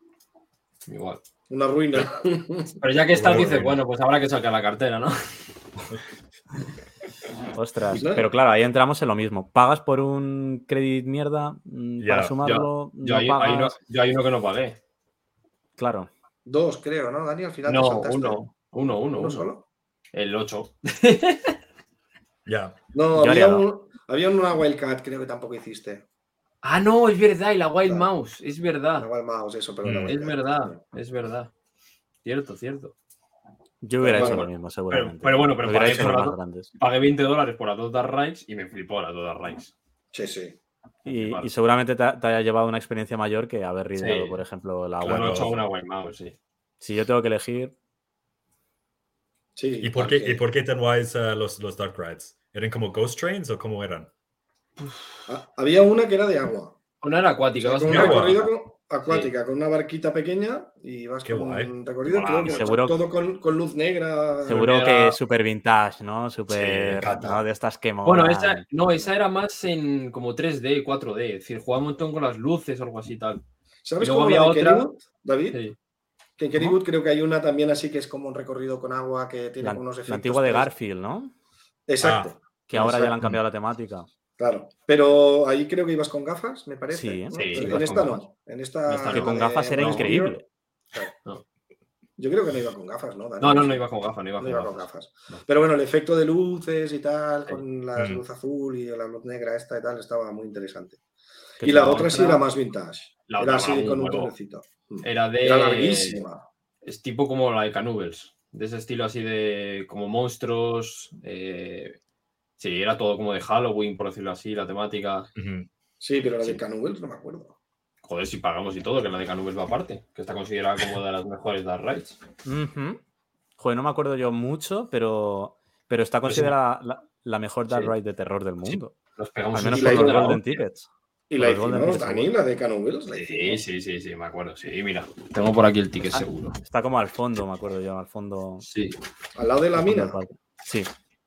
Igual. Una ruina. Pero ya que estás, Muy dices, bueno. bueno, pues habrá que sacar la cartera, ¿no? Ostras, Y nada. pero claro, ahí entramos en lo mismo. ¿Pagas por un crédit mierda para Ya. sumarlo? Yo ¿No hay pagas? uno que no pagué. Claro. 2, creo, ¿no, Dani? Al final te No, saltaste. uno Solo? El 8. Ya. No, Yo haría dos. había una Wildcat, creo que tampoco hiciste. Ah, no, es verdad, y la Wild Claro. Mouse, es La verdad. Wild Mouse, eso, pero la Mm. Es Wildcat. verdad, es verdad. Cierto. Yo hubiera Bueno, hecho lo mismo, seguramente. pero bueno, Lo hubiera pagué hecho por los las más dos. grandes. Pagué $20 por las dos Dark Rides y me flipó las dos Dark Rides. Sí. Y seguramente te haya llevado una experiencia mayor que haber rideado, Sí. por ejemplo, la Un Claro. Wild 8 a Mouse. una Wild Mouse, sí. Si yo tengo que elegir, Sí. ¿Y por qué teníais los Dark Rides? ¿Eran como Ghost Trains o cómo eran? Había una que era de agua. Una era O acuática, sea, vas con un a agua. recorrido acuática, con una barquita pequeña y vas Qué con guay. un recorrido, Mola, creo que seguro- todo con luz negra. seguro era- que súper vintage, ¿no? Sí, Súper, encanta. ¿no? De estas que Bueno, molan. esa era más en como 3D, 4D. Es decir, jugaba un montón con las luces o algo así tal. ¿Sabes Y luego cómo la había de otra- Kennywood, David? Sí. Que en Kennywood creo que hay una también así que es como un recorrido con agua que tiene La, como unos efectos. la antigua de 3D. Garfield, ¿no? Exacto. Que ahora ya le han Exacto. cambiado la temática. Claro. Pero ahí creo que ibas con gafas, me parece. Sí, ¿no? sí, Pero ibas en esta con no. gafas. En esta. En esta Que no. con la gafas de era Mouse increíble. Gear, claro. No. Yo creo que no iba con gafas, ¿no, Dani? No iba con gafas, no iba No con iba gafas. con gafas. No. Pero bueno, el efecto de luces y tal, Sí. con la luz azul y la luz negra esta y tal, estaba muy interesante. Que Y la chulo. otra sí era más vintage. La Era otra así molaba con un un huevo. tonecito. Era Era larguísima. Es tipo como la de Canubels. De ese estilo así de como monstruos. Sí, era todo como de Halloween, por decirlo así, la temática. Ujú. Sí, pero la de Sí. Canubels no me acuerdo. Joder, si pagamos y todo, que la de Canubels va aparte. Que está considerada como de las mejores Dark Rides. Ujú. Joder, no me acuerdo yo mucho, pero está considerada la mejor Dark Sí. Ride de terror del mundo. Nos pegamos Al menos y por la los iba- Golden Tickets. ¿Y la hicimos, Dani, la de Cannon Wheels? Sí, me acuerdo. Sí, mira, tengo por aquí el ticket seguro. Está como al fondo, me acuerdo yo, al fondo. Sí. ¿Al lado de la mina? Sí.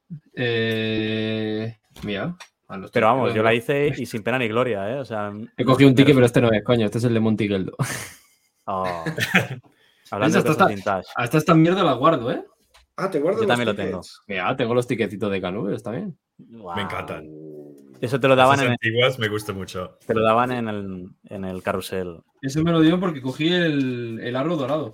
Mira. Pero vamos, yo la hice y sin pena ni gloria, ¿eh? O sea, he cogido un ticket, pero este no es, coño. Este es el de Monty Geldo. Oh. Hablando de cosas vintage. Hasta esta mierda la guardo, ¿eh? Ah, te guardo. Yo también lo tengo. Mira, tengo los ticketitos de Canubes, está bien. Wow. Me encantan. Eso te lo daban Esas antiguas me gusta mucho. Te lo daban en el carrusel. Eso me lo dieron porque cogí el aro dorado.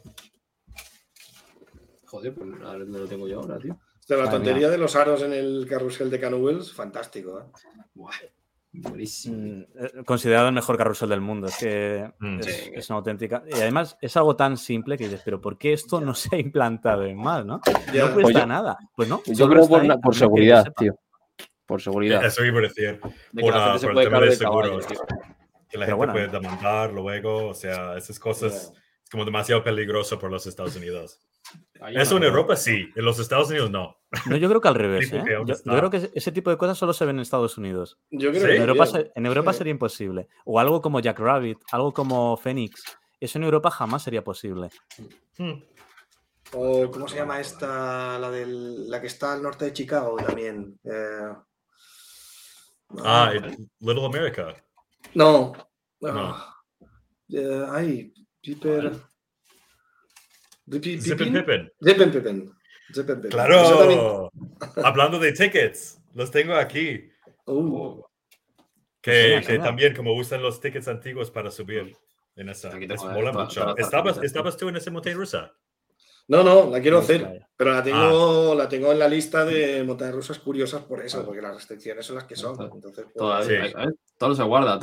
Joder, pues no lo tengo yo ahora, tío. La tontería de los aros en el carrusel de Cannon Wheels, fantástico, ¿eh? Buah, buenísimo. Considerado el mejor carrusel del mundo. Es que es una auténtica. Y además es algo tan simple que dices, pero ¿por qué esto no se ha implantado en más, no? Ya. No cuesta nada. Pues no. Yo creo por seguridad, tío. Por seguridad. Eso iba a decir. Por el tema de seguros. Que la gente puede demandar luego. O sea, esas cosas es como demasiado peligroso por los Estados Unidos. Eso en Europa sí, en los Estados Unidos no. No, yo creo que al revés. Yo creo que ese tipo de cosas solo se ven en Estados Unidos. Yo creo que en Europa sería imposible. O algo como Jack Rabbit, algo como Phoenix. Eso en Europa jamás sería posible. O ¿cómo se llama esta? La que está al norte de Chicago también. Little America. No. Zippin' Pippin. Claro. Hablando de tickets, los tengo aquí. Que también como usan los tickets antiguos para subir en esa. Mola mucho. ¿Estabas tú en esa montaña rusa? No, la quiero hacer, pero la tengo en la lista de montañas rusas curiosas por eso, porque las restricciones son las que son. Entonces, todo se guarda.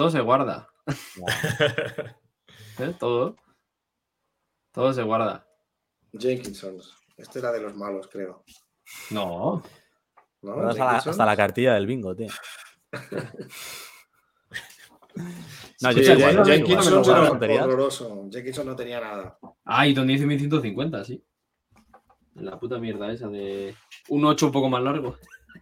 Todo se guarda. Jenkinsons. Este era de los malos, creo. No. Hasta la cartilla del bingo, tío. No, Jenkinson era horroroso. Jenkinson no tenía nada. Y donde dice 1150, sí. La puta mierda esa de un 8 un poco más largo.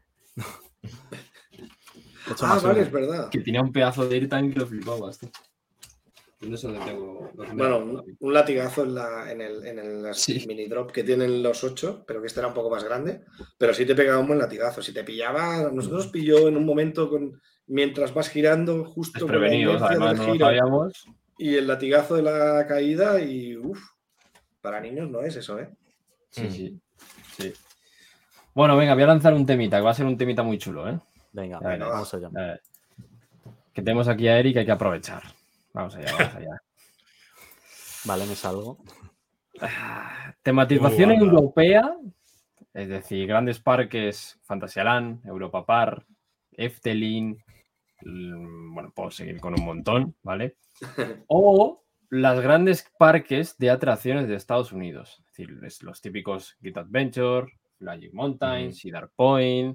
Vale, es verdad. Que tenía un pedazo de airtime que lo flipabas, tío. No sé dónde tengo. Bueno, un latigazo en el mini drop que tienen los 8, pero que este era un poco más grande. Pero sí te pegaba un buen latigazo. Si te pillaba, nosotros nos pilló en un momento mientras vas girando, justo con la inercia además del no giro, lo sabíamos. Y el latigazo de la caída y para niños no es eso, ¿eh? Sí. Bueno, venga, voy a lanzar un temita, que va a ser un temita muy chulo, ¿eh? Venga, vamos allá. Que tenemos aquí a Eric, hay que aprovechar. Vamos allá. Vale, me salgo. Tematización europea, es decir, grandes parques, Fantasyland, Europa Park, Efteling, bueno, puedo seguir con un montón, ¿vale? O los grandes parques de atracciones de Estados Unidos, es decir, los típicos Great Adventure, Magic Mountain, Cedar Point,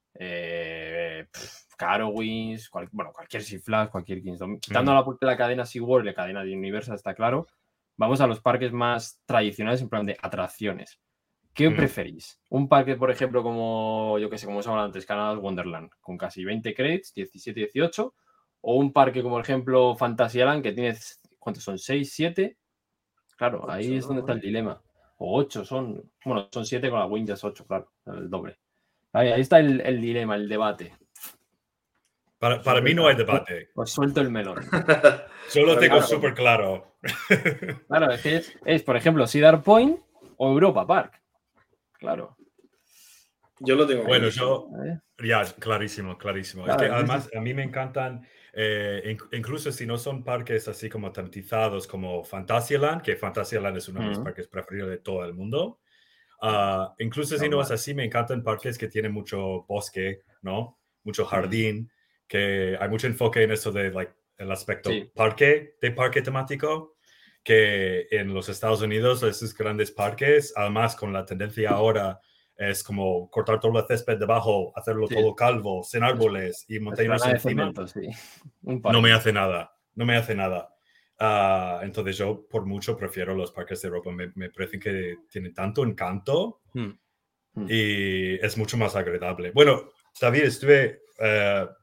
Carowinds, cualquier Six Flags, cualquier Kingdom. Quitando la cadena SeaWorld y la cadena de Universal, está claro. Vamos a los parques más tradicionales en plan de atracciones. ¿Qué preferís? Un parque, por ejemplo, como yo que sé, como os hablaba antes, Canada's Wonderland, con casi 20 credits, 17, 18, o un parque como, por ejemplo, Fantasyland, que tiene, ¿cuántos son? ¿6, 7? Claro, 8, ahí es donde está el dilema. O 8 son 7 con la Wing, ya es 8, claro, el doble. Ahí está el dilema, el debate. Para mí no hay debate. Os suelto el melón. Solo tengo súper claro. Claro, es que es, por ejemplo, Cedar Point o Europa Park. Claro. Yo lo tengo. Bueno, clarísimo. Claro, es que además a mí me encantan, incluso si no son parques así como tematizados como Fantasyland, que Fantasyland es uno de mis parques preferidos de todo el mundo. Incluso si no es así, me encantan parques que tienen mucho bosque, ¿no? Mucho jardín, que hay mucho enfoque en eso de el aspecto parque temático, que en los Estados Unidos esos grandes parques, además con la tendencia ahora es como cortar todo el césped debajo, hacerlo todo calvo, sin árboles y montañas encima. No me hace nada. Entonces yo por mucho prefiero los parques de Europa. Me parecen que tienen tanto encanto y es mucho más agradable. Bueno, David, estuve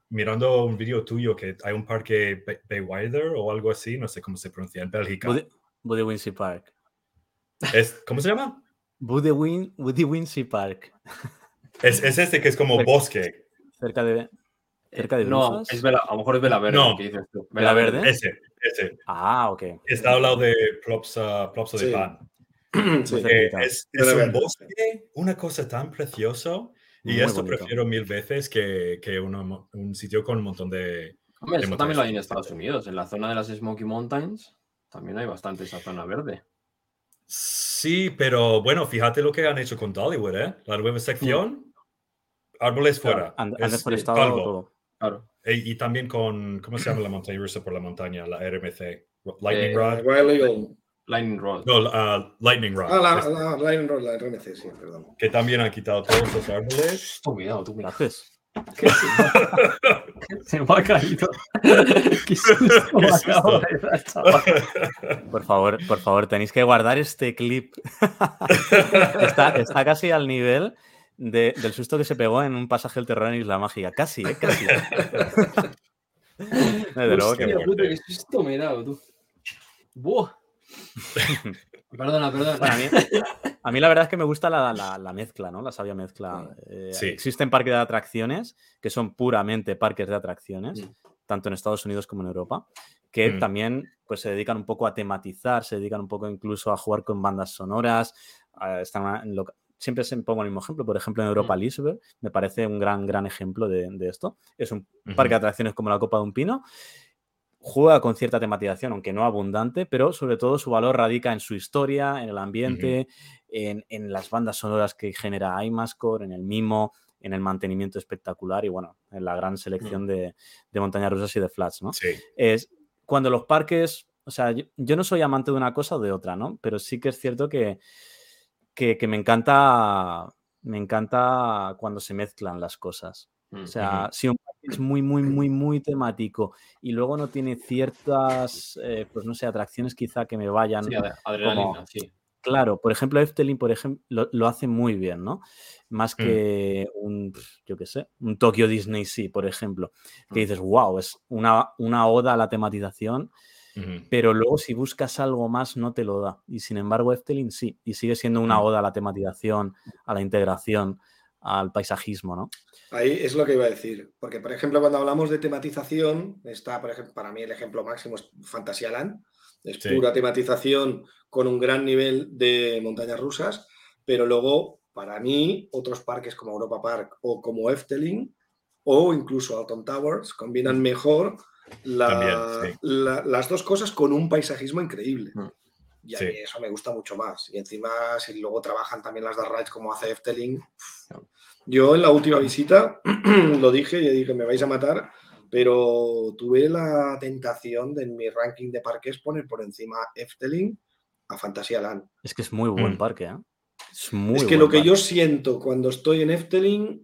mirando un vídeo tuyo que hay un parque Baywilder o algo así, no sé cómo se pronuncia, en Bélgica. Buddy Park. ¿Cómo se llama? Buddy Park. Es este que es como bosque. Cerca de no, Brujas. a lo mejor es Vela Verde. No. ¿Qué dices tú? ¿Vela Verde? Ese. Ah, ok. Está al lado de Plopsa Sí. de Pan. Sí. Es Vela un Verde, bosque, una cosa tan precioso. Y Muy esto bonito. prefiero 1000 veces que un sitio con un montón de... Hombre, de eso también lo hay en montañas. Estados Unidos. En la zona de las Smoky Mountains también hay bastante esa zona verde. Sí, pero bueno, fíjate lo que han hecho con Dollywood, ¿eh? La nueva sección, árboles fuera. Han Es deforestado calvo. todo. Claro. Y también con, ¿cómo se llama la montaña rusa por la montaña? La RMC. Lightning Rod. Wild Eagle. Lightning Rod. No, Lightning Rod. La Lightning Rod, la RMC, sí, perdón. Que también han quitado todos los árboles. Cuidado, tú. Mira. Gracias. Se me ha caído. Qué susto me acabo de dar, chaval. Por favor, tenéis que guardar este clip. Está casi al nivel del susto que se pegó en un pasaje del terror en Isla Mágica. Casi, casi. Desde luego que Hostia puta, qué susto me he dado, tú. ¡Buah! Perdona. Bueno, a mí la verdad es que me gusta la mezcla, ¿no? La sabia mezcla. Sí. Existen parques de atracciones que son puramente parques de atracciones, tanto en Estados Unidos como en Europa, que también pues, se dedican un poco a tematizar, se dedican un poco incluso a jugar con bandas sonoras. Siempre se pongo el mismo ejemplo. Por ejemplo, en Europa Lisbeth me parece un gran ejemplo de esto. Es un parque de atracciones como la Copa de un Pino. Juega con cierta tematización, aunque no abundante, pero sobre todo su valor radica en su historia, en el ambiente, en las bandas sonoras que genera IMAScore, en el mimo, en el mantenimiento espectacular y, bueno, en la gran selección de montañas rusas y de flats, ¿no? Sí. Es cuando los parques... O sea, yo no soy amante de una cosa o de otra, ¿no? Pero sí que es cierto que me encanta cuando se mezclan las cosas. O sea, si un parque es muy temático y luego no tiene ciertas, pues no sé, atracciones quizá que me vayan... Sí, adrenalina, sí. Claro, por ejemplo, Efteling, lo hace muy bien, ¿no? Más que yo qué sé, un Tokyo Disney Sea, por ejemplo, que dices, wow, es una oda a la tematización, pero luego si buscas algo más no te lo da. Y sin embargo, Efteling sí, y sigue siendo una oda a la tematización, a la integración, al paisajismo, ¿no? Ahí es lo que iba a decir, porque por ejemplo cuando hablamos de tematización, está, por ejemplo, para mí el ejemplo máximo es Fantasyland, es pura tematización con un gran nivel de montañas rusas, pero luego para mí otros parques como Europa Park o como Efteling o incluso Alton Towers combinan mejor las dos cosas con un paisajismo increíble. Y a mí eso me gusta mucho más. Y encima, si luego trabajan también las dark rides como hace Efteling. Yo en la última visita lo dije y dije, me vais a matar, pero tuve la tentación de en mi ranking de parques poner por encima Efteling a Fantasyland. Es que es muy buen parque, ¿eh? Es que lo que yo siento cuando estoy en Efteling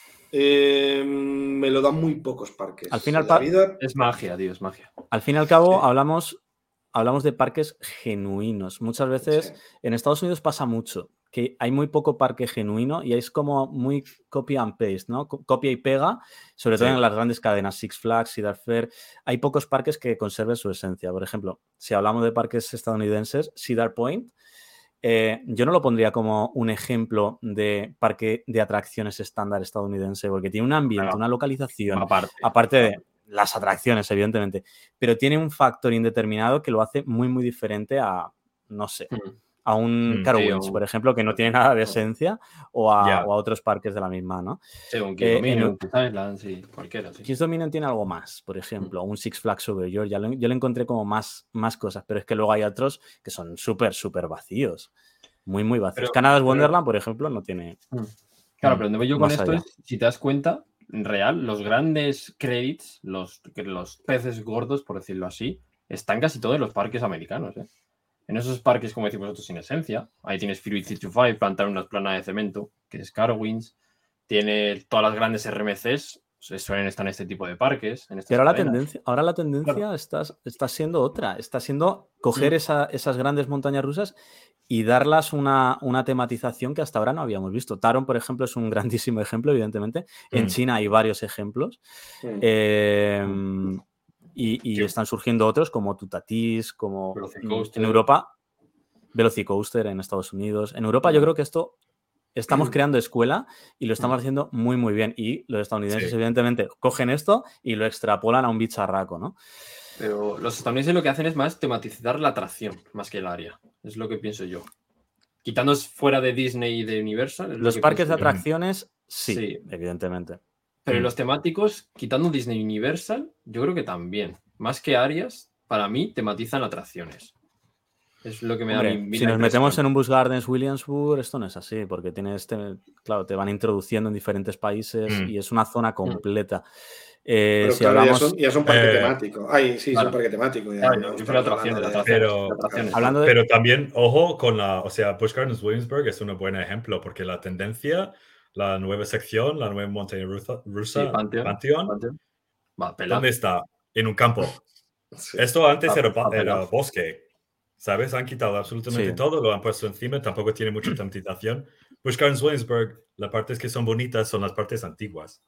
me lo dan muy pocos parques. Al final, es magia, tío, es magia. Al fin y al cabo, hablamos de parques genuinos. Muchas veces en Estados Unidos pasa mucho que hay muy poco parque genuino y es como muy copy and paste, ¿no? Copia y pega, sobre todo en las grandes cadenas, Six Flags, Cedar Fair. Hay pocos parques que conserven su esencia. Por ejemplo, si hablamos de parques estadounidenses, Cedar Point, yo no lo pondría como un ejemplo de parque de atracciones estándar estadounidense, porque tiene un ambiente, una localización, aparte de las atracciones, evidentemente, pero tiene un factor indeterminado que lo hace muy diferente a, no sé, a un Carowinds, por ejemplo, que no tiene nada de esencia, o a otros parques de la misma, ¿no? Sí, un Kids Dominion, sí, cualquiera, sí. Kids Dominion tiene algo más, por ejemplo, un Six Flags Over Georgia. Yo le encontré como más cosas, pero es que luego hay otros que son súper vacíos. Muy vacíos. Canada's Wonderland, por ejemplo, no tiene... Claro, pero donde voy yo con esto es, si te das cuenta, en real, los grandes credits, los peces gordos, por decirlo así, están casi todos en los parques americanos, ¿eh? En esos parques, como decimos nosotros, sin esencia. Ahí tienes Fear It 5, plantar unas planas de cemento, que es Carowinds. Tiene todas las grandes RMCs, suelen estar en este tipo de parques. Pero ahora la tendencia está siendo otra. Está siendo coger esas grandes montañas rusas y darlas una tematización que hasta ahora no habíamos visto. Taron, por ejemplo, es un grandísimo ejemplo, evidentemente. En China hay varios ejemplos. Y están surgiendo otros como Tutatis, como en Europa, Velocicoaster en Estados Unidos. En Europa yo creo que estamos creando escuela y lo estamos haciendo muy, muy bien. Y los estadounidenses, evidentemente, cogen esto y lo extrapolan a un bicharraco, ¿no? Pero los estadounidenses lo que hacen es más tematizar la atracción, más que el área. Es lo que pienso yo. Quitándonos fuera de Disney y de Universal. Los parques de atracciones, sí, evidentemente. Pero los temáticos, quitando Disney y Universal, yo creo que también. Más que áreas, para mí, tematizan atracciones. Es lo que me da si nos metemos en un Busch Gardens Williamsburg, esto no es así, porque claro, te van introduciendo en diferentes países y es una zona completa. Pero si claro, hablamos... ya es un parque temático. Ay, sí, claro. Es un parque temático. Pero también, ojo con Busch Gardens Williamsburg es un buen ejemplo, porque la tendencia, la nueva sección, la nueva montaña rusa, Pantheon. ¿Dónde está? En un campo. Esto antes era bosque. ¿Sabes? Han quitado absolutamente todo, lo han puesto encima, tampoco tiene mucha tematización. Busch Gardens Williamsburg, las partes que son bonitas son las partes antiguas.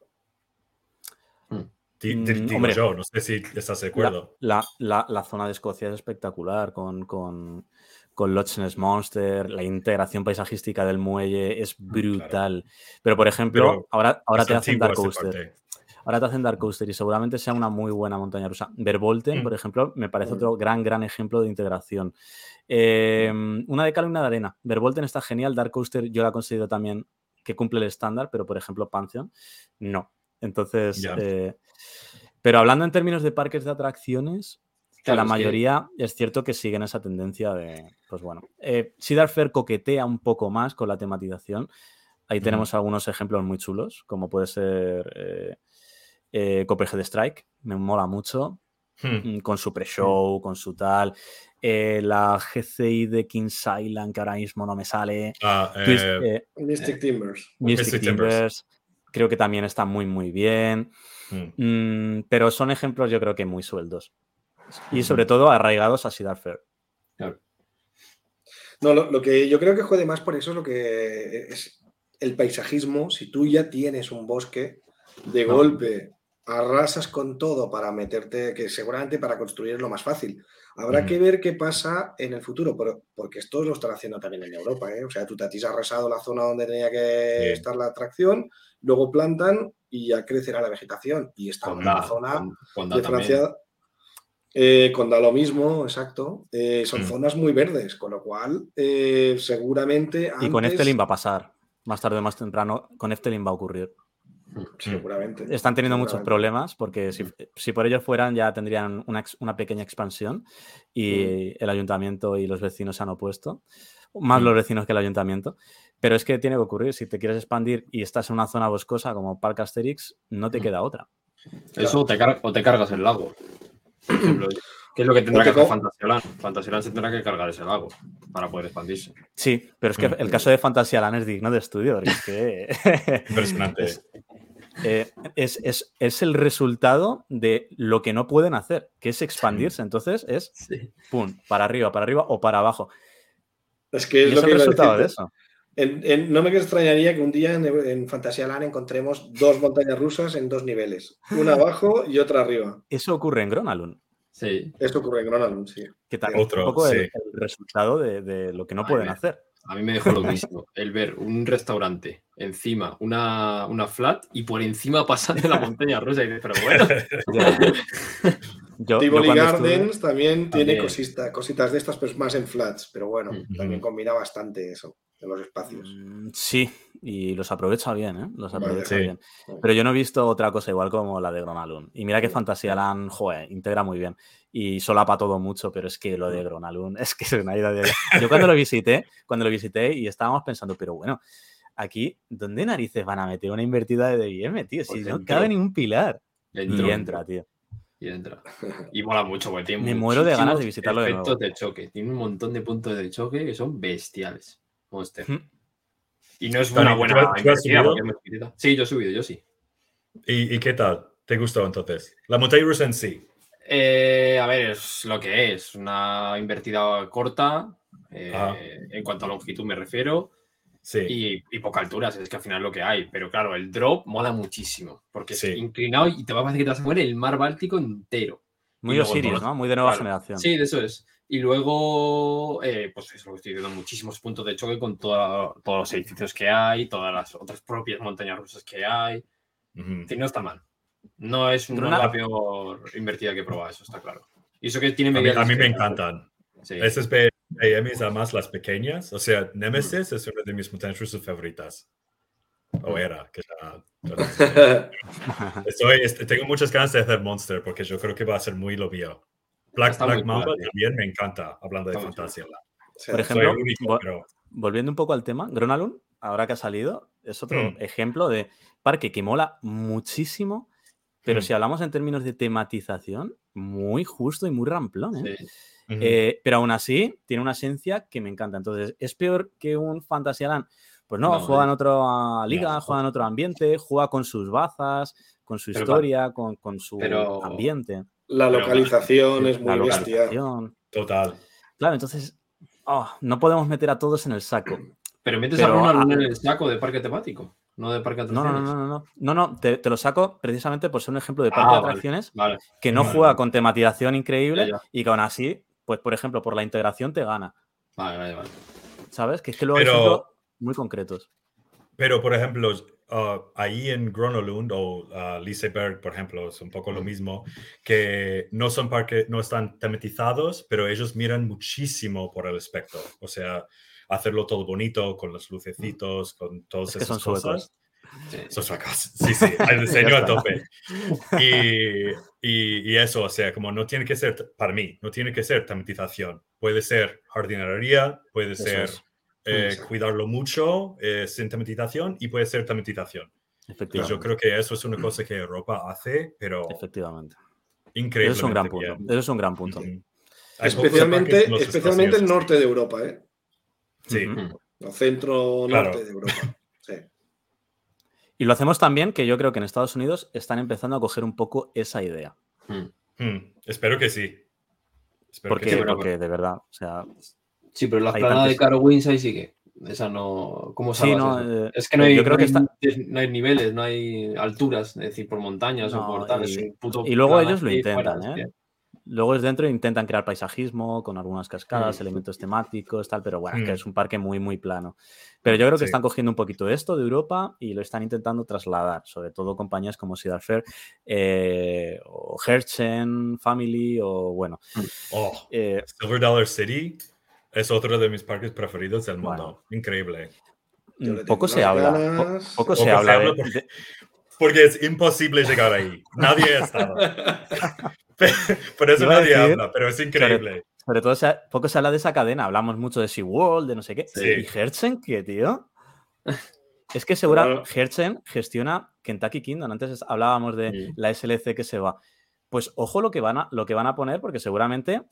Digo yo, no sé si estás de acuerdo. La zona de Escocia es espectacular, con Loch Ness Monster, la integración paisajística del muelle es brutal. Claro. Pero, por ejemplo, ahora te hacen Dark Coaster. Ahora te hacen Dark Coaster y seguramente sea una muy buena montaña rusa. Verbolten, por ejemplo, me parece otro gran ejemplo de integración. Una de cal y una de arena. Verbolten está genial. Dark Coaster yo la considero también que cumple el estándar, pero, por ejemplo, Pantheon, no. Entonces, pero hablando en términos de parques de atracciones, la mayoría es cierto que siguen esa tendencia de, pues bueno, Cedar Fair coquetea un poco más con la tematización. Ahí tenemos algunos ejemplos muy chulos, como puede ser Copperhead Strike, me mola mucho, con su pre-show, con su tal. La GCI de Kings Island, que ahora mismo no me sale. Mystic Timbers. Mystic Timbers. Creo que también está muy, muy bien. Pero son ejemplos, yo creo que muy sueldos. Y sobre todo arraigados a Cedar Fair. Claro. No, lo que yo creo que jode más por eso es lo que es el paisajismo. Si tú ya tienes un bosque, de golpe arrasas con todo para meterte, que seguramente para construir es lo más fácil. Habrá que ver qué pasa en el futuro, porque esto lo están haciendo también en Europa. O sea, Tutatis ha arrasado la zona donde tenía que estar la atracción, luego plantan y ya crecerá la vegetación. Y está en la zona de Francia. Condá lo mismo, exacto. Son zonas muy verdes, con lo cual seguramente antes... Y con Efteling va a pasar. Más tarde o más temprano, con Efteling va a ocurrir. Seguramente. Están teniendo muchos problemas porque si por ellos fueran ya tendrían una pequeña expansión y el ayuntamiento y los vecinos se han opuesto. Más los vecinos que el ayuntamiento. Pero es que tiene que ocurrir. Si te quieres expandir y estás en una zona boscosa como Parque Asterix, no te queda otra. Eso o te cargas el lago. Por ejemplo, ¿qué es lo que tendrá que hacer Fantasyland? Fantasyland se tendrá que cargar ese lago para poder expandirse. Sí, pero es que el caso de Fantasyland es digno de estudio, porque es que... Impresionante. Es el resultado de lo que no pueden hacer, que es expandirse. Entonces es pum, para arriba o para abajo. Es que es lo que el resultado de eso. No me extrañaría que un día en Fantasyland encontremos dos montañas rusas en dos niveles, una abajo y otra arriba. Eso ocurre en Gronalund. Sí. Eso ocurre en Gronalund, sí. Que también es un poco el resultado de lo que no pueden hacer. A mí me dejó loquísimo el ver un restaurante encima, una flat y por encima pasando la montaña rusa. Y dices, pero bueno. Tivoli Gardens también tiene cositas de estas, pero más en flats. Pero bueno, también combina bastante eso en los espacios. Sí, y los aprovecha bien, ¿eh? Los aprovecha bien. Pero yo no he visto otra cosa igual como la de Gronalund. Y mira que Fantasyland, integra muy bien. Y solapa todo mucho, pero es que lo de Gronalund es que es una idea de... Yo cuando lo visité y estábamos pensando, pero bueno, aquí, ¿dónde narices van a meter una invertida de DBM, tío? Si no cabe ni un pilar. Y entra, tío. Y entra. Y mola mucho, porque tiene Me muero de ganas de visitarlo de nuevo. Efectos de choque. Tiene un montón de puntos de choque que son bestiales. Monster. Y no es una buena invertida porque es muy chiquitita. Sí, yo he subido, yo sí. ¿Y qué tal? ¿Te gustó entonces? La montaña rusa en sí. A ver, es lo que es. Una invertida corta, en cuanto a longitud me refiero, Sí. y poca altura, es que al final es lo que hay. Pero claro, el drop mola muchísimo, porque es Sí. inclinado y te va a parecer que te vas a mover el mar Báltico entero. Muy Y luego Osiris, ¿no? Muy de nueva generación. Sí, de eso es. Y luego, pues es lo que estoy diciendo, muchísimos puntos de choque con todos los edificios que hay, todas las otras propias montañas rusas que hay. Sí, no está mal. No es la peor invertida que he probado, eso está claro. Y eso que tiene medidas. A mí me encantan. Sí. Esas BMs, además las pequeñas. O sea, Nemesis es una de mis montañas rusas favoritas. O era, que ya... tengo muchas ganas de hacer Monster porque yo creo que va a ser muy lo mío. Black Mamba también me encanta, hablando de fantasía. Sí. Por ejemplo, volviendo un poco al tema, Gronalund, ahora que ha salido, es otro ejemplo de parque que mola muchísimo, pero si hablamos en términos de tematización, muy justo y muy ramplón, ¿eh? Sí. Pero aún así, tiene una esencia que me encanta. Entonces, ¿es peor que un Fantasyland? Pues no, juega en otra liga, juega en otro ambiente, juega con sus bazas, con su historia, con su ambiente. La localización es muy bestia. Total. Claro, entonces no podemos meter a todos en el saco. Pero metes a Gronalund en el saco de parque temático, no de parque de atracciones. No, te lo saco precisamente por ser un ejemplo de parque de atracciones que no juega con tematización increíble y que aún así, pues por ejemplo, por la integración te gana. Vale. ¿Sabes? Que es que luego hay ejemplos muy concretos. Pero, por ejemplo, ahí en Gronalund o Liseberg, por ejemplo, es un poco lo mismo, que no están tematizados, pero ellos miran muchísimo por el espectro. O sea, hacerlo todo bonito, con los lucecitos, con todas esas cosas. Son suecos. Sí, el diseño a tope. Y eso, o sea, como no tiene que ser, para mí, no tiene que ser tematización. Puede ser jardinería, puede ser... cuidarlo mucho sin tematización y puede ser tematización. Y yo creo que eso es una cosa que Europa hace, pero efectivamente. Increíblemente eso es un gran punto. Eso es un gran punto. Especialmente el norte de Europa, ¿eh? Sí. El centro-norte de Europa. Sí. Y lo hacemos también, que yo creo que en Estados Unidos están empezando a coger un poco esa idea. Espero que sí. Porque de verdad, o sea... Sí, pero la planada de Carowinds ahí sigue. Esa no... ¿Cómo sabes eso? Es que no hay, yo creo que no hay niveles, no hay alturas, es decir, por montañas o por tal. Y luego ellos lo intentan, ¿eh? Luego es dentro intentan crear paisajismo con algunas cascadas, elementos temáticos, tal, pero bueno, es que es un parque muy, muy plano. Pero yo creo que están cogiendo un poquito esto de Europa y lo están intentando trasladar, sobre todo compañías como Cedar Fair o Herzen Family o bueno. Silver Dollar City es otro de mis parques preferidos del mundo. Increíble. Poco se habla. Poco se habla porque es imposible llegar ahí. Nadie ha estado. Por eso nadie habla, pero es increíble. Sobre todo, poco se habla de esa cadena. Hablamos mucho de SeaWorld, de no sé qué. Sí. ¿Y Herzen qué, tío? Es que Herzen gestiona Kentucky Kingdom. Antes hablábamos de la SLC que se va. Pues ojo lo que van a poner, porque seguramente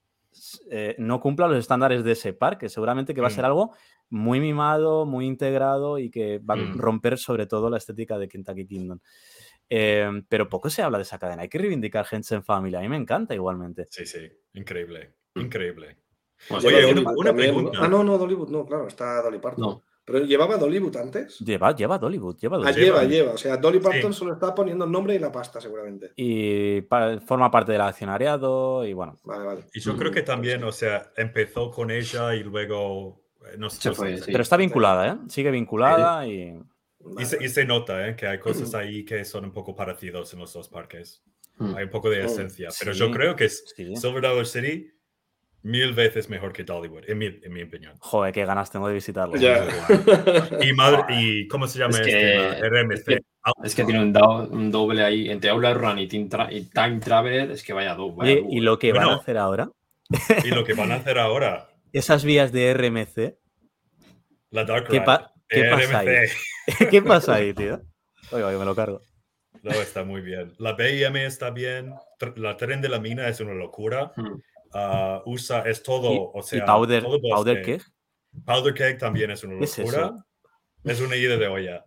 no cumpla los estándares de ese parque. Seguramente que va a ser algo muy mimado, muy integrado y que va a romper sobre todo la estética de Kentucky Kingdom. Pero poco se habla de esa cadena. Hay que reivindicar Herzen Family. A mí me encanta igualmente. Sí. Increíble. Increíble. Pues oye, una pregunta. No, Dollywood no, claro, está Dolly Parton. No. ¿Pero llevaba Dollywood antes? Lleva Dollywood. Lleva. O sea, Dolly Parton solo está poniendo el nombre y la pasta, seguramente. Y forma parte del accionariado y bueno. Vale. Y yo creo que también, o sea, empezó con ella y luego... No sé. Pero está vinculada, ¿eh? Sigue vinculada y... Y se nota que hay cosas ahí que son un poco parecidos en los dos parques. Hay un poco de esencia. Pero yo creo que Silver Dollar City 1000 veces mejor que Dollywood, en mi opinión. Joder, qué ganas tengo de visitarlo. Y ¿cómo se llama RMC? Es que tiene un doble ahí entre Outlet Run y Time Traveler. Es que vaya doble. Oye, ¿y lo que van a hacer ahora? Esas vías de RMC. La Dark Ride. ¿Qué pasa ahí? ¿Qué pasa ahí, tío? Oiga, me lo cargo. No, está muy bien. La BIM está bien. La tren de la mina es una locura. Es todo, o sea... ¿Y Powder Keg? Powder Keg también es una locura. Es una ida de olla.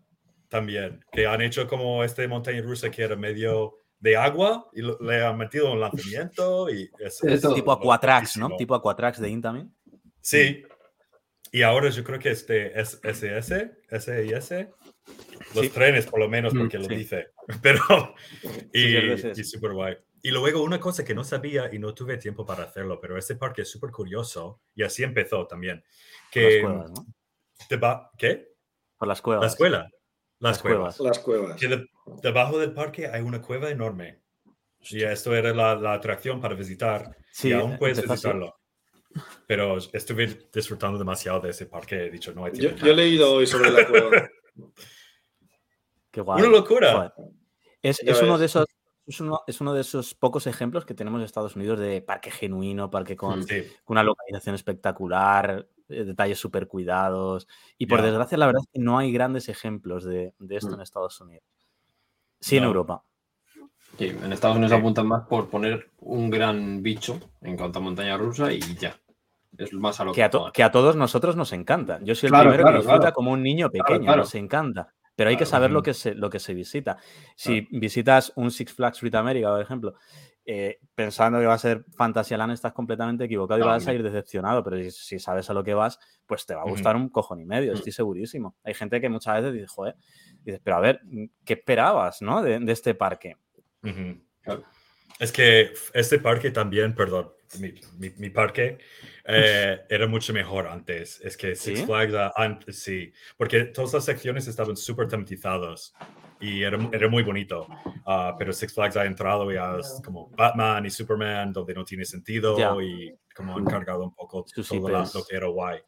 también, que han hecho como montaña rusa que era medio de agua y le han metido un lanzamiento y es tipo Aquatrax, ¿no? Tipo Aquatrax de Intamin. Sí. Y ahora yo creo que SIS, los trenes por lo menos porque lo dice, pero y súper guay. Y luego una cosa que no sabía y no tuve tiempo para hacerlo, pero este parque es súper curioso y así empezó también. Que, las cuevas, ¿no? ¿Qué? Por las cuevas. La escuela. Las cuevas. Las cuevas. Que debajo del parque hay una cueva enorme. Y esto era la atracción para visitar. Sí, y aún puedes empezó visitarlo. Pero estuve disfrutando demasiado de ese parque. He dicho, no hay tiempo. Yo he leído hoy sobre la cueva. Qué guay. Una locura. Es uno de esos pocos ejemplos que tenemos en Estados Unidos de parque genuino, parque con una localización espectacular, detalles súper cuidados. Y por desgracia, la verdad es que no hay grandes ejemplos de esto en Estados Unidos. Sí, en Europa. Sí, en Estados Unidos apuntan más por poner un gran bicho en cuanto a montaña rusa y ya. Es más a lo que a todos nosotros nos encanta. Yo soy el primero que disfruta como un niño pequeño, nos encanta. Pero hay que saber lo que se visita. Si visitas un Six Flags Great America, por ejemplo, pensando que va a ser Fantasyland, estás completamente equivocado y vas a salir decepcionado. Pero si sabes a lo que vas, pues te va a gustar un cojón y medio, estoy segurísimo. Hay gente que muchas veces dice, joder, dices, pero a ver, ¿qué esperabas, no? de este parque. Claro. Es que este parque también, perdón, mi parque era mucho mejor antes. Es que Six Flags antes, sí, porque todas las secciones estaban súper tematizadas y era muy bonito. Pero Six Flags ha entrado y es como Batman y Superman, donde no tiene sentido y como han cargado un poco todo lo que era guay.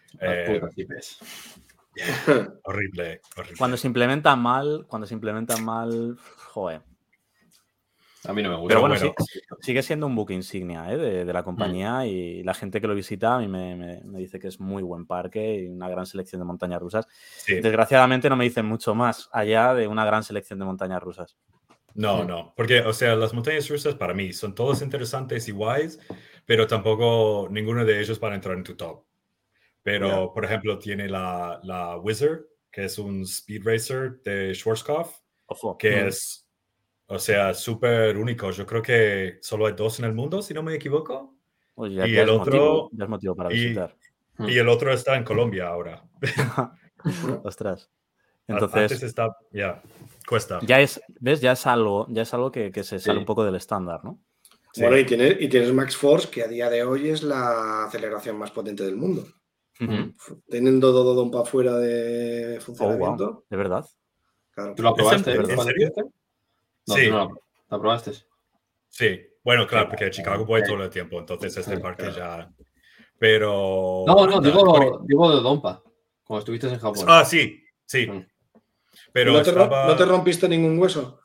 Horrible. Cuando se implementan mal, joder. A mí no me gusta. Pero bueno, sigue siendo un buque insignia de la compañía y la gente que lo visita a mí me dice que es muy buen parque y una gran selección de montañas rusas. Sí. Desgraciadamente no me dicen mucho más allá de una gran selección de montañas rusas. No, porque, o sea, las montañas rusas para mí son todas interesantes y guays, pero tampoco ninguno de ellos para entrar en tu top. Pero, por ejemplo, tiene la Wizard, que es un speed racer de Schwarzkopf, que es... O sea, súper único. Yo creo que solo hay 2 en el mundo, si no me equivoco. Pues ya el otro... Ya es motivo para visitar. Y el otro está en Colombia ahora. Ostras. Entonces... Antes está... cuesta. ¿Ves? Ya es algo que se sale un poco del estándar, ¿no? Sí. Bueno, y tienes Max Force, que a día de hoy es la aceleración más potente del mundo. Teniendo Dododom fuera de funcionamiento. Oh, wow. ¿De verdad? Claro. ¿Tú lo probaste? ¿En serio? No, sí. ¿La probaste? Sí. Bueno, claro, porque Chicago voy todo el tiempo, entonces este parque ya... Pero... No, digo de Dompa, cuando estuviste en Japón. Ah, sí. Pero ¿No te rompiste ningún hueso?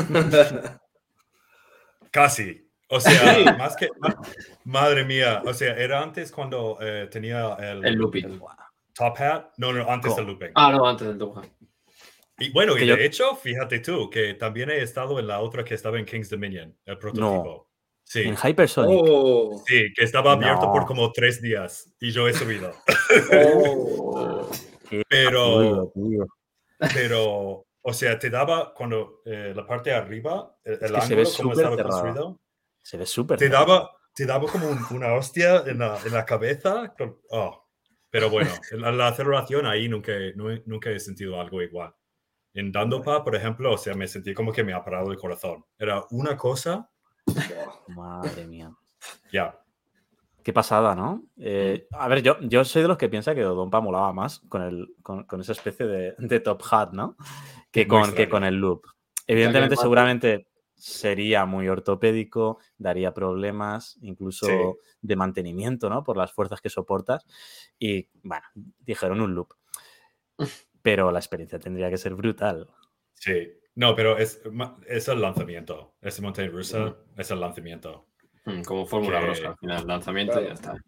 Casi. O sea, más que... Madre mía. O sea, era antes cuando tenía el looping. Top Hat. No, antes del looping. No, antes del Top Hat. Y bueno, y de hecho, fíjate tú, que también he estado en la otra que estaba en King's Dominion, el prototipo. No. Sí. En Hypersonic. Sí, que estaba abierto por como 3 días y yo he subido. Pero, o sea, te daba cuando la parte de arriba, el ángulo, como estaba construido, se ve súper te daba como una hostia en la cabeza. Pero bueno, la aceleración ahí nunca he sentido algo igual. En Dandopa, por ejemplo, o sea, me sentí como que me ha parado el corazón. Era una cosa... Madre mía. Ya. Qué pasada, ¿no? A ver, yo soy de los que piensa que Dodonpa molaba más con esa especie de top hat, ¿no? Que con el loop. Evidentemente, seguramente sería muy ortopédico, daría problemas, incluso de mantenimiento, ¿no? Por las fuerzas que soportas. Y, bueno, dijeron un loop. Pero la experiencia tendría que ser brutal. Sí. No, pero es el lanzamiento. Ese montaña rusa es el lanzamiento. Como Fórmula Rosa, al final, el lanzamiento y ya está.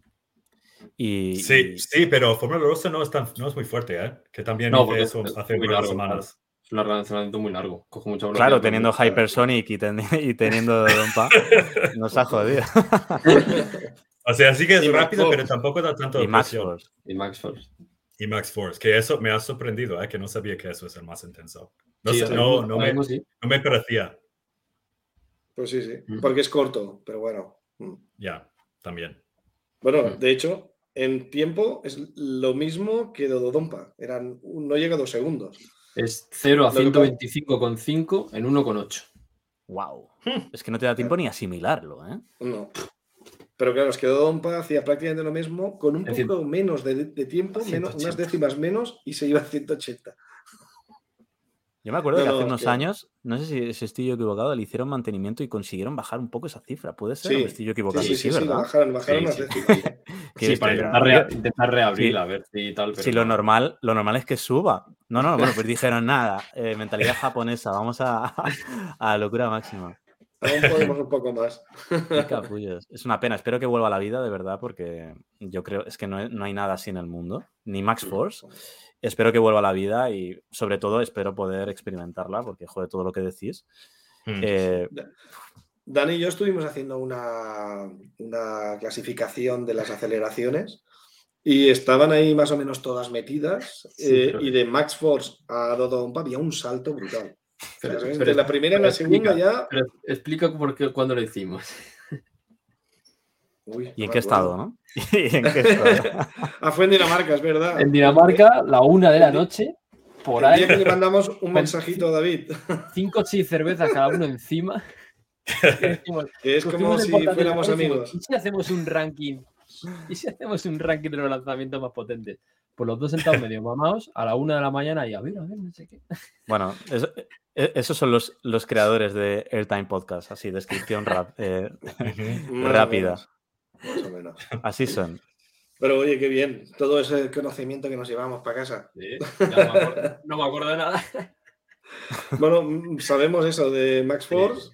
Sí, pero Fórmula Rosa no es muy fuerte, ¿eh? Que también hice eso hace unas semanas. Es un lanzamiento muy largo. Coge mucha velocidad. Claro, teniendo Hypersonic y teniendo Dompa, nos ha jodido. O sea, sí que es rápido, pero tampoco da tanto y Max Force. Y y Max Force, que eso me ha sorprendido, que no sabía que eso es el más intenso. Sí, No sí. me parecía. Pues sí, porque es corto, pero bueno. Ya, también. Bueno, de hecho, en tiempo es lo mismo que Dodonpa. No llega a 2 segundos. Es 0 a 125,5 en 1,8. ¡Wow! Es que no te da tiempo ni asimilarlo, ¿eh? No. Pero claro, es que Dodonpa hacía prácticamente lo mismo con un poco menos de tiempo, unas décimas menos, y se iba a 180. Yo me acuerdo que hace unos años, no sé si estoy yo equivocado, le hicieron mantenimiento y consiguieron bajar un poco esa cifra. ¿Puede ser? Sí, ¿O me estoy yo equivocando? Sí, ¿verdad? bajaron unas décimas. Sí, para intentar reabrir, a ver si tal. Pero sí, lo normal es que suba. No, bueno, pues dijeron nada. Mentalidad japonesa, vamos a locura máxima. Aún podemos un poco más. Qué capullos. Es una pena. Espero que vuelva a la vida, de verdad, porque yo creo es que no hay nada así en el mundo. Ni Max Force. Espero que vuelva a la vida y, sobre todo, espero poder experimentarla, porque, joder, todo lo que decís. Dani y yo estuvimos haciendo una clasificación de las aceleraciones y estaban ahí más o menos todas metidas. Y de Max Force a Dodonpa había un salto brutal. Entre la primera y la segunda ya... Pero explica cuándo lo hicimos. Uy, ¿Y en qué estado, no? Fue en Dinamarca, es verdad. En Dinamarca, la 1 de la noche, por ahí. El día que le mandamos un mensajito a David. 5 o 6 cervezas cada uno encima. Es como si fuéramos amigos. ¿Y si hacemos un ranking? De los lanzamientos más potentes? Pues los dos sentados medio mamados a la 1 de la mañana y a ver, no sé qué. Bueno, esos son los creadores de Airtime Podcast, así, descripción rápida. Más o menos. Así son. Pero oye, qué bien. Todo ese conocimiento que nos llevamos para casa. Sí, no me acuerdo de nada. Bueno, sabemos eso de Max Force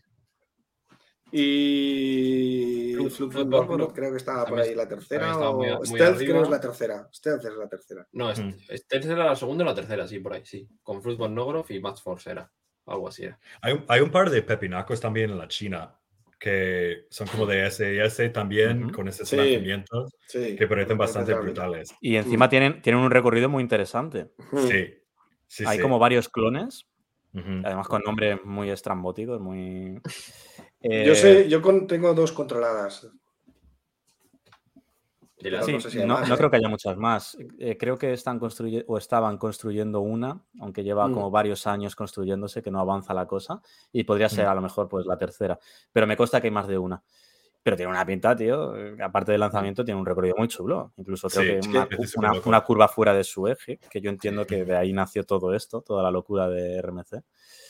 y Fluke, creo que estaba por ahí la tercera. O Stealth creo es la tercera. Stealth es la tercera. No, Stealth era la segunda o la tercera, sí, por ahí, sí. Con Fruitball Nogrov y Max Force era. Algo así era. Hay un par de pepinacos también en la China que son como de SIS también, con esos lanzamientos que parecen bastante brutales. Y encima tienen un recorrido muy interesante. Sí. Hay como varios clones, además con nombres muy estrambóticos, muy... Yo tengo 2 controladas. No creo que haya muchas más. Creo que estaban construyendo una, aunque lleva como varios años construyéndose, que no avanza la cosa, y podría ser a lo mejor pues la tercera. Pero me consta que hay más de una. Pero tiene una pinta, tío. Aparte del lanzamiento, tiene un recorrido muy chulo. Incluso creo que una curva fuera de su eje, que yo entiendo que de ahí nació todo esto, toda la locura de RMC.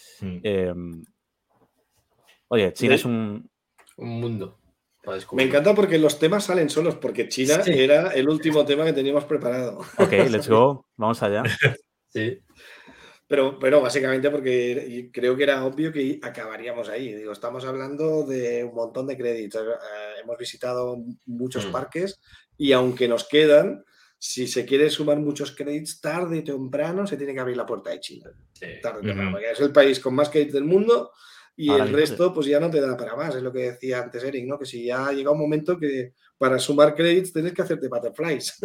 Oye, China es un mundo. Me encanta porque los temas salen solos, porque China era el último tema que teníamos preparado. Ok, let's go. Vamos allá. Sí. Pero básicamente porque creo que era obvio que acabaríamos ahí. Digo, estamos hablando de un montón de créditos. Hemos visitado muchos parques y aunque nos quedan, si se quiere sumar muchos créditos, tarde o temprano se tiene que abrir la puerta de China. Tarde o temprano, porque es el país con más créditos del mundo. Y el resto, pues ya no te da para más. Es lo que decía antes Eric, ¿no? Que si ya llega un momento que para sumar créditos tienes que hacerte butterflies.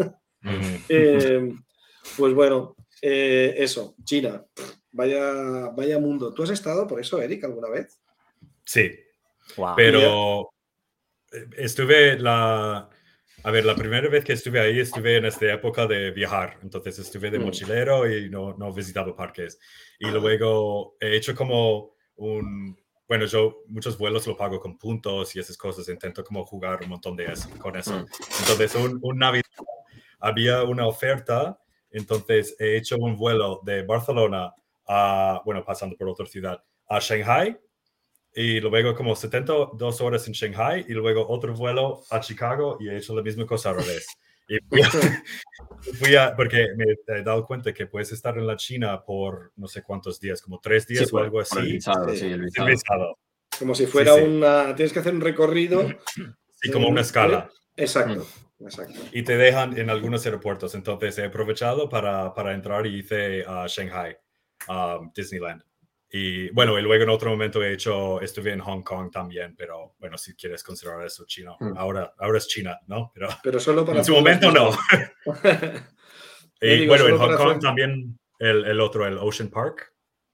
Pues bueno, eso, China. Vaya mundo. ¿Tú has estado por eso, Eric, alguna vez? Sí. Wow. Pero estuve la primera vez que estuve ahí, estuve en esta época de viajar. Entonces estuve de mochilero y no visitaba parques. Y luego he hecho como bueno, yo muchos vuelos lo pago con puntos y esas cosas. Intento como jugar un montón de eso, con eso. Entonces, un Navidad había una oferta. Entonces, he hecho un vuelo de Barcelona pasando por otra ciudad, a Shanghai. Y luego como 72 horas en Shanghai. Y luego otro vuelo a Chicago. Y he hecho la misma cosa al revés. Y porque me he dado cuenta que puedes estar en la China por no sé cuántos días, como 3 días o algo así. El visado. Como si fuera tienes que hacer un recorrido. Sí, como una escala. Exacto. Y te dejan en algunos aeropuertos. Entonces he aprovechado para entrar y hice a Shanghai, Disneyland. Y bueno, y luego en otro momento estuve en Hong Kong también, pero bueno, si quieres considerar eso China. Ahora es China, ¿no? Pero solo para en su momento no. Y bueno, en Hong Kong también el otro, el Ocean Park.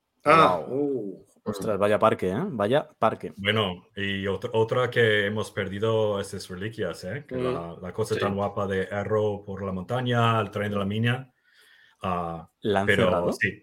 Ostras, vaya parque, ¿eh? Vaya parque. Bueno, y otra que hemos perdido esas reliquias, ¿eh? Que la cosa tan guapa de Arrow por la montaña, el tren de la mina. ¿La han pero cerrado? Sí.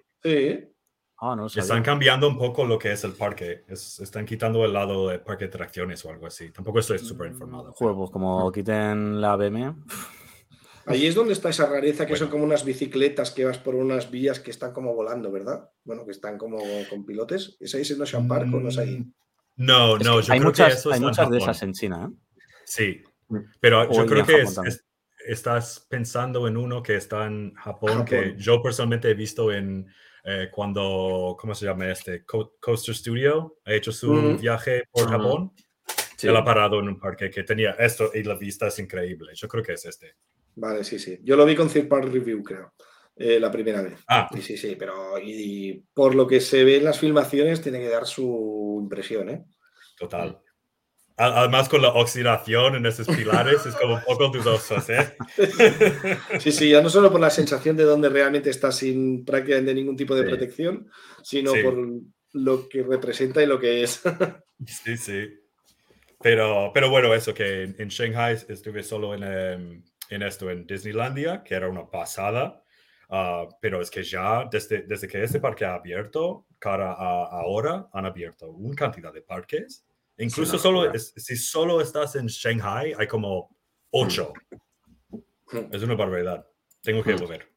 No sabía. Están cambiando un poco lo que es el parque. Están quitando el lado de parque de atracciones o algo así. Tampoco estoy súper informado. Joder, pues como quiten la BM... Ahí es donde está esa rareza, que son como unas bicicletas que vas por unas vías que están como volando, ¿verdad? Bueno, que están como con pilotes. ¿Es ahí en Ocean Park o no es ahí? No, yo hay creo muchas, que eso hay está muchas en de Japón. esas en China, ¿eh? Sí, pero yo creo que estás pensando en uno que está en Japón. Que yo personalmente he visto en cuando, ¿cómo se llama este? Coaster Studio ha hecho su viaje por Japón. Sí. Él ha parado en un parque que tenía esto y la vista es increíble. Yo creo que es este. Vale, sí. Yo lo vi con Third Party Review, creo, la primera vez. Sí, pero y por lo que se ve en las filmaciones tiene que dar su impresión, ¿eh? Total. Además, con la oxidación en esos pilares es como un poco dudosos, ¿eh? Sí, ya no solo por la sensación de donde realmente está sin prácticamente ningún tipo de protección, sino por lo que representa y lo que es. Sí. Pero bueno, eso que en Shanghai estuve solo en Disneylandia, que era una pasada. Pero es que ya desde que este parque ha abierto, cara a ahora, han abierto una cantidad de parques. Incluso si solo estás en Shanghai, hay como 8. Es una barbaridad. Tengo que volver.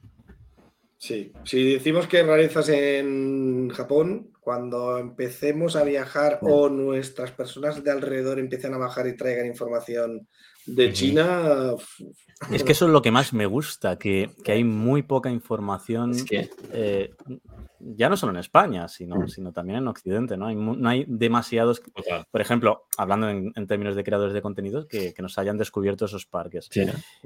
Sí, si decimos que rarezas en Japón, cuando empecemos a viajar o nuestras personas de alrededor empiezan a bajar y traigan información de China... Es que eso es lo que más me gusta, que hay muy poca información, ya no solo en España, sino también en Occidente, ¿no? No hay demasiados, por ejemplo, hablando en términos de creadores de contenidos, que nos hayan descubierto esos parques. Sí.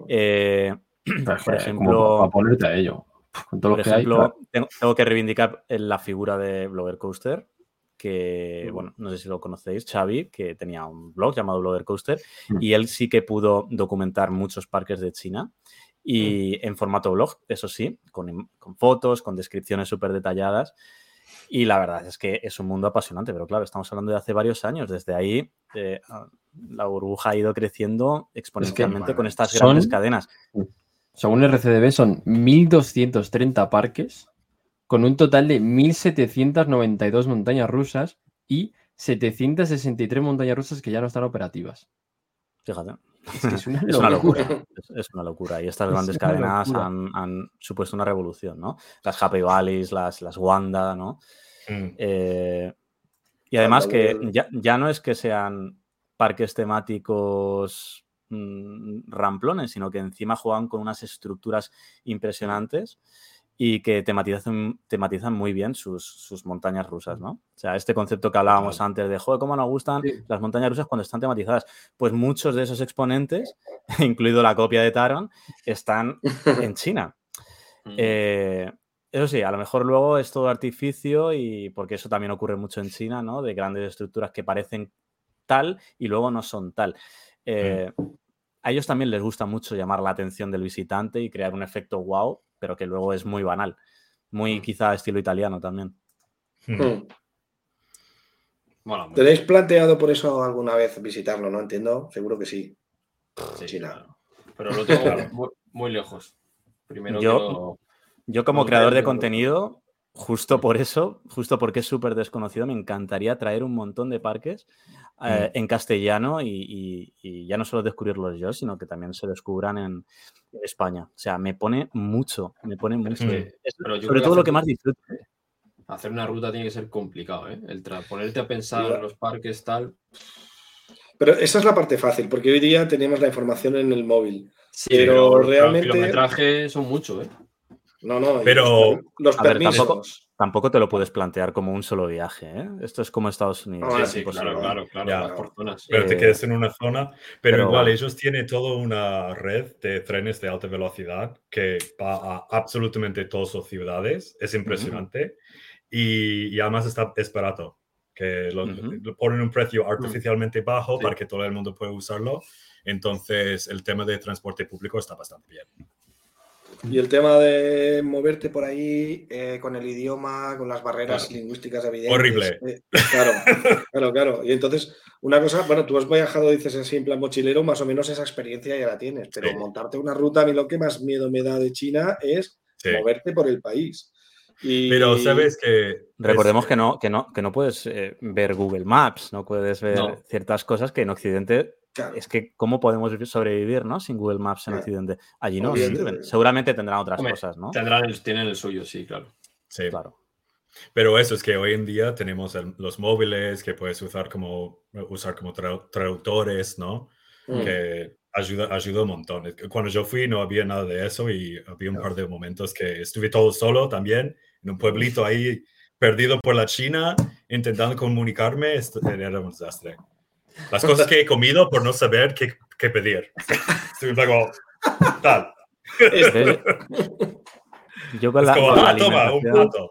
Por ejemplo... Para ponerte a ello. Por ejemplo, tengo que reivindicar la figura de Blogger Coaster, que, bueno, no sé si lo conocéis, Xavi, que tenía un blog llamado Blogger Coaster, y él sí que pudo documentar muchos parques de China, y en formato blog, eso sí, con fotos, con descripciones súper detalladas, y la verdad es que es un mundo apasionante, pero claro, estamos hablando de hace varios años. Desde ahí, la burbuja ha ido creciendo exponencialmente con estas grandes cadenas. Según RCDB, son 1.230 parques con un total de 1.792 montañas rusas y 763 montañas rusas que ya no están operativas. Fíjate. Es que es una locura. Es una locura. Y estas grandes cadenas han supuesto una revolución, ¿no? Las Happy Valleys, las Wanda, ¿no? Y además que ya no es que sean parques temáticos ramplones, sino que encima juegan con unas estructuras impresionantes y que tematizan muy bien sus montañas rusas, ¿no? O sea, este concepto que hablábamos antes de, joder, cómo nos gustan las montañas rusas cuando están tematizadas. Pues muchos de esos exponentes, incluido la copia de Taron, están en China. Eso sí, a lo mejor luego es todo artificio, y porque eso también ocurre mucho en China, ¿no? De grandes estructuras que parecen tal y luego no son tal. A ellos también les gusta mucho llamar la atención del visitante y crear un efecto wow, pero que luego es muy banal. Muy quizá estilo italiano también. Bueno, ¿tenéis planteado por eso alguna vez visitarlo, no? Entiendo, seguro que sí. China. Claro. Pero lo tengo muy lejos. Primero yo como creador de contenido, justo por eso, justo porque es súper desconocido, me encantaría traer un montón de parques en castellano y ya no solo descubrirlos yo, sino que también se descubran en España. O sea, me pone mucho. Pero sobre todo lo que más disfruto. Hacer una ruta tiene que ser complicado, ¿eh? Ponerte a pensar en los parques, tal... Pero esa es la parte fácil, porque hoy día tenemos la información en el móvil. Sí, pero realmente... El kilometraje son mucho, ¿eh? No, pero los permisos. Tampoco te lo puedes plantear como un solo viaje, ¿eh? Esto es como Estados Unidos. Sí, claro. Por zonas. Pero te quedas en una zona. Pero igual ellos tienen toda una red de trenes de alta velocidad que va a absolutamente todas las ciudades. Es impresionante. Y además es barato. Que lo ponen un precio artificialmente bajo para que todo el mundo pueda usarlo. Entonces, el tema de transporte público está bastante bien. Y el tema de moverte por ahí con el idioma, con las barreras lingüísticas evidentes. Horrible. Claro. Y entonces, una cosa, bueno, tú has viajado, dices así, en plan mochilero, más o menos esa experiencia ya la tienes, pero montarte una ruta, a mí lo que más miedo me da de China es moverte por el país. Pero sabes que... Recordemos que no puedes ver Google Maps, no puedes ver ciertas cosas que en Occidente... Claro. Es que, ¿cómo podemos sobrevivir, ¿no? Sin Google Maps en Occidente? Allí no sirven. Seguramente tendrán otras cosas, ¿no? Tienen el suyo, sí, claro. Sí. Claro. Pero eso es que hoy en día tenemos los móviles que puedes usar como traductores, ¿no? Que ayuda un montón. Cuando yo fui no había nada de eso y había un par de momentos que estuve todo solo también, en un pueblito ahí perdido por la China, intentando comunicarme. Era un desastre. Las cosas que he comido por no saber qué pedir. Estoy como, tal. Yo con toma, un plato.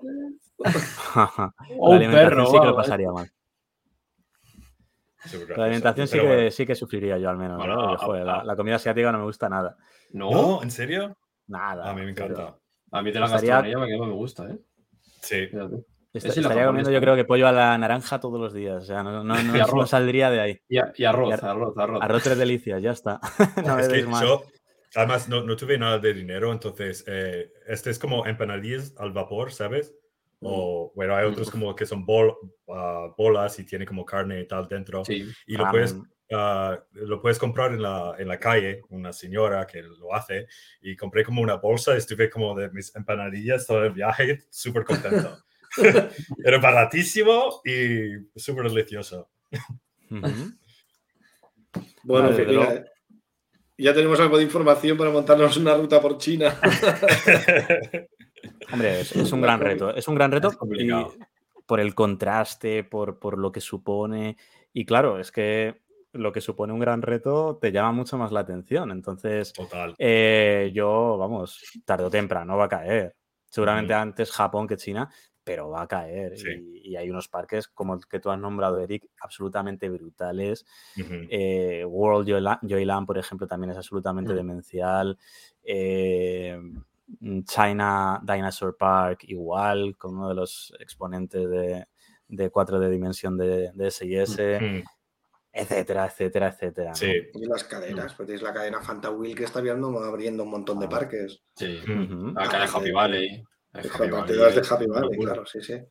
La alimentación sí que lo pasaría mal. La alimentación sí que sufriría yo al menos. Bueno, joder, la comida asiática no me gusta nada. ¿No? ¿En serio? Nada. A mí me encanta. A mí de la gastronomía no me gusta, ¿eh? Sí. Estaría comiendo yo creo que pollo a la naranja todos los días. O sea, no saldría de ahí. Y arroz. Arroz 3 delicias, ya está. No es que yo, además, no tuve nada de dinero, entonces, este es como empanadillas al vapor, ¿sabes? O, bueno, hay otros como que son bolas y tiene como carne y tal dentro. Sí. Y lo puedes comprar en la calle, una señora que lo hace, y compré como una bolsa, estuve como de mis empanadillas todo el viaje, súper contento. Era baratísimo y súper delicioso. Bueno, mira, ya tenemos algo de información para montarnos una ruta por China. Hombre, es un gran reto. Es un gran reto y por el contraste, por lo que supone. Y claro, es que lo que supone un gran reto te llama mucho más la atención. Entonces, total. Tarde o temprano va a caer. Seguramente antes Japón que China, pero va a caer. Sí. Y hay unos parques como el que tú has nombrado, Eric, absolutamente brutales. World Joyland, por ejemplo, también es absolutamente demencial. China Dinosaur Park igual, con uno de los exponentes de 4D dimensión de SIS, etcétera. Sí. ¿No? Y las cadenas, pues tienes la cadena Fantawheel que está abriendo un montón de parques. Sí. La cadena Happy Valley. Aparte de las de Happy Valley, claro, sí. Sí,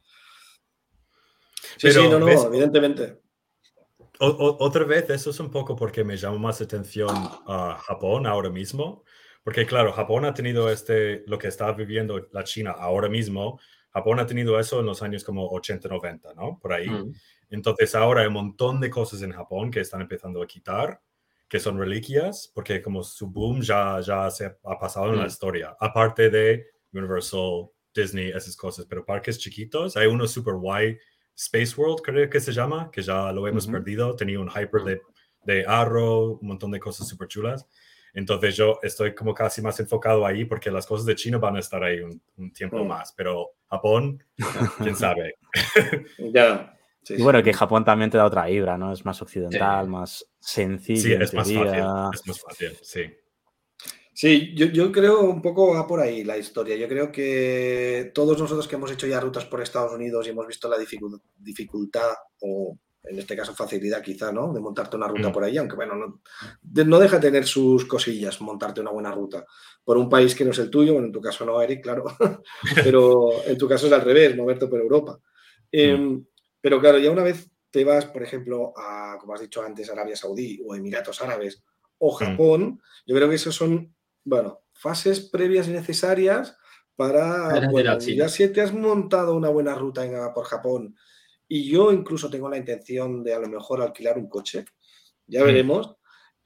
pero, no, evidentemente. Otra vez, eso es un poco porque me llama más atención a Japón ahora mismo. Porque, claro, Japón ha tenido lo que está viviendo la China ahora mismo. Japón ha tenido eso en los años como 80, 90, ¿no? Por ahí. Entonces, ahora hay un montón de cosas en Japón que están empezando a quitar, que son reliquias, porque como su boom ya se ha pasado en la historia. Aparte de Universal, Disney, esas cosas. Pero parques chiquitos, hay uno super guay, Space World, creo que se llama, que ya lo hemos perdido. Tenía un hyper de Arrow, un montón de cosas súper chulas. Entonces yo estoy como casi más enfocado ahí porque las cosas de China van a estar ahí un tiempo más. Pero Japón, quién sabe. Ya. Sí, y bueno, que Japón también te da otra vibra, ¿no? Es más occidental, más sencillo. Sí, es más fácil, sí. Sí, yo creo un poco va por ahí la historia. Yo creo que todos nosotros que hemos hecho ya rutas por Estados Unidos y hemos visto la dificultad o en este caso facilidad quizá, ¿no? De montarte una ruta por ahí, aunque bueno, no deja de tener sus cosillas montarte una buena ruta por un país que no es el tuyo, bueno, en tu caso no, Eric, claro, pero en tu caso es al revés, moverte por Europa. Pero claro, ya una vez te vas, por ejemplo, a, como has dicho antes, Arabia Saudí o Emiratos Árabes o Japón, yo creo que esos son, bueno, fases previas y necesarias para, bueno, ya si te has montado una buena ruta por Japón y yo incluso tengo la intención de a lo mejor alquilar un coche, ya veremos.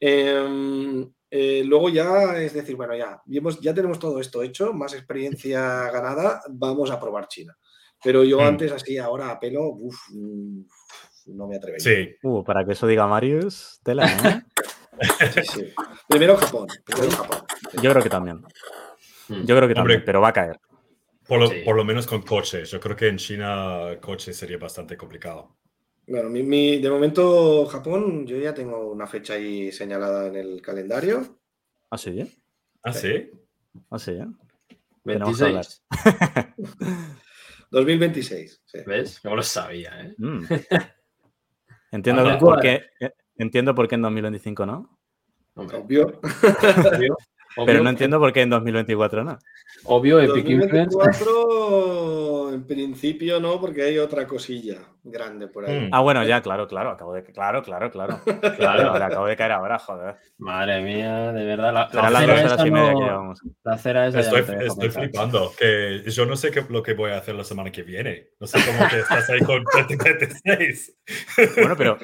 Luego ya es decir, bueno, ya tenemos todo esto hecho, más experiencia ganada, vamos a probar China. Pero yo antes, así, ahora a pelo, no me atrevería. Sí. Para que eso diga Marius, tela, ¿eh? Sí. Primero Japón. Yo creo que también. Hombre, pero va a caer. Por lo menos con coches. Yo creo que en China coche sería bastante complicado. Bueno, de momento Japón, yo ya tengo una fecha ahí señalada en el calendario. ¿Ah, sí? ¿Ah, sí? Ah, sí, ¿eh? Tenemos 26. 2026. Sí. ¿Ves? Como lo sabía, ¿eh? Entiendo por qué en 2025 no. Hombre, Obvio. Pero no entiendo por qué en 2024 no. Obvio, Epic Influence. 2024 en principio no, porque hay otra cosilla grande por ahí. Ah, bueno, ya, claro. Claro. Vale, acabo de caer ahora, joder. Madre mía, de verdad. La Serán las 2 horas y media que llevamos. La cera esa ya Estoy flipando, que yo no sé lo que voy a hacer la semana que viene. No sé cómo que estás ahí con 2026. Bueno, pero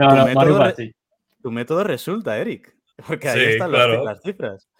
tu método resulta, Eric. Porque ahí están las cifras.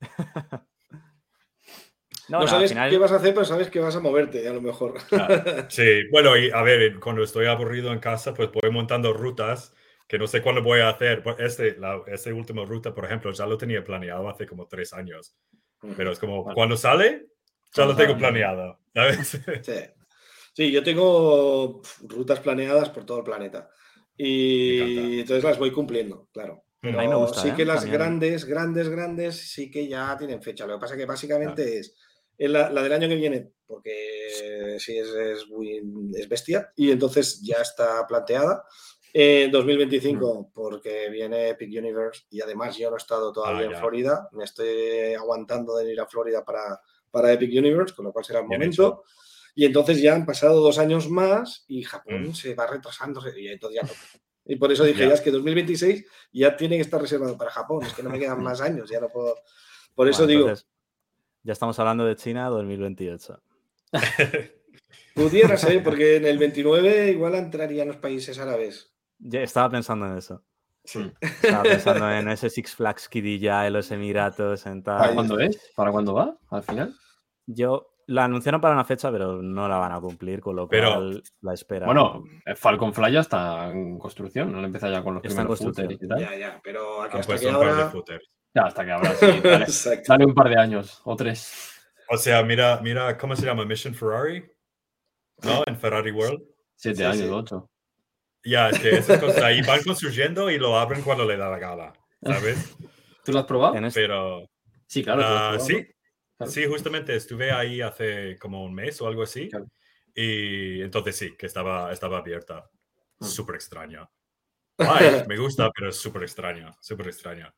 No sabes qué vas a hacer, pero sabes que vas a moverte, a lo mejor. Claro. Sí, bueno, y a ver, cuando estoy aburrido en casa, pues voy montando rutas que no sé cuándo voy a hacer. Este última ruta, por ejemplo, ya lo tenía planeado hace como 3 años. Pero es como, cuando sale, ya lo tengo planeado, ¿sabes? Sí, yo tengo rutas planeadas por todo el planeta. Y entonces las voy cumpliendo, claro. Pero a mí me gusta, sí que las también. grandes, sí que ya tienen fecha. Lo que pasa es que básicamente es la del año que viene, porque sí es bestia, y entonces ya está planteada. 2025, porque viene Epic Universe, y además yo no he estado todavía en Florida. Me estoy aguantando de ir a Florida para Epic Universe, con lo cual será el momento. Y entonces ya han pasado 2 años más y Japón se va retrasando. Y entonces ya no. Y por eso dije, ya es que 2026 ya tiene que estar reservado para Japón. Es que no me quedan más años, ya no puedo. Por eso digo. Entonces, ya estamos hablando de China 2028. Pudiera ser, porque en el 29 igual entrarían los países árabes. Ya estaba pensando en eso. Sí. Estaba pensando en ese Six Flags Qiddiya en los Emiratos, en tal. ¿Para cuándo es? ¿Para cuándo va, al final? La anunciaron para una fecha, pero no la van a cumplir, con lo cual la espera. Bueno, Falcon Fly ya está en construcción, no empieza ya con los primeros footers y tal. Ya, pero hasta pues que ahora... Ya, hasta que ahora sí. Dale un par de años o 3. O sea, mira, ¿cómo se llama? Mission Ferrari, ¿no? En Ferrari World. 7 años, 8. Ya, es que esas cosas ahí van construyendo y lo abren cuando le da la gana, ¿sabes? ¿Tú lo has probado? Pero... Sí, claro. Sí. Claro. Sí, justamente estuve ahí hace como un mes o algo así. Claro. Y entonces sí, que estaba abierta. Súper extraña. Ay, me gusta, pero es súper extraña. Súper extraña.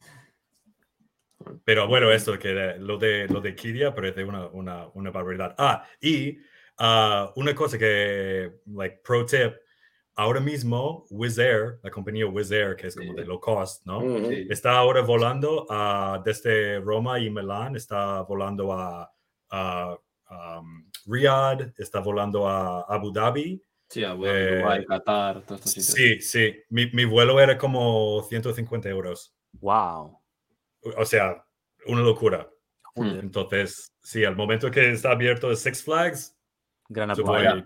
Pero bueno, esto, que lo de Qiddiya parece una barbaridad. Y una cosa que, like, pro tip, ahora mismo Wizz Air, la compañía Wizz Air, que es como de low cost, ¿no? Está ahora volando desde Roma y Milán, está volando a Riyadh, está volando a Abu Dhabi. Sí, Abu Dhabi, Dubái, Qatar, todos estos sitios. Sí. Mi vuelo era como 150 euros. ¡Wow! O sea, una locura. Entonces, sí, al momento que está abierto de Six Flags, gran apoyo.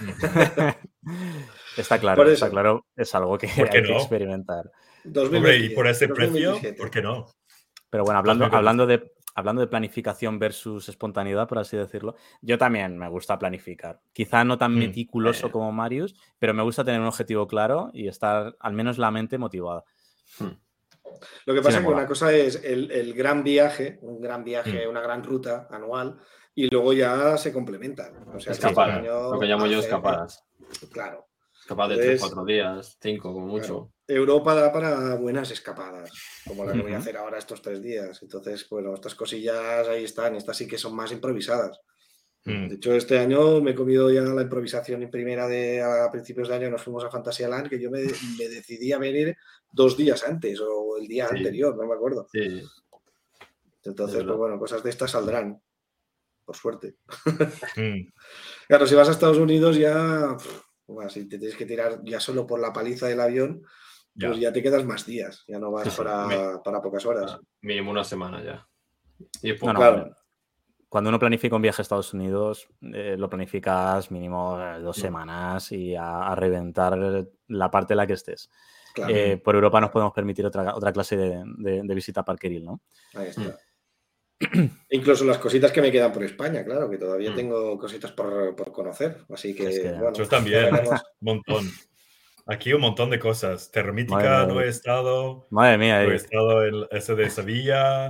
Está claro, es algo que hay que experimentar. 2020, hombre, y por ese 2027. Precio, ¿por qué no? Pero bueno, hablando de planificación versus espontaneidad, por así decirlo, yo también me gusta planificar. Quizá no tan meticuloso como Marius, pero me gusta tener un objetivo claro y estar al menos la mente motivada. Lo que pasa es que una cosa es el gran viaje, una gran ruta anual, y luego ya se complementan. O sea, escapadas, lo que llamo yo escapadas. Claro. Escapadas de 3-4 días, 5 como mucho. Claro. Europa da para buenas escapadas, como la que voy a hacer ahora estos 3 días. Entonces, bueno, estas cosillas ahí están, estas sí que son más improvisadas. De hecho, este año me he comido ya la improvisación en primera a principios de año nos fuimos a Fantasyland, que yo me decidí a venir 2 días antes o el día anterior, no me acuerdo. Sí. Entonces, pues bueno, cosas de estas saldrán, por suerte. Claro, si vas a Estados Unidos ya, bueno, si te tienes que tirar ya solo por la paliza del avión, pues ya te quedas más días, ya no vas para pocas horas. Mínimo una semana ya. Y claro. Cuando uno planifica un viaje a Estados Unidos, lo planificas mínimo 2 semanas y a reventar la parte en la que estés. Claro. Por Europa nos podemos permitir otra clase de visita parkeril, ¿no? Ahí está. Incluso las cositas que me quedan por España, claro, que todavía tengo cositas por conocer. Así que bueno. Yo también, un montón. Aquí un montón de cosas. Termítica no he estado. Madre mía. No he estado en ese de Sevilla.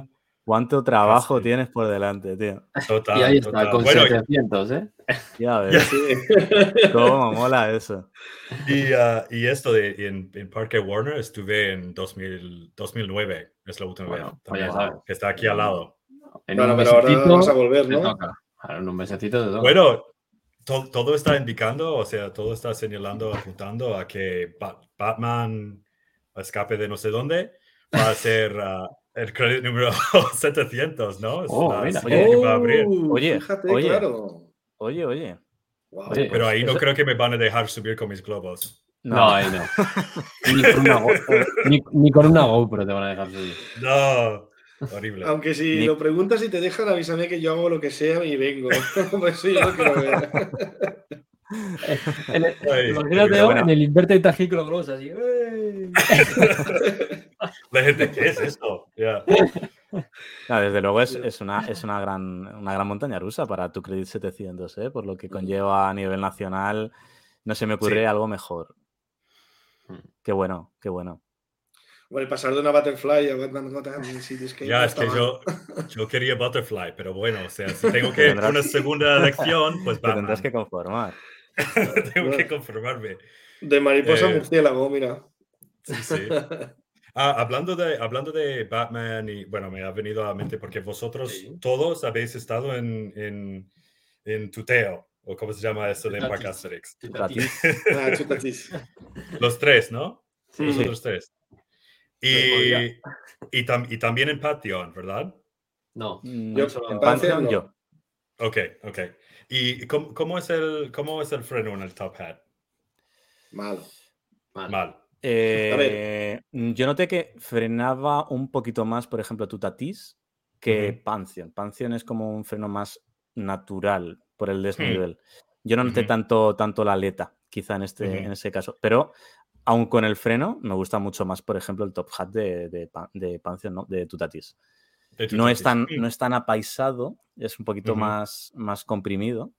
¿Cuánto trabajo tienes por delante, tío? Total, Y ahí está, total. con Bueno, 700, ¿eh? Ya ves. Cómo mola eso. y esto en Parque Warner estuve en 2009, es la última vez. Bueno, pues También, ya sabes. que está aquí al lado. En Bueno, un pero ahora mesecito vas a volver, te ¿no? toca. Ahora en un mesecito te toca. Bueno, todo está indicando, o sea, todo está señalando, apuntando a que Batman Escape de no sé dónde va a ser el crédito número 700, ¿no? Es Oh, la mira. siguiente que va a abrir. Oye, Fíjate, oye. claro. Oye. Wow. Oye, Pero ahí no eso- creo que me van a dejar subir con mis globos. No, ahí no. Ni con una GoPro te van a dejar subir. No, horrible. Aunque si Ni- lo preguntas y te dejan, avísame que yo hago lo que sea y vengo. Pues sí, yo lo quiero ver. Ay, Imagínate pero bueno. en el inverter Tají con los globos así. ¡ey! La gente, ¿qué es esto? Ya. No, desde luego es una gran montaña rusa para tu Credit 700, ¿eh? Por lo que conlleva a nivel nacional, no se me ocurre Sí. algo mejor. Qué bueno, qué bueno. Bueno, pasar de una Butterfly a Batman Gotham Cityscape. Ya, no es está que mal. yo quería Butterfly, pero bueno, o sea, si tengo que tendrás- una segunda elección, pues Te tendrás Batman. que conformar. Tengo que Bueno. conformarme. De mariposa a Eh, murciélago, mira. Sí. Hablando de Batman, y bueno, me ha venido a la mente porque vosotros Sí. todos habéis estado en tuteo, o cómo se llama eso de Parque Tutatis. Asterix. Tutatis. Ah, chutatis. Los tres, ¿no? Sí, Vosotros tres. Memoria. Y también en Pantheon, ¿verdad? No. Yo, solo- En Pantheon Pantheon, no. yo. Ok. ¿Y cómo es el freno en el Top Hat? Malo. Mal. Yo noté que frenaba un poquito más, por ejemplo, Tutatis que Ujú. Pantheon. Pantheon es como un freno más natural por el Hmm. desnivel. Yo no noté Ujú. tanto la aleta, quizá en Ujú. ese caso. Pero aun con el freno, me gusta mucho más, por ejemplo, el top hat de Pantheon, ¿no? De Tutatis. De No es Tutatis. tan apaisado, es un poquito Ujú. más comprimido.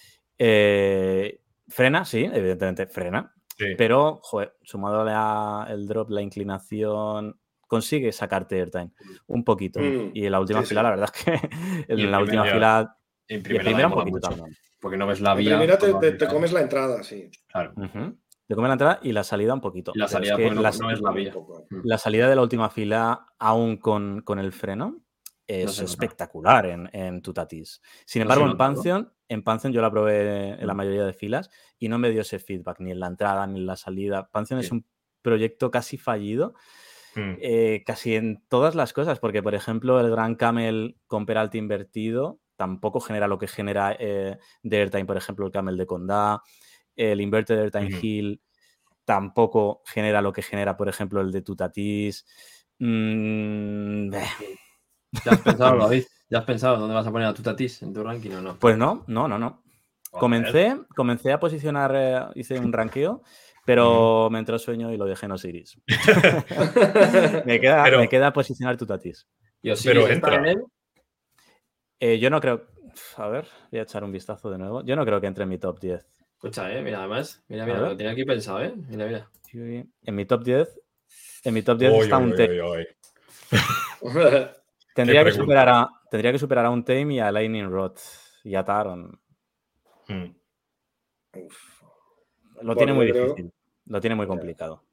Frena, sí, evidentemente frena. Sí. Pero, joder, sumado el drop, la inclinación, consigue sacarte airtime un poquito. Y en la última Sí, fila, sí. la verdad es que Y en la última ya. fila En y en primera primera un mola poquito mucho. también. Porque no ves la En vía. primera pues vas te mirando. comes la entrada, sí. Claro. Ujú. Te come la entrada y la salida un poquito. Y la Pero salida, es que porque no ves la Un vía. poco. la salida de la última fila, aún con el freno, es No se nota. espectacular en Tutatis. Sin No embargo, se nota, ¿no? en Pantheon yo la probé en la mayoría de filas y no me dio ese feedback, ni en la entrada ni en la salida. Pantheon Sí. es un proyecto casi fallido, Hmm. casi en todas las cosas, porque, por ejemplo, el Gran Camel con Peralta invertido tampoco genera lo que genera de Airtime, por ejemplo, el Camel de Condá, el Inverted Airtime Ujú. Hill tampoco genera lo que genera, por ejemplo, el de Tutatis. ¿Ya has pensado, David? ¿Ya has pensado dónde vas a poner a Tutatis en tu ranking o no? Pues no. Joder. Comencé a posicionar, hice un ranqueo, pero me entró sueño y lo dejé en Osiris. me queda posicionar Tutatis. ¿Y Osiris Pero está en entra. él? Yo no creo... A ver, voy a echar un vistazo de nuevo. Yo no creo que entre en mi top 10. Escucha, mira, además. Mira, A lo ver. tenía aquí pensado, Mira. En mi top 10... Oy, está un oy, Tame. oy, oy. Tendría que pregunta. superar a un Tame y a Lightning Rod y a Taron. Hmm. Lo Bueno, tiene muy yo creo- difícil. Lo tiene muy complicado.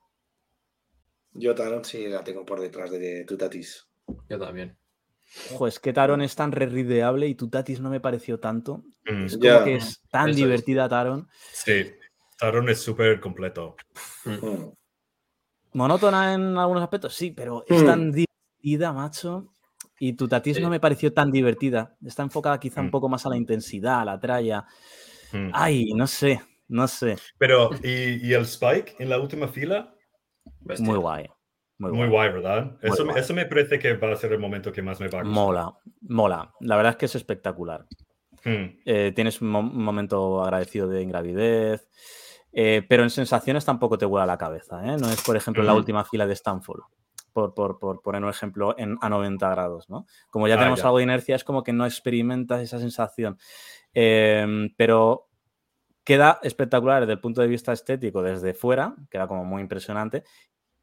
Yo Taron sí la tengo por detrás de Tutatis. Yo también. Ojo, es que Taron es tan re-rideable y Tutatis no me pareció tanto. Hmm. Es como Ya. que es tan Eso es. divertida Taron. Sí, Taron es súper completo. Mm. Monótona en algunos aspectos, sí, pero es tan divertida, macho. Y Tutatis Sí. no me pareció tan divertida. Está enfocada quizá un Mm. poco más a la intensidad, a la tralla. Hmm. Ay, no sé. Pero, ¿y el Spike en la última fila? Bestia. Muy guay. Muy guay, ¿verdad? Muy Eso, guay. eso me parece que va a ser el momento que más me va a gustar. Mola. La verdad es que es espectacular. Hmm. Tienes un momento agradecido de ingravidez, pero en sensaciones tampoco te vuela la cabeza, ¿eh? No es, por ejemplo, en la última fila de Stanford, por poner un ejemplo a 90 grados, ¿no? Como ya tenemos algo de inercia, es como que no experimentas esa sensación. Pero queda espectacular desde el punto de vista estético desde fuera, queda como muy impresionante.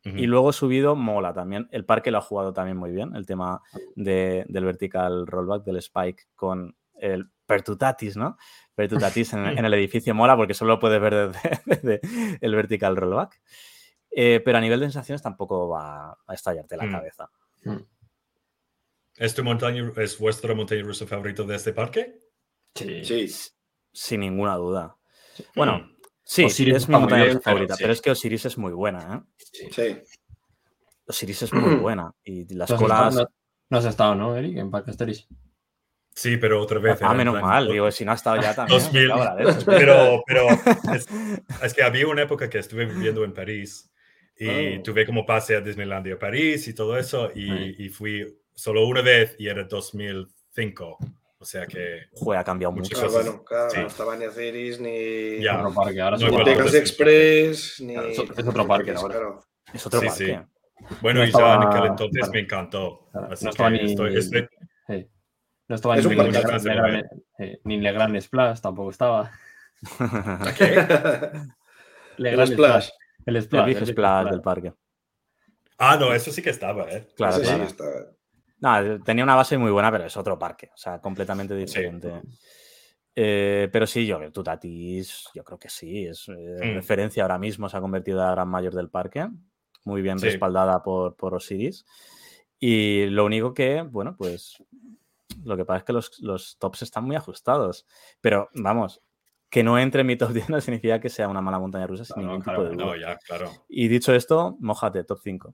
Y luego subido mola también. El parque lo ha jugado también muy bien. El tema del vertical rollback, del spike con el Pertutatis, ¿no? Pertutatis en el edificio mola porque solo lo puedes ver desde el vertical rollback. Pero a nivel de sensaciones tampoco va a estallarte la cabeza. ¿Es vuestra montaña rusa favorito de este parque? Sí. Sin ninguna duda. Bueno, sí, Osiris es mi montaña rusa favorita, sí. pero es que Osiris es muy buena, ¿eh? Sí. Osiris es muy buena. Y las ¿No colas... No has estado, ¿no, Eric, en Parque Asterix? Sí, pero otra vez. Menos mal. Digo, si no ha estado ya también. 2000. Pero es que había una época que estuve viviendo en París y tuve como pase a Disneylandia París y todo eso y fui solo una vez y era 2005. O sea que... ha cambiado mucho. Bueno, claro, no estaba ni Osiris ni... Ya. Otro parque. Ahora ni Pegasus Express, ni... Claro, es otro parque ahora. Claro. Es otro parque. Sí. Bueno, No y estaba... ya en aquel entonces me encantó. Así no estaba que ni... No estaba Es ni Legrand Splash, tampoco estaba. ¿Qué? El Splash. El Splash. El Big Splash del parque. No, eso sí que estaba, ¿eh? Claro, Ese claro. sí estaba. No, tenía una base muy buena, pero es otro parque. O sea, completamente diferente. Sí. Pero sí, Pertutatis, yo creo que sí. Es referencia ahora mismo. Se ha convertido en la gran mayor del parque. Muy bien respaldada por Osiris. Y lo único que, bueno, pues... Lo que pasa es que los tops están muy ajustados. Pero, vamos, que no entre en mi top 10 no significa que sea una mala montaña rusa sin ningún tipo de duda. No, ya, claro. Y dicho esto, mójate, top 5.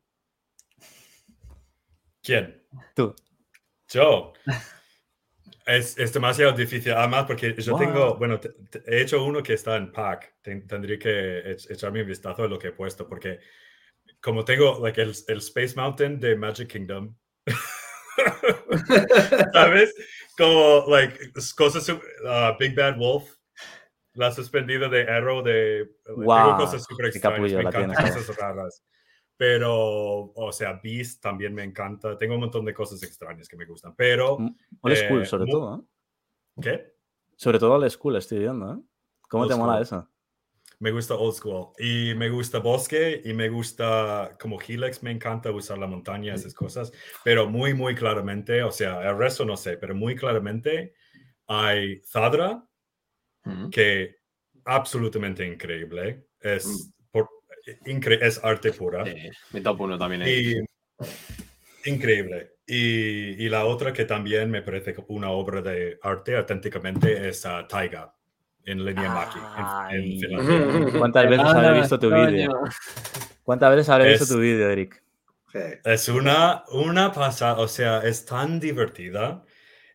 ¿Quién? Tú. Yo. Es demasiado difícil. Además, porque yo tengo... Bueno, he hecho uno que está en pack. Tendría que echarme un vistazo a lo que he puesto. Porque como tengo el Space Mountain de Magic Kingdom... ¿Sabes? Como, cosas... Big Bad Wolf. La suspendida de Arrow de... Tengo cosas súper extrañas. Me encantan cosas raras. Pero, o sea, Beast también me encanta. Tengo un montón de cosas extrañas que me gustan. Pero... Old School, sobre todo, ¿eh? ¿Qué? Sobre todo Old School, estoy viendo, ¿eh? ¿Cómo te mola eso? Me gusta Old School. Y me gusta Bosque. Y me gusta... Como Helix, me encanta usar la montaña, esas cosas. Pero muy, muy claramente... O sea, el resto no sé. Pero muy claramente hay Zadra, que absolutamente increíble. Es arte pura. Mi top 1 también es. Increíble. Y la otra que también me parece una obra de arte auténticamente es Taiga, en Leniemäki, en Finlandia. ¿Cuántas veces habré visto tu vídeo? ¿Cuántas veces habré visto tu vídeo, Eric? Es una pasada, o sea, es tan divertida.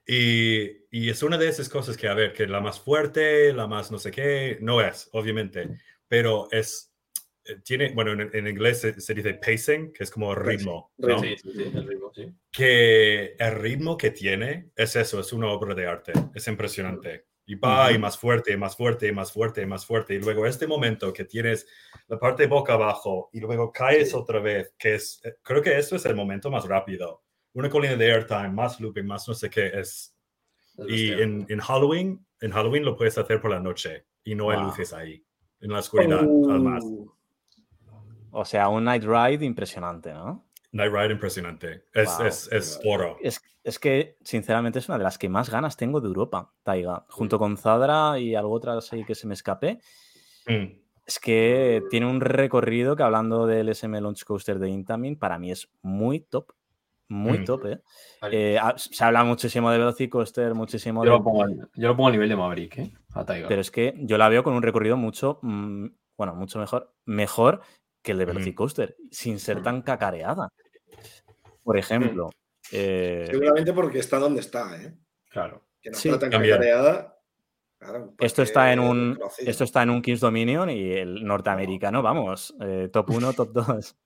Y es una de esas cosas que, a ver, que la más fuerte, la más no sé qué, no es, obviamente, pero tiene, bueno, en inglés se dice pacing, que es como ritmo, ¿no? Sí, el ritmo, sí. Que el ritmo que tiene es eso, es una obra de arte, es impresionante. Y va y más fuerte, y más fuerte, y más fuerte, y más fuerte. Y luego este momento que tienes la parte boca abajo y luego caes otra vez, que es, creo que eso es el momento más rápido. Una colina de airtime, más looping, más no sé qué es. Y en Halloween lo puedes hacer por la noche y no hay luces ahí, en la oscuridad, además. O sea, un night ride impresionante, ¿no? Night ride impresionante. Es oro. Es que, sinceramente, es una de las que más ganas tengo de Europa, Taiga. Junto con Zadra y algo otras ahí que se me escape. Es que tiene un recorrido que, hablando del SM Launch Coaster de Intamin, para mí es muy top. Muy top, ¿eh? Vale. Se habla muchísimo de Velocicoaster, muchísimo yo lo pongo a nivel de Maverick, ¿eh? A Taiga. Pero es que yo la veo con un recorrido mucho mejor que el de Velocicoaster, sin ser tan cacareada. Por ejemplo... Seguramente porque está donde está, ¿eh? Claro. Que no está tan cacareada. Claro, esto está en un Kings Dominion y el norteamericano, vamos, top 1, top 2.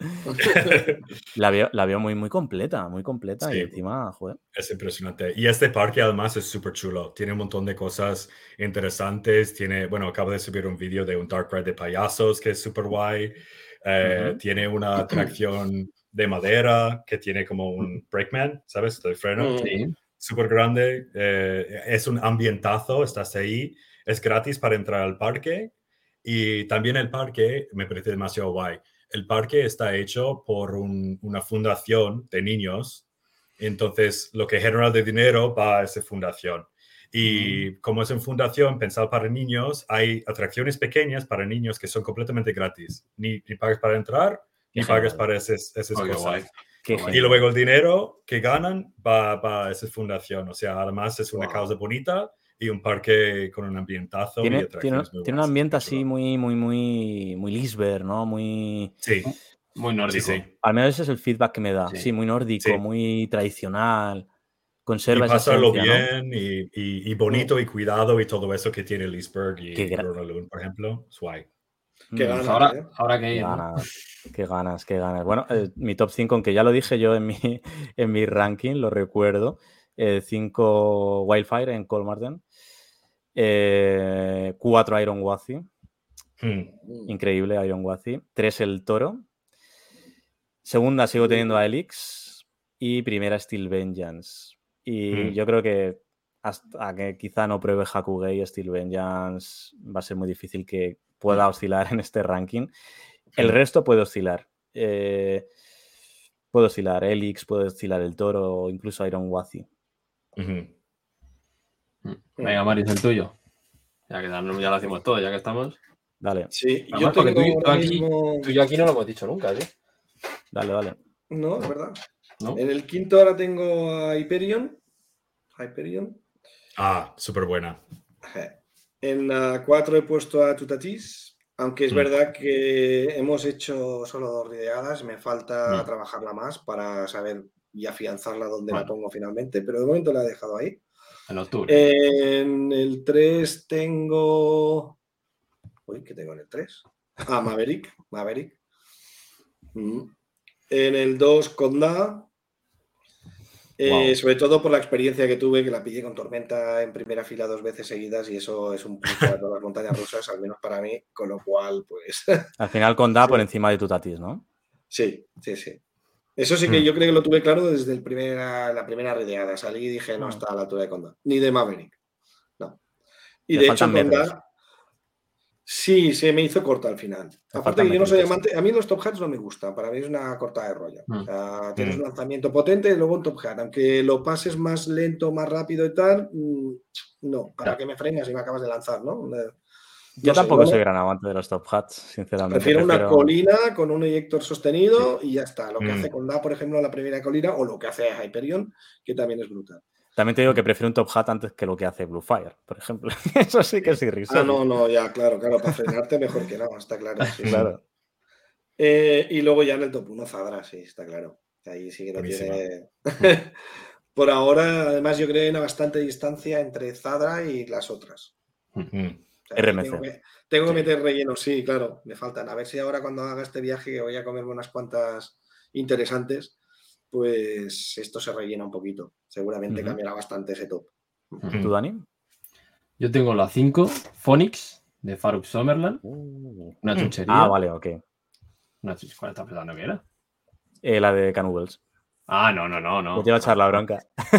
la veo muy, muy completa sí. Y encima, joder. Es impresionante. Y este parque además es súper chulo. Tiene un montón de cosas interesantes. Acabo de subir un vídeo de un dark ride de payasos que es súper guay. Tiene una atracción de madera que tiene como un brakeman, ¿sabes? De freno. Sí. Súper grande, es un ambientazo, estás ahí, es gratis para entrar al parque y también el parque me parece demasiado guay. el parque está hecho por una fundación de niños. Entonces, lo que genera de dinero va a esa fundación. Y como es en fundación pensado para niños, hay atracciones pequeñas para niños que son completamente gratis. Ni pagas para entrar, ni pagas para esas cosas. Y luego el dinero que ganan va a esa fundación. O sea, además es una causa bonita y un parque con un ambientazo. Tiene un ambiente así muy Lisbeth, ¿no? Muy... Sí. Muy nórdico. Sí. Al menos ese es el feedback que me da. Sí, muy nórdico, muy tradicional. Conserva y pasarlo esa esencia, bien, ¿no? y bonito y cuidado y todo eso que tiene Leesburg y Groenalund, por ejemplo. Es guay. Qué ganas, ahora que ir, Qué ganas. Bueno, mi top 5, aunque ya lo dije yo en mi ranking, lo recuerdo. 5 Wildfire en Colmarden. 4 Iron Wazi. Increíble Iron Wazi. 3 el Toro. Segunda sigo teniendo a Elix. Y primera Steel Vengeance. Y yo creo que hasta que quizá no pruebe Hakugei, Steel Vengeance va a ser muy difícil que pueda oscilar en este ranking. El resto puede oscilar. Puede oscilar Elix, puede oscilar el Toro o incluso Iron Wazi. Venga, Maris, el tuyo. Ya lo hacemos todo, ya que estamos. Dale. Sí, además, yo tengo tú y yo aquí no lo hemos dicho nunca, ¿sí? Dale. No, es verdad. ¿No? En el quinto ahora tengo a Hyperion. Ah, súper buena. En la 4 he puesto a Tutatis, aunque es verdad que hemos hecho solo 2 rideadas, me falta trabajarla más para saber y afianzarla donde la pongo finalmente, pero de momento la he dejado ahí. En octubre. En el 3 tengo... Uy, ¿qué tengo en el 3? Ah, Maverick. En el 2, Conda. Sobre todo por la experiencia que tuve, que la pillé con Tormenta en primera fila 2 veces seguidas y eso es un punto para todas las montañas rusas, al menos para mí, con lo cual, pues... Al final Conda por encima de Tutatis, ¿no? Sí. Eso sí que yo creo que lo tuve claro desde la primera rideada. Salí y dije, no está a la altura de Conda, ni de Maverick. No. Y de hecho, Conda... Sí, se me hizo corta al final. Aparte que yo no soy amante, a mí los top hats no me gustan, para mí es una corta de rollo. O sea, tienes un lanzamiento potente y luego un top hat, aunque lo pases más lento, más rápido y tal, no, para que me frenas y me acabas de lanzar, ¿no? Yo tampoco soy gran amante de los top hats, sinceramente. Prefiero una colina con un eyector sostenido y ya está. Lo que hace Conda, por ejemplo, la primera colina, o lo que hace Hyperion, que también es brutal. También te digo que prefiero un top hat antes que lo que hace Bluefire, por ejemplo. Eso sí que es irrisorio. No, ya, claro, para frenarte mejor que nada, está claro. Sí, claro. Y luego ya en el top 1 Zadra, sí, está claro. Ahí sí que no tiene... Por ahora, además, yo creo que hay una bastante distancia entre Zadra y las otras. O sea, RMC. Tengo que meter relleno, sí, claro, me faltan. A ver si ahora cuando haga este viaje, que voy a comerme unas cuantas interesantes, pues esto se rellena un poquito. Seguramente cambiará bastante ese top. ¿Tú, Dani? Yo tengo la 5, Phoenix, de Faruk Summerland. Una chuchería. Ah, vale, ok. ¿Cuál estás pensando que era? La de Canubels. Ah, no. Yo te iba a echar la bronca.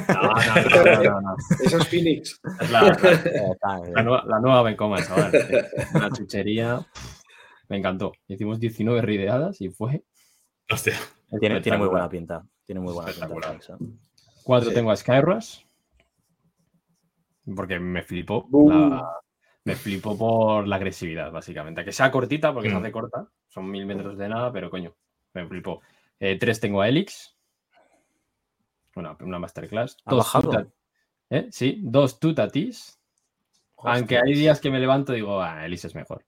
No. Esa es Phoenix. Es la nueva Bencoma, chaval. Una chuchería. Me encantó. Hicimos 19 rideadas y fue... Hostia. Tiene muy buena pinta. Tiene muy buena pinta. 4 tengo a Skyrush. Porque me flipó. Me flipó por la agresividad, básicamente. Que sea cortita, porque se hace corta. Son 1000 metros de nada, pero coño, me flipó. 3 tengo a Elix. Una masterclass. ¿Ha bajado? Sí, 2 Tutatis. Aunque hay días que me levanto y digo, Elix es mejor.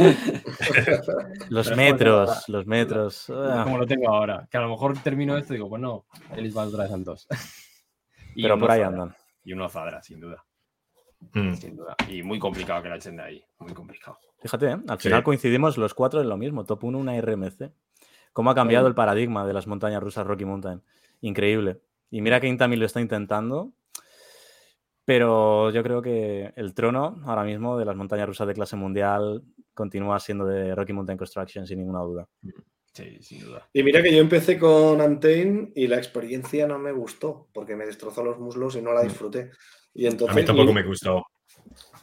Los metros. Como lo tengo ahora. Que a lo mejor termino esto y digo, pues no, Elix va otra vez en 2. Pero por ahí andan. Y uno Zadra, sin duda. Sin duda. Y muy complicado que la echen de ahí. Muy complicado. Fíjate, al final coincidimos los 4 en lo mismo. Top 1, una RMC. ¿Cómo ha cambiado el paradigma de las montañas rusas Rocky Mountain? Increíble. Y mira que Intami lo está intentando. Pero yo creo que el trono ahora mismo de las montañas rusas de clase mundial continúa siendo de Rocky Mountain Construction sin ninguna duda. Sí, sin duda. Y mira que yo empecé con Antane y la experiencia no me gustó porque me destrozó los muslos y no la disfruté. Y entonces, a mí tampoco me gustó.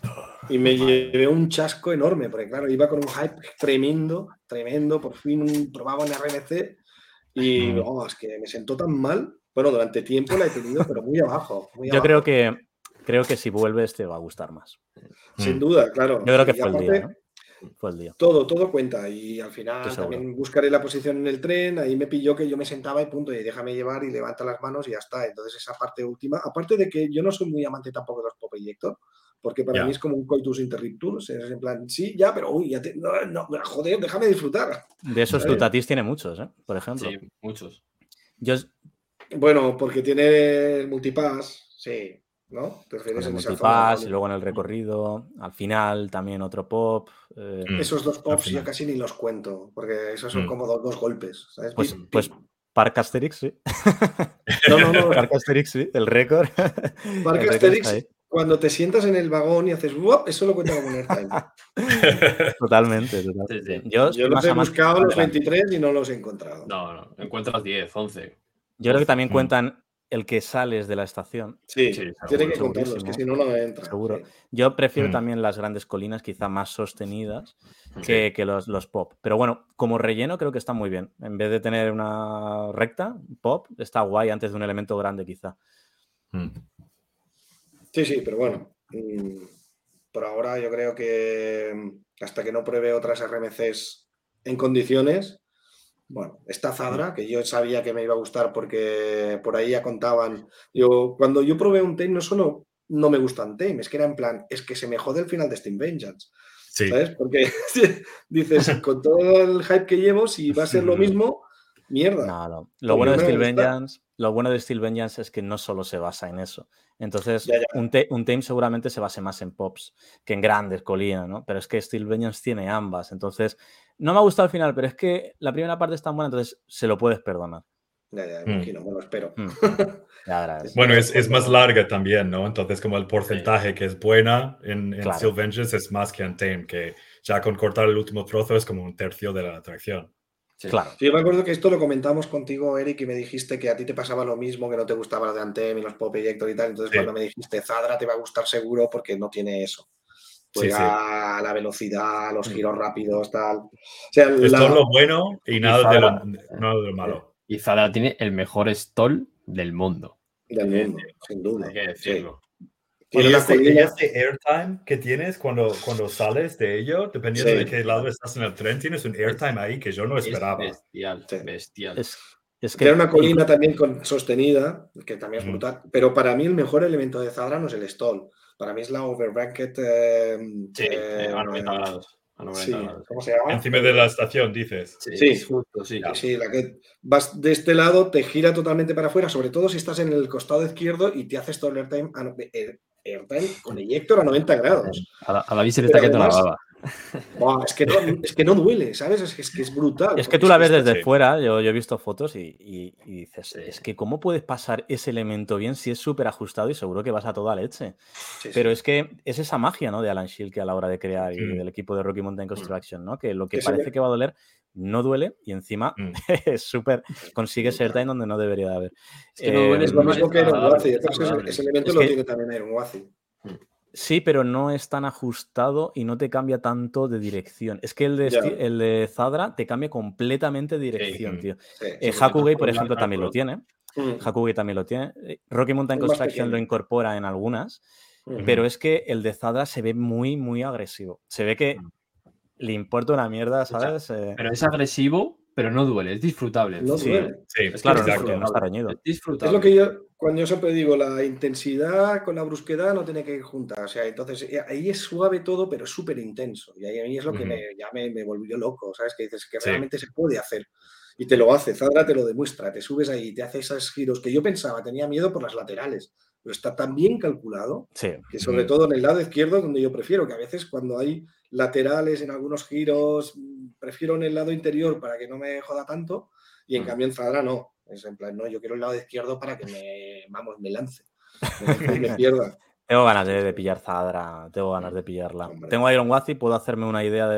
Y me llevé un chasco enorme, porque claro, iba con un hype tremendo, por fin probaba en RNC y es que me sentó tan mal. Bueno, durante tiempo la he tenido, pero muy abajo. Yo creo que si vuelves te va a gustar más. Sin duda, claro. Yo creo que y fue aparte, el día, ¿no? Fue el día. Todo cuenta. Y al final también buscaré la posición en el tren. Ahí me pilló que yo me sentaba y punto, y déjame llevar y levanta las manos y ya está. Entonces esa parte última, aparte de que yo no soy muy amante tampoco de los pop ejector, porque para mí es como un coitus interruptus, es en plan, sí, ya, pero uy, ya joder, déjame disfrutar. De esos Tutatis tiene muchos, por ejemplo. Sí, muchos. Bueno, porque tiene el multipass, sí, ¿no? ¿Te refieres en el esa multipass zona? Y luego en el recorrido, al final también otro pop. Esos dos pops yo casi ni los cuento, porque esos son como dos golpes, ¿sabes? Pues Park Asterix, sí. No. Park Asterix, sí, el récord. Park Asterix, cuando te sientas en el vagón y haces ¡wop! Eso lo cuenta como un airtime. Totalmente. Sí. Yo los he buscado los 23 y no los he encontrado. No, encuentras 10, 11. Yo creo que también cuentan el que sales de la estación. Sí, tiene que contarlos, que si no, no entra. Seguro. Sí. Yo prefiero también las grandes colinas, quizá más sostenidas que los pop. Pero bueno, como relleno creo que está muy bien. En vez de tener una recta, pop, está guay antes de un elemento grande quizá. Sí, pero bueno. Por ahora yo creo que hasta que no pruebe otras RMCs en condiciones, bueno, esta Zadra, que yo sabía que me iba a gustar porque por ahí ya contaban. Cuando yo probé un Tame, no solo no me gusta un Tame, es que era en plan, es que se me jode el final de Steam Vengeance. Sí. ¿Sabes? Porque dices, con todo el hype que llevo, si va a ser lo mismo, mierda. No. Lo bueno de Steel Vengeance es que no solo se basa en eso. Entonces, un Tame seguramente se base más en pops que en grandes colinas, ¿no? Pero es que Steel Vengeance tiene ambas. Entonces, no me ha gustado el final, pero es que la primera parte es tan buena, entonces se lo puedes perdonar. Ya, imagino, me lo espero. Bueno, es más larga también, ¿no? Entonces, como el porcentaje que es buena en Steel Vengeance es más que en Tame, que ya con cortar el último trozo es como un tercio de la atracción. Sí. Claro. Sí, yo me acuerdo que esto lo comentamos contigo, Eric, y me dijiste que a ti te pasaba lo mismo, que no te gustaba lo de Anthem y los Pop Ejector y tal. Entonces, cuando me dijiste Zadra te va a gustar seguro porque no tiene eso. Juega la velocidad, los giros rápidos, tal. O sea, es todo lo bueno y nada de lo malo. Y Zadra tiene el mejor stall del mundo. Sin duda. Hay que decirlo. Y este airtime que tienes cuando sales de ello, dependiendo de qué lado estás en el tren, tienes un airtime ahí que yo no esperaba. Bestial. Es que tiene una colina también sostenida, que también es brutal. Pero para mí el mejor elemento de Zadra no es el stall. Para mí es la overbracket. A 90 grados. ¿Cómo se llama? Encima de la estación, dices. Sí, justo, sí. La que vas de este lado, te gira totalmente para afuera, sobre todo si estás en el costado izquierdo y te haces todo el airtime con eyector a 90 grados. A la vista le está quedando la baba. Es que no duele, ¿sabes? Es que es brutal. Es que tú la ves desde fuera, yo he visto fotos y dices, es que ¿cómo puedes pasar ese elemento bien si es súper ajustado y seguro que vas a toda leche? Pero es que es esa magia, ¿no? De Alan Shilke a la hora de crear y del equipo de Rocky Mountain Construction, ¿no? Que lo que parece que va a doler no duele y encima es súper, consigue ser time donde no debería de haber. Es que no duele, es lo mismo que Iron Wazi. Ese elemento lo tiene también Iron Wazi. Sí, pero no es tan ajustado y no te cambia tanto de dirección. Es que el de Zadra te cambia completamente de dirección, tío. Hakugai, por ejemplo, también lo tiene. Hakugai también lo tiene. Rocky Mountain Construction lo incorpora en algunas, pero es que el de Zadra se ve muy, muy agresivo. Se ve que le importa una mierda, ¿sabes? Pero es agresivo, pero no duele, es disfrutable. No duele. Es claro, porque no está reñido. Es disfrutable. Es lo que cuando yo siempre digo, la intensidad con la brusquedad no tiene que ir juntas. O sea, entonces ahí es suave todo, pero es súper intenso. Y ahí a mí es lo que me volvió loco, ¿sabes? Que dices que realmente se puede hacer. Y te lo hace, Zadra te lo demuestra, te subes ahí, te hace esos giros que yo pensaba, tenía miedo por las laterales, pero está tan bien calculado que sobre todo en el lado izquierdo, donde yo prefiero, que a veces cuando hay laterales en algunos giros, prefiero en el lado interior para que no me joda tanto, y en cambio en Zadra no. Es en plan, no, yo quiero el lado izquierdo para que me lance y me pierda. Tengo ganas de pillar Zadra, tengo ganas de pillarla. Hombre. Tengo Iron Wazi, puedo hacerme una idea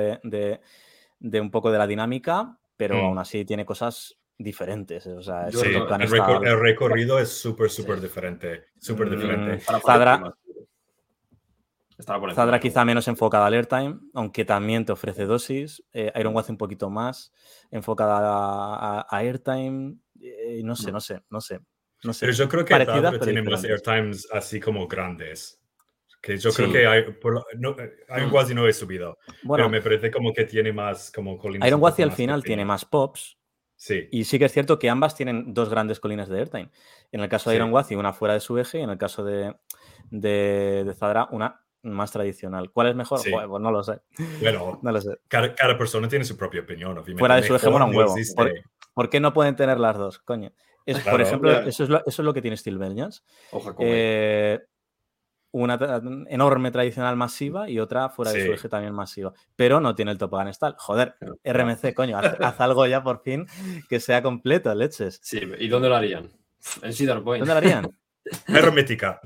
de un poco de la dinámica, pero aún así tiene cosas diferentes. O sea, el recorrido es súper diferente. Súper diferente. Zadra, Estará por Zadra encima, quizá menos enfocada al airtime, aunque también te ofrece dosis. Iron Watch un poquito más enfocada a airtime. No sé. Pero yo creo que Parecidas, Zadra pero tiene más diferentes. airtimes así como grandes. Que yo Sí. creo que Iron Watch no he subido, Bueno, pero me parece como que tiene más como colinas Iron un Watch poco al más final tiene pequeñas. más pops. Sí, Y sí que es cierto que ambas tienen dos grandes colinas de airtime. En el caso de Sí. Iron Watch, una fuera de su eje, y en el caso de Zadra, una más tradicional. ¿Cuál es mejor? Sí. Joder, pues no lo sé. bueno, No lo sé. cada persona tiene su propia opinión, obviamente. Fuera de su eje Mejor mola un no huevo. existe. ¿Por qué no pueden tener las dos? Coño. Por Claro. ejemplo, Ya. eso es lo que tiene Steel Vengeance. Ojo con ello. Una enorme tradicional masiva y otra fuera de Sí. su eje también masiva. Pero no tiene el Top Gun Style. Joder, Claro. RMC, coño, haz algo ya por fin que sea completo, leches. Sí, ¿y dónde lo harían? En Cedar Point. ¿Dónde lo harían? Hermética.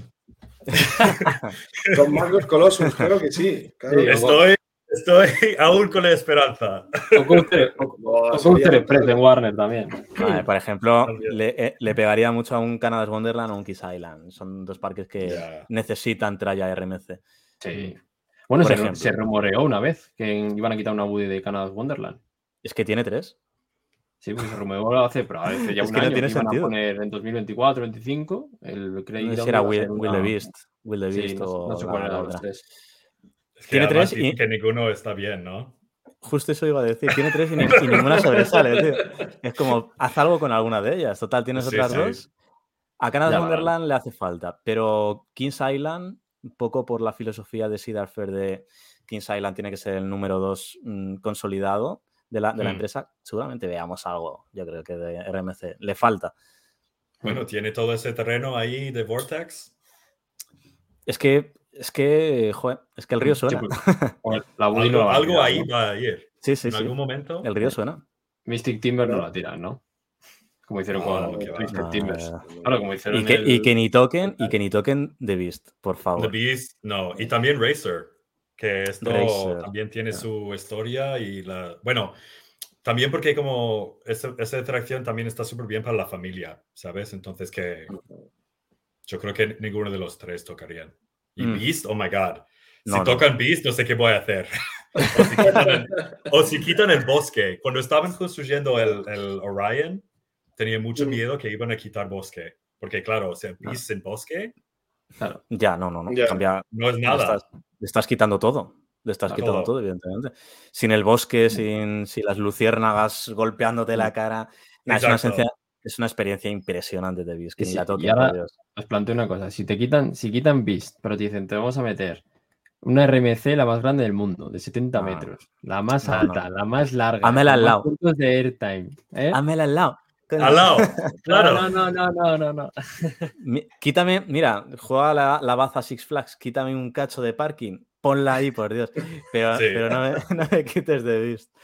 Con Marcos Colossus, claro que sí. Claro. Sí, Estoy aún con la esperanza. O Coaster Express en Warner también. Vale, por ejemplo, También. le pegaría mucho a un Canada's Wonderland o un Kiss Island. Son dos parques que Ya. necesitan tralla RMC. Sí. Bueno, Por ejemplo. se rumoreó una vez que iban a quitar una Woody de Canada's Wonderland. Es que tiene 3. Sí, porque se rumoreó pero hace ya Es un que no año tiene que iban sentido. a poner en 2024, 2025, el Craig No sé si Down era iba a ser Will the Beast. Will the Sí, Beast o no sé cuál la era de los otra. tres. Es que Tiene además 3 dicen y... que ninguno está bien, ¿no? Justo eso iba a decir. Tiene 3 y ninguna sobresale, tío. Es como, haz algo con alguna de ellas. Total, tienes Sí, otras sí. 2. A Canada's Ya lo harán. Wonderland le hace falta, pero Kings Island, un poco por la filosofía de Cedar Fair de Kings Island, tiene que ser el número 2 consolidado de la empresa. Seguramente veamos algo, yo creo que de RMC. Le falta. Bueno, tiene todo ese terreno ahí de Vortex. Es que, joder, es que el río suena. Sí, pues, la Woody no la van a Algo tirar, ahí ¿no? va a ir. Sí. En algún momento. El río suena. Mystic Timber no la tiran, ¿no? Como hicieron con qué va. Twisted No, Timbers. Claro, como hicieron y que ni toquen The Beast, por favor. The Beast, no. Y también Racer, que esto Racer. también tiene su historia y bueno, también porque como esa atracción también está súper bien para la familia, ¿sabes? Entonces que yo creo que ninguno de los tres tocarían. Y Beast, oh my God. Si tocan Beast, no sé qué voy a hacer. o si quitan el bosque. Cuando estaban construyendo el Orion, tenía mucho miedo que iban a quitar bosque. Porque claro, o sea, Beast en bosque. Claro. Ya, no. Ya. Cambia. No es nada. Le estás quitando todo. Le estás quitando todo, evidentemente. Sin el bosque, sin las luciérnagas golpeándote la cara. Nah, es una experiencia impresionante de Beast. Que ni la toquen, y ahora por Dios. os planteo una cosa. Si quitan Beast, pero te dicen, te vamos a meter una RMC la más grande del mundo, de 70 metros. La más alta, la más larga. Hámela al lado. Puntos de airtime. Hámela al lado. Al lado, claro. No. Quítame, mira, juega la baza Six Flags, quítame un cacho de parking, ponla ahí, por Dios. Pero no me quites de Beast.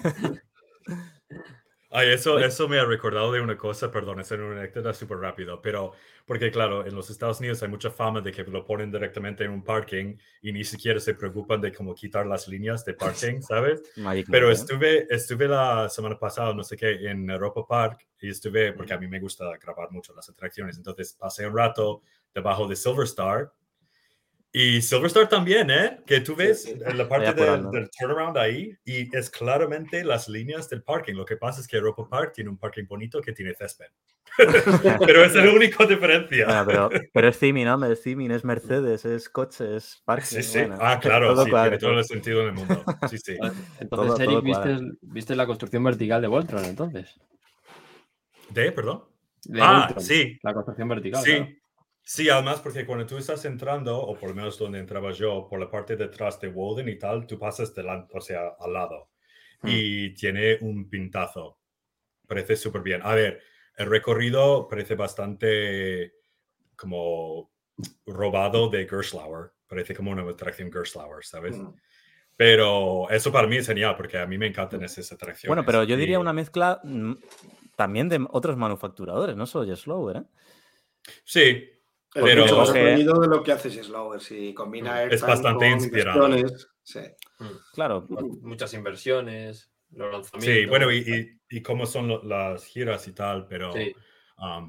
Ay, eso me ha recordado de una cosa, perdón, es una anécdota súper rápido, pero porque claro, en los Estados Unidos hay mucha fama de que lo ponen directamente en un parking y ni siquiera se preocupan de cómo quitar las líneas de parking, ¿sabes? Pero estuve la semana pasada, no sé qué, en Europa Park y estuve, porque a mí me gusta grabar mucho las atracciones, entonces pasé un rato debajo de Silver Star. Y Silver Star también, Que tú ves en la parte del turnaround ahí y es claramente las líneas del parking. Lo que pasa es que Europa Park tiene un parking bonito que tiene césped. Pero es la única diferencia. Bueno, pero es theming, ¿no? Es theming, es Mercedes, es coche, es parking. Sí. Bueno, Claro, sí, tiene todo el sentido en el mundo. Sí. Entonces, Eric, ¿viste la construcción vertical de Voltron, entonces? ¿Perdón? Voltron, sí. La construcción vertical, sí. claro. Sí, además porque cuando tú estás entrando, o por lo menos donde entraba yo, por la parte detrás de Walden y tal, tú pasas delante, o sea, al lado. Y tiene un pintazo. Parece súper bien. A ver, el recorrido parece bastante como robado de Gerstlauer. Parece como una atracción Gerstlauer, ¿sabes? Pero eso para mí es genial porque a mí me encantan esas atracciones. Bueno, pero yo diría una mezcla también de otros manufacturadores, no solo Slower, ¿eh? Sí. Es mucho más sorprendido de lo que hace Slower. Si combina es bastante inspirado. Sí. Claro. Muchas inversiones, los lanzamientos. Sí, bueno, y cómo son las giras y tal, pero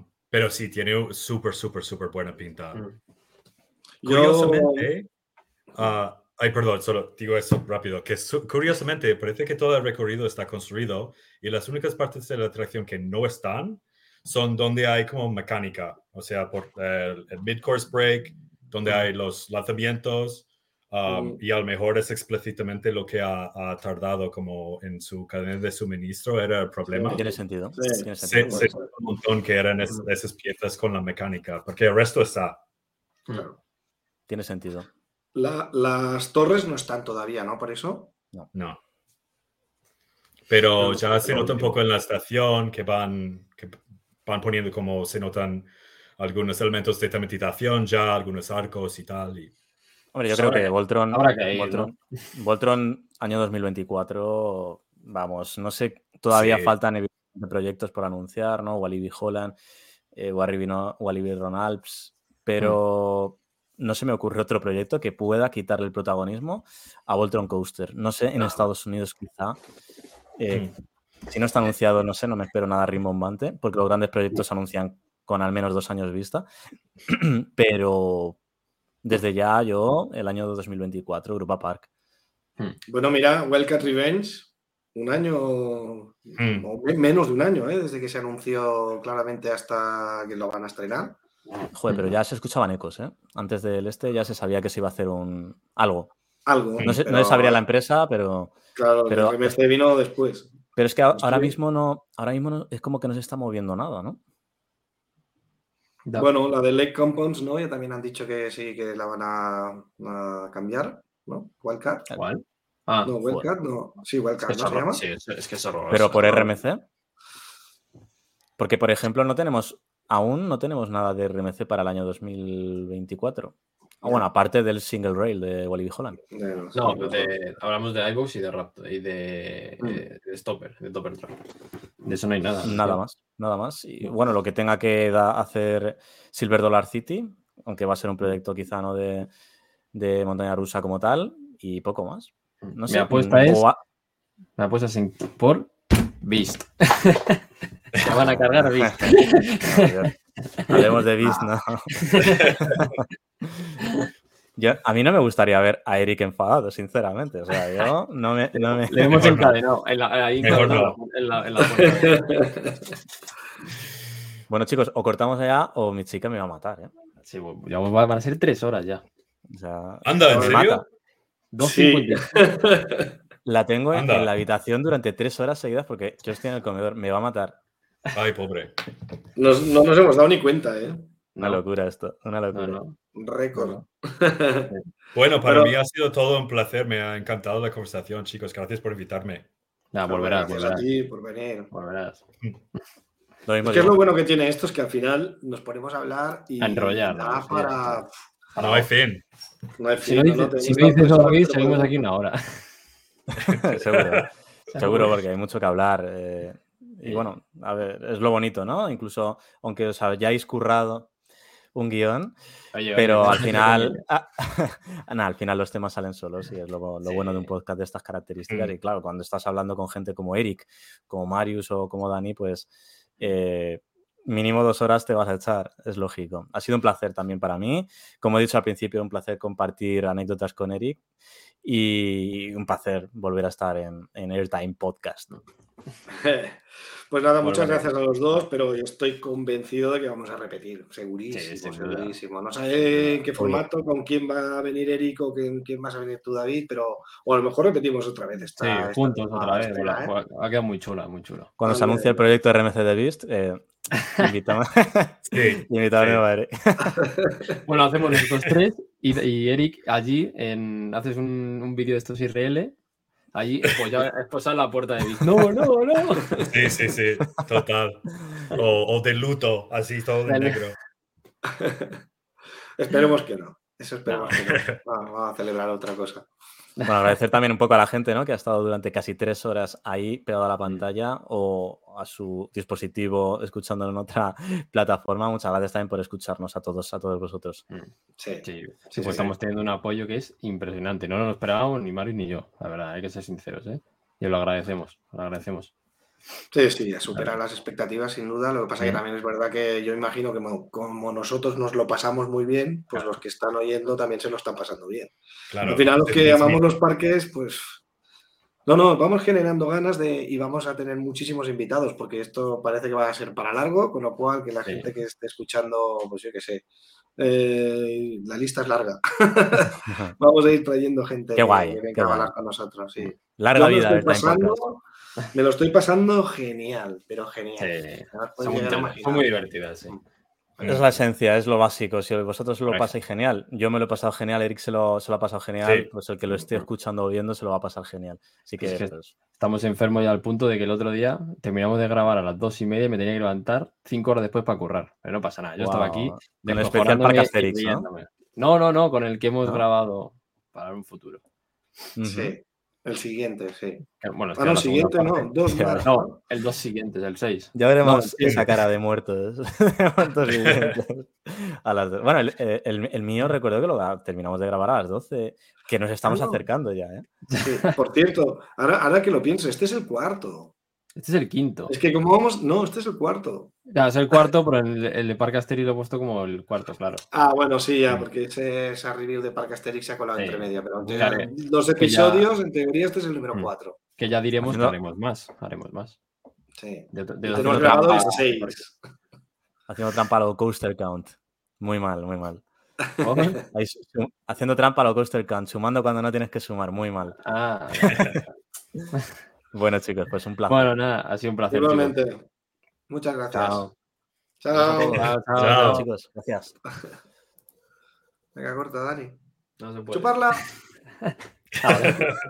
sí, tiene súper buena pinta. Curiosamente, Perdón, solo digo eso rápido, que curiosamente parece que todo el recorrido está construido y las únicas partes de la atracción que no están son donde hay como mecánica, o sea, por el mid-course break, donde hay los lanzamientos, y a lo mejor es explícitamente lo que ha tardado como en su cadena de suministro, era el problema. Tiene sentido. Sí. Tiene sentido. Se un montón que eran esas piezas con la mecánica, porque el resto está. Claro. Tiene sentido. Las torres no están todavía, ¿no? Por eso. No. Pero No, ya se pero nota un último. poco en la estación que van poniendo como se notan algunos elementos de tematización ya, algunos arcos y tal. Hombre, yo creo que Voltron, habrá que ir, ¿no? Voltron año 2024, vamos, no sé, todavía Sí. faltan evidentemente proyectos por anunciar, ¿no? Walibi Holland, Walibi Ron Alps, pero no se me ocurre otro proyecto que pueda quitarle el protagonismo a Voltron Coaster. No sé, en Estados Unidos quizá. Si no está anunciado, no sé, no me espero nada rimbombante, porque los grandes proyectos se anuncian con al menos 2 años vista, pero desde ya yo, el año 2024, Europa Park. Bueno, mira, Wildcat Revenge, un año, o menos de un año, desde que se anunció claramente hasta que lo van a estrenar. Joder, pero ya se escuchaban ecos, ¿eh? Antes del ya se sabía que se iba a hacer algo. Algo. No se sabría la empresa, pero... Claro, el RMC vino después. Pero es que ahora mismo no, es como que no se está moviendo nada, ¿no? Bueno, la de Lake Compounds, ¿no? Ya también han dicho que sí, que la van a cambiar, ¿no? Wildcat. ¿Cuál? No, Wildcat, no. Sí, Wildcat, ¿no se llama? Sí, es que es horroroso. Pero por RMC. Porque, por ejemplo, aún no tenemos nada de RMC para el año 2024. Bueno, aparte del single rail de Walibi Holland. No, hablamos de iVoox y de Raptor y de Stopper, de Topper Truck. De eso no hay nada. Nada más. Y bueno, lo que tenga que hacer Silver Dollar City, aunque va a ser un proyecto quizá no de montaña rusa como tal, y poco más. No sé. Mi apuesta es por Beast. Se van a cargar Beast. Hablemos de Beast, ¿no? A mí no me gustaría ver a Eric enfadado, sinceramente. O sea, yo no me... Le hemos encadenado. Ahí encadenado en la puerta. Bueno, chicos, o cortamos allá o mi chica me va a matar, ¿eh? Sí, ya van a ser 3 horas ya. O sea, anda, ¿en serio? 2:50. La tengo en la habitación durante 3 horas seguidas porque yo estoy en el comedor. Me va a matar. Ay, pobre. No nos hemos dado ni cuenta, ¿eh? Una locura esto, una locura. No. Récord. Bueno, para mí ha sido todo un placer. Me ha encantado la conversación, chicos. Gracias por invitarme. Volverás. Gracias a ti por venir. Volverás. Es que es lo bueno que tiene esto, es que al final nos ponemos a hablar y a enrollar. No hay fin. No hay fin. Si me dices eso, David, seguimos aquí 1 hora. Seguro, porque hay mucho que hablar. Y bueno, a ver, es lo bonito, ¿no? Incluso aunque os hayáis currado un guión, pero al final al final los temas salen solos y es lo bueno de un podcast de estas características. Y claro, cuando estás hablando con gente como Eric, como Marius o como Dani, pues mínimo 2 horas te vas a echar, es lógico. Ha sido un placer también para mí. Como he dicho al principio, un placer compartir anécdotas con Eric y un placer volver a estar en Airtime Podcast. Pues nada, muchas gracias a los dos, pero yo estoy convencido de que vamos a repetir, segurísimo, segurísimo. No sé en qué formato, con quién va a venir Eric o con quién vas a venir tú, David, pero o a lo mejor repetimos otra vez esta juntos otra vez. Ha quedado muy chula, muy chulo. Cuando se anuncie el proyecto de RMC de Beast, invitamos a Eric. Bueno, hacemos nosotros 3 y Eric allí haces un vídeo de estos IRL. Allí esposar la puerta de Beast. No. Sí, total. O de luto, así todo de negro. Esperemos que no. Eso esperemos que no. Vamos a celebrar otra cosa. Bueno, agradecer también un poco a la gente, ¿no? Que ha estado durante casi 3 horas ahí pegado a la pantalla o a su dispositivo escuchándolo en otra plataforma. Muchas gracias también por escucharnos a todos vosotros. Sí, pues estamos teniendo un apoyo que es impresionante. No nos lo esperábamos ni Mario ni yo, la verdad, hay que ser sinceros, ¿eh? Y os lo agradecemos, Sí, a superar las expectativas sin duda. Lo que pasa es que también es verdad que yo imagino que como nosotros nos lo pasamos muy bien, pues los que están oyendo también se lo están pasando bien. Claro. Al final los que amamos los parques, pues... No, vamos generando ganas y vamos a tener muchísimos invitados, porque esto parece que va a ser para largo, con lo cual que la gente que esté escuchando, pues yo qué sé, la lista es larga. Vamos a ir trayendo gente Qué guay, que venga a hablar con nosotros. Sí. Larga vida del Time Podcast. Me lo estoy pasando genial, pero genial. Sí, fue muy divertida, sí. Es la esencia, es lo básico. Si vosotros lo pasáis genial, yo me lo he pasado genial, Eric se lo ha pasado genial, pues el que lo esté escuchando o viendo se lo va a pasar genial. Así que, pues... estamos enfermos ya al punto de que el otro día terminamos de grabar a las 2:30 y me tenía que levantar 5 horas después para currar. Pero no pasa nada, yo estaba aquí. Con el especial Parque Asterix, ¿no? No, con el que hemos grabado para un futuro. Sí. El siguiente, sí. Bueno, el siguiente no, 2 más. No, el 2 siguientes, el 6. Ya veremos esa cara de muertos. Bueno, el mío recuerdo que lo terminamos de grabar a las 12, que nos estamos acercando ya, ¿eh? Sí, por cierto, ahora que lo pienso, este es el cuarto. Este es el quinto. Es que como vamos... No, este es el cuarto. Ya, es el cuarto, pero el de Parque Asterix lo he puesto como el cuarto, claro. Bueno, sí, ya, porque esa review de Parque Asterix se ha colado entre media, pero dos episodios, en teoría este es el número 4. Que ya diremos que haremos más. Sí. Tenemos grabado 6. Haciendo trampa a lo Coaster Count. Muy mal. Ahí, haciendo trampa a lo Coaster Count, sumando cuando no tienes que sumar, muy mal. Bueno, chicos, pues un placer. Bueno, nada, ha sido un placer. Igualmente. Chicos. Muchas gracias. Chao, chicos. Gracias. Venga, corta, Dani. No se puede. ¡Chuparla!